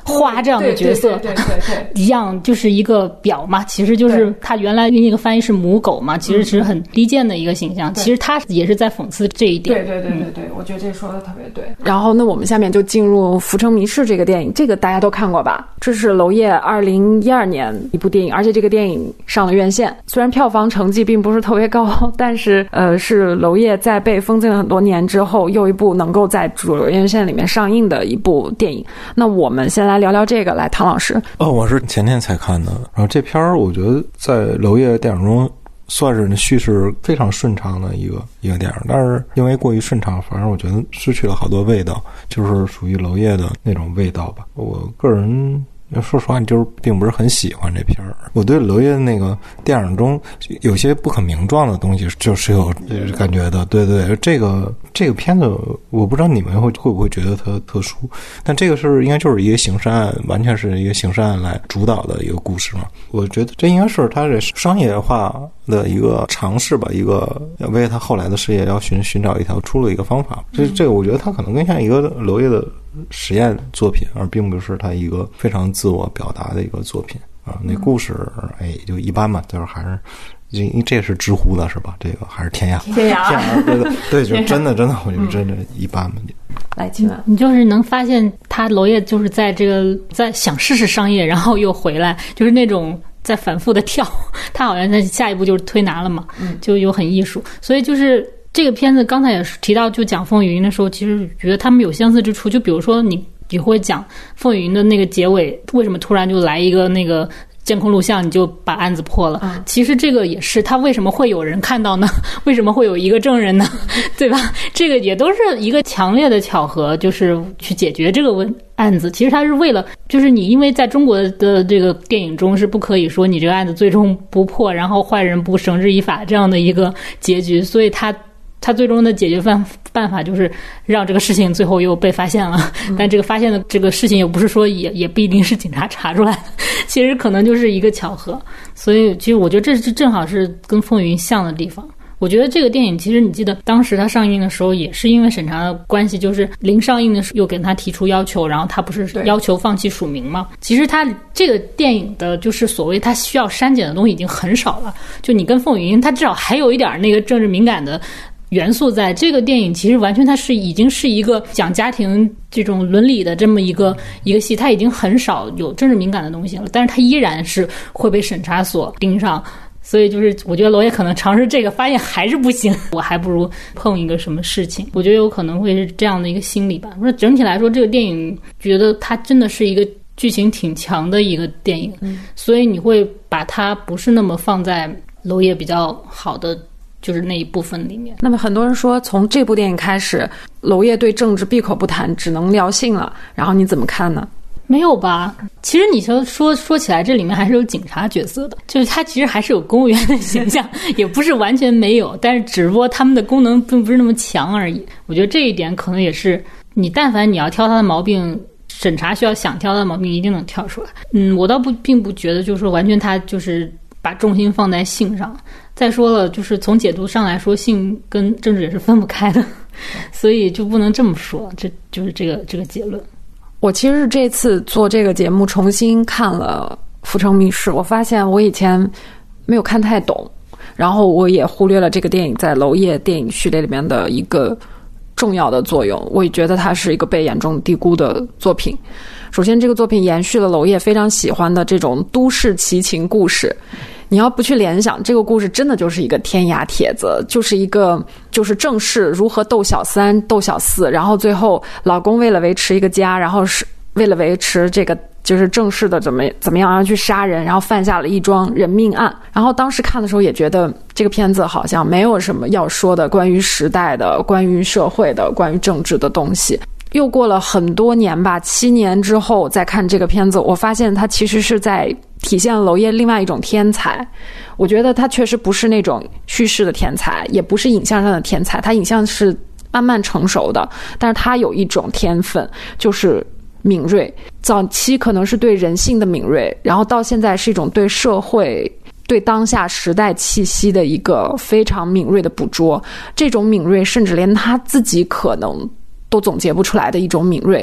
花这样的角色， 对一样就是一个表嘛，其实就是他原来那个翻译是母狗嘛，其实是很低贱的一个形象，其实他也是在讽刺这一点。 对，我觉得这说的特别对。然后那我们下面就进入《浮城谜事》这个电影，这个大家都看过吧？这是娄烨2012年一部电影，而且这个电影上了院线，虽然票房成绩并不是特别高，但是是娄烨在被封禁了很多年之后又一部能够在主流院线里面上映的一部电影。那我们先来聊聊这个，来，唐老师。 我是前天才看的，然后这片儿我觉得在娄烨电影中算是叙事非常顺畅的一个电影，但是因为过于顺畅，反而我觉得失去了好多味道，就是属于娄烨的那种味道吧。我个人说实话，就是并不是很喜欢这片儿。我对娄烨那个电影中有些不可名状的东西，就是有感觉的。对，这个片子，我不知道你们会不会觉得它特殊，但这个是应该就是一个刑事案，完全是一个刑事案来主导的一个故事嘛。我觉得这应该是他这商业化的一个尝试吧，一个为他后来的事业要寻找一条出路的一个方法。这个我觉得他可能更像一个娄烨的实验作品，而并不是他一个非常自我表达的一个作品啊。那故事也就一般嘛，就是还是因为这是知乎的是吧？这个还是天涯，对，就真的，我觉得真的一般嘛。 来，请问你就是能发现他娄烨就是在想试试商业，然后又回来，就是那种在反复的跳。他好像在下一步就是推拿了嘛，就有很艺术，所以就是这个片子刚才也是提到，就讲风雨云的时候，其实觉得他们有相似之处。就比如说你会讲风雨云的那个结尾，为什么突然就来一个那个监控录像，你就把案子破了？其实这个也是他为什么会有人看到呢？为什么会有一个证人呢？对吧？这个也都是一个强烈的巧合，就是去解决这个案子。其实他是为了，就是你因为在中国的这个电影中是不可以说你这个案子最终不破，然后坏人不绳之以法这样的一个结局，所以他最终的解决办法就是让这个事情最后又被发现了，但这个发现的这个事情也不是说也不一定是警察查出来的，其实可能就是一个巧合。所以其实我觉得这是正好是跟风雨云像的地方。我觉得这个电影其实你记得当时它上映的时候也是因为审查的关系，就是临上映的时候又给他提出要求，然后他不是要求放弃署名吗？其实他这个电影的就是所谓他需要删减的东西已经很少了，就你跟风雨云他至少还有一点那个政治敏感的元素在。这个电影其实完全它是已经是一个讲家庭这种伦理的这么一个戏，它已经很少有政治敏感的东西了，但是它依然是会被审查所盯上。所以就是我觉得娄烨可能尝试这个发现还是不行，我还不如碰一个什么事情，我觉得有可能会是这样的一个心理吧。那整体来说这个电影觉得它真的是一个剧情挺强的一个电影，所以你会把它不是那么放在娄烨比较好的就是那一部分里面。 那么很多人说从这部电影开始娄烨对政治闭口不谈，只能聊性了，然后你怎么看呢？ 没有吧，其实你说起来这里面还是有警察角色的，就是他其实还是有公务员的形象也不是完全没有，但是只不过他们的功能并不是那么强而已。我觉得这一点可能也是你但凡你要挑他的毛病，审查需要想挑他的毛病一定能挑出来。我倒并不觉得就是说完全他就是把重心放在性上。再说了，就是从解读上来说，性跟政治也是分不开的，所以就不能这么说，这就是这个结论。 我其实是这次做这个节目重新看了《浮城谜事》，我发现我以前没有看太懂，然后我也忽略了这个电影在娄烨电影序列里面的一个重要的作用，我也觉得它是一个被严重低估的作品。首先这个作品延续了娄烨非常喜欢的这种都市奇情故事，你要不去联想，这个故事真的就是一个天涯帖子，就是正室如何斗小三斗小四，然后最后老公为了维持一个家，然后是为了维持这个就是正式的怎么样然后去杀人，然后犯下了一桩人命案。然后当时看的时候也觉得这个片子好像没有什么要说的关于时代的关于社会的关于政治的东西。又过了很多年吧，7年之后再看这个片子，我发现它其实是在体现了娄烨另外一种天才。我觉得他确实不是那种叙事的天才，也不是影像上的天才，他影像是慢慢成熟的，但是他有一种天分，就是敏锐。早期可能是对人性的敏锐，然后到现在是一种对社会对当下时代气息的一个非常敏锐的捕捉。这种敏锐甚至连他自己可能都总结不出来的一种敏锐。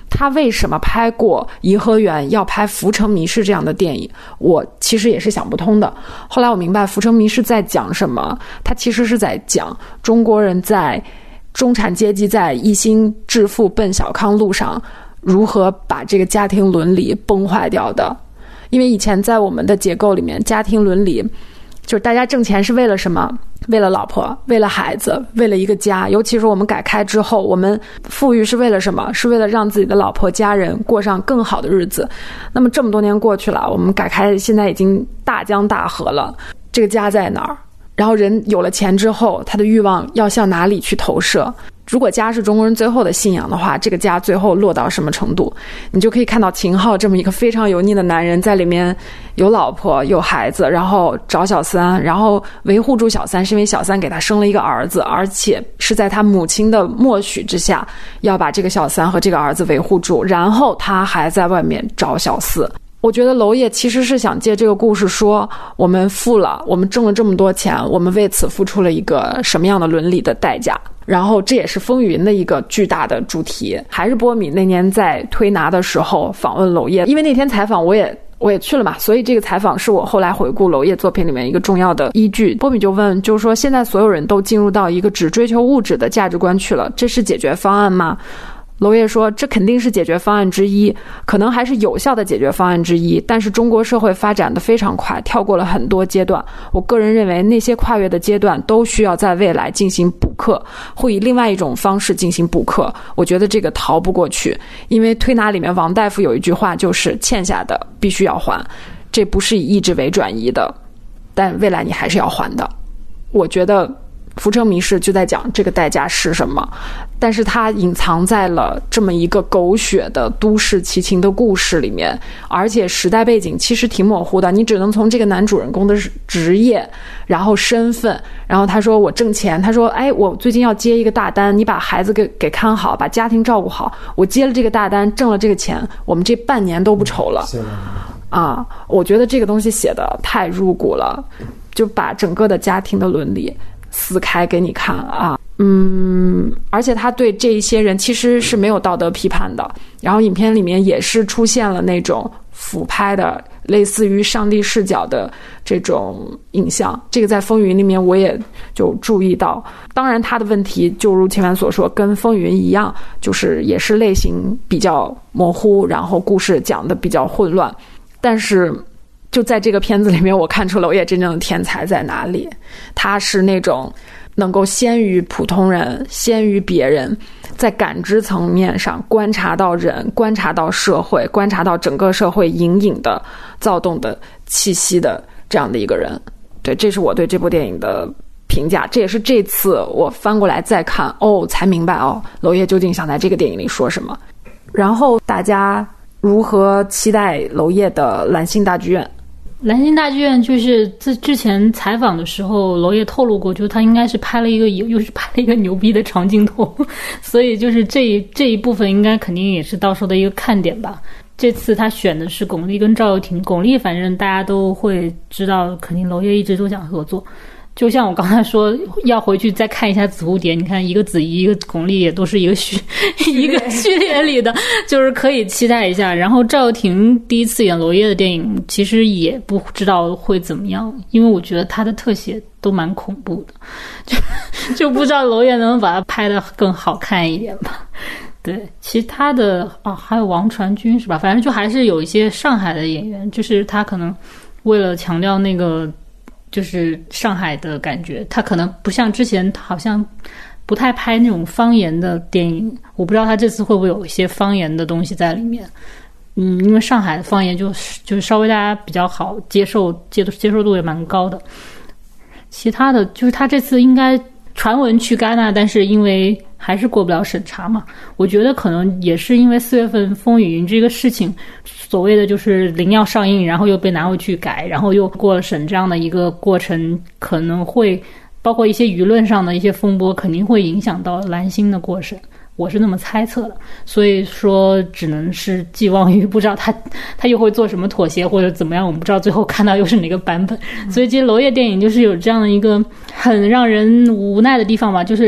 他为什么拍过《颐和园》要拍《浮城谜事》这样的电影，我其实也是想不通的。后来我明白《浮城谜事》在讲什么，他其实是在讲中国人在中产阶级在一心致富奔小康路上如何把这个家庭伦理崩坏掉的。因为以前在我们的结构里面，家庭伦理就是大家挣钱是为了什么？为了老婆，为了孩子，为了一个家。尤其是我们改开之后，我们富裕是为了什么？是为了让自己的老婆家人过上更好的日子。那么这么多年过去了，我们改开现在已经大江大河了，这个家在哪儿？然后人有了钱之后，他的欲望要向哪里去投射？如果家是中国人最后的信仰的话，这个家最后落到什么程度？你就可以看到秦昊这么一个非常油腻的男人，在里面有老婆有孩子，然后找小三，然后维护住小三，是因为小三给他生了一个儿子，而且是在他母亲的默许之下要把这个小三和这个儿子维护住，然后他还在外面找小四。我觉得娄烨其实是想借这个故事说，我们富了，我们挣了这么多钱，我们为此付出了一个什么样的伦理的代价。然后这也是风云的一个巨大的主题。还是波米那年在推拿的时候访问娄烨，因为那天采访我也去了嘛，所以这个采访是我后来回顾娄烨作品里面一个重要的依据。波米就问，就是说现在所有人都进入到一个只追求物质的价值观去了，这是解决方案吗？娄烨说，这肯定是解决方案之一，可能还是有效的解决方案之一，但是中国社会发展得非常快，跳过了很多阶段。我个人认为那些跨越的阶段都需要在未来进行补课，会以另外一种方式进行补课。我觉得这个逃不过去，因为推拿里面王大夫有一句话，就是欠下的必须要还，这不是以意志为转移的，但未来你还是要还的。我觉得浮城谜事就在讲这个代价是什么，但是它隐藏在了这么一个狗血的都市奇情的故事里面，而且时代背景其实挺模糊的，你只能从这个男主人公的职业，然后身份，然后他说我挣钱，他说哎，我最近要接一个大单，你把孩子给看好，把家庭照顾好，我接了这个大单，挣了这个钱，我们这半年都不愁了啊！我觉得这个东西写的太入骨了，就把整个的家庭的伦理撕开给你看啊。而且他对这一些人其实是没有道德批判的，然后影片里面也是出现了那种俯拍的类似于上帝视角的这种影像，这个在风云里面我也就注意到。当然他的问题就如前面所说，跟风云一样，就是也是类型比较模糊，然后故事讲的比较混乱，但是就在这个片子里面，我看出娄烨真正的天才在哪里。他是那种能够先于普通人，先于别人，在感知层面上观察到人，观察到社会，观察到整个社会隐隐的躁动的气息的这样的一个人。对，这是我对这部电影的评价。这也是这次我翻过来再看才明白娄烨究竟想在这个电影里说什么。然后大家如何期待娄烨的蓝星大剧院？ 蓝星大剧院就是之前采访的时候，娄烨透露过，就是他应该是又是拍了一个牛逼的长镜头，所以就是这一部分应该肯定也是到时候的一个看点吧。这次他选的是巩俐跟赵又廷，巩俐反正大家都会知道，肯定娄烨一直都想合作。就像我刚才说，要回去再看一下紫蝴蝶，你看一个子怡一个巩俐也都是一个序列里的，就是可以期待一下。然后赵又廷第一次演娄烨的电影，其实也不知道会怎么样，因为我觉得他的特写都蛮恐怖的，就不知道娄烨能不能把它拍得更好看一点吧。对，其他的还有王传君是吧？反正就还是有一些上海的演员，就是他可能为了强调那个就是上海的感觉，他可能不像之前好像不太拍那种方言的电影，我不知道他这次会不会有一些方言的东西在里面。因为上海的方言就是稍微大家比较好接受度也蛮高的。其他的就是他这次应该传闻去戛纳，但是因为还是过不了审查嘛，我觉得可能也是因为4月份风雨云这个事情，所谓的就是零要上映，然后又被拿回去改，然后又过了审，这样的一个过程，可能会包括一些舆论上的一些风波，肯定会影响到蓝星的过审，我是那么猜测的。所以说只能是寄望于不知道他又会做什么妥协或者怎么样，我们不知道最后看到又是哪个版本。所以其实娄烨电影就是有这样的一个很让人无奈的地方吧，就是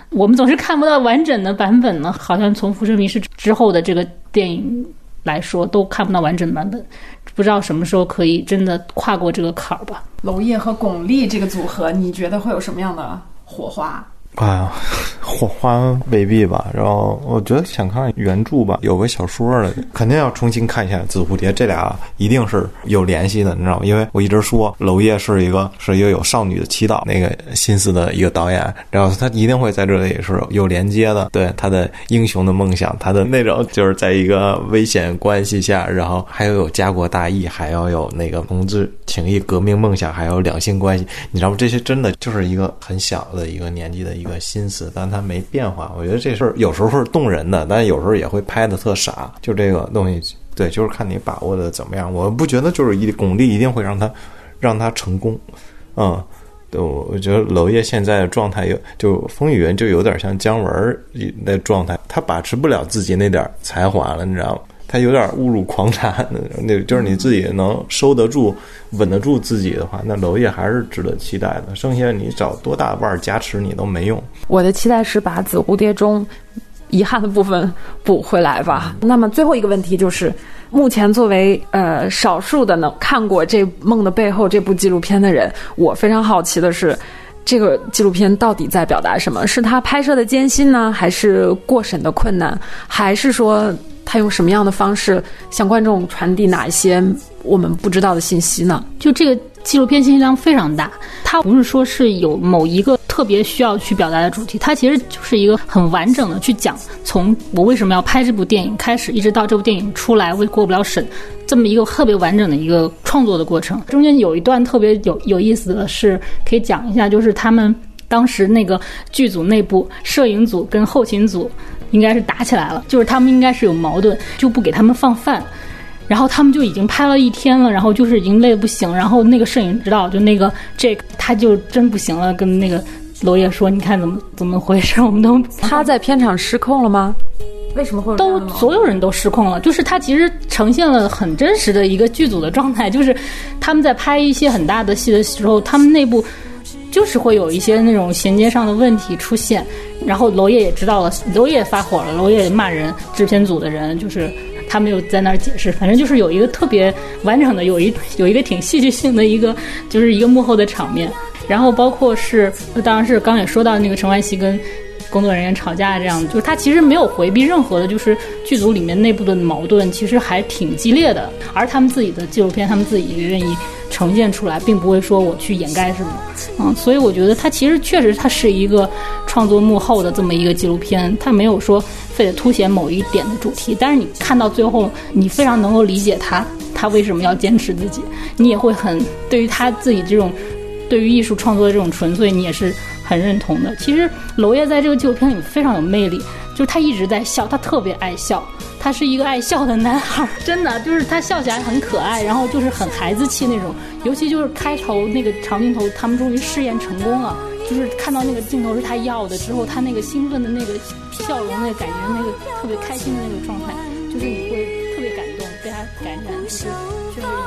我们总是看不到完整的版本呢，好像从《浮生迷事》之后的这个电影来说都看不到完整的版本，不知道什么时候可以真的跨过这个坎儿吧。 娄烨和巩俐这个组合，你觉得会有什么样的火花？ 火花未必吧，然后我觉得想看原著吧，有个小说的， 肯定要重新看一下《紫蝴蝶》，这俩一定是有联系的，你知道吗？因为我一直说娄烨是一个有少女的祈祷那个心思的一个导演，然后他一定会在这里是有连接的，对他的英雄的梦想，他的那种就是在一个危险关系下，然后还有家国大义，还要有那个同志情谊、革命梦想，还有两性关系，你知道吗？这些真的就是一个很小的一个年纪的一个心思，但它没变化。我觉得这事儿有时候是动人的，但有时候也会拍的特傻。就这个东西，对，就是看你把握的怎么样。我不觉得就是巩俐一定会让他成功，对，我觉得娄烨现在的状态就风雨云就有点像姜文的状态，他把持不了自己那点才华了，你知道吗？他有点误入狂产，那就是你自己能收得住、稳得住自己的话，那娄烨还是值得期待的。剩下你找多大腕加持你都没用。 我的期待是把紫蝴蝶中遗憾的部分补回来吧。那么最后一个问题就是，目前作为少数的能看过这《梦的背后》这部纪录片的人，我非常好奇的是，这个纪录片到底在表达什么？是他拍摄的艰辛呢，还是过审的困难，还是说他用什么样的方式向观众传递哪一些我们不知道的信息呢？ 就这个纪录片信息量非常大，它不是说是有某一个特别需要去表达的主题，它其实就是一个很完整的去讲，从我为什么要拍这部电影开始，一直到这部电影出来过不了审，这么一个特别完整的一个创作的过程。中间有一段特别有意思的是，可以讲一下，就是他们当时那个剧组内部，摄影组跟后勤组应该是打起来了，就是他们应该是有矛盾，就不给他们放饭，然后他们就已经拍了一天了，然后就是已经累得不行，然后那个摄影指导就那个 Jake 他就真不行了，跟那个娄烨说，你看怎么回事，我们都他在片场失控了吗？为什么会有所有人都失控了？就是他其实呈现了很真实的一个剧组的状态，就是他们在拍一些很大的戏的时候，他们内部就是会有一些那种衔接上的问题出现，然后娄烨也知道了，娄烨也发火了，娄烨也骂人，制片组的人就是他没有在那儿解释，反正就是有一个特别完整的有一个挺戏剧性的一个就是一个幕后的场面，然后包括是当然是刚也说到那个陈冠希跟工作人员吵架这样，就是他其实没有回避任何的，就是剧组里面内部的矛盾其实还挺激烈的，而他们自己的纪录片他们自己也愿意呈现出来，并不会说我去掩盖什么，所以我觉得它其实确实它是一个创作幕后的这么一个纪录片，它没有说非得凸显某一点的主题，但是你看到最后，你非常能够理解他为什么要坚持自己，你也会很对于他自己这种对于艺术创作的这种纯粹，你也是很认同的。其实娄烨在这个纪录片里非常有魅力，就是他一直在笑，他特别爱笑，他是一个爱笑的男孩，真的就是他笑起来很可爱，然后就是很孩子气那种，尤其就是开头那个长镜头，他们终于试验成功了，就是看到那个镜头是他要的之后，他那个兴奋的那个笑容，那个感觉，那个特别开心的那个状态，就是你会特别感动，被他感染，就是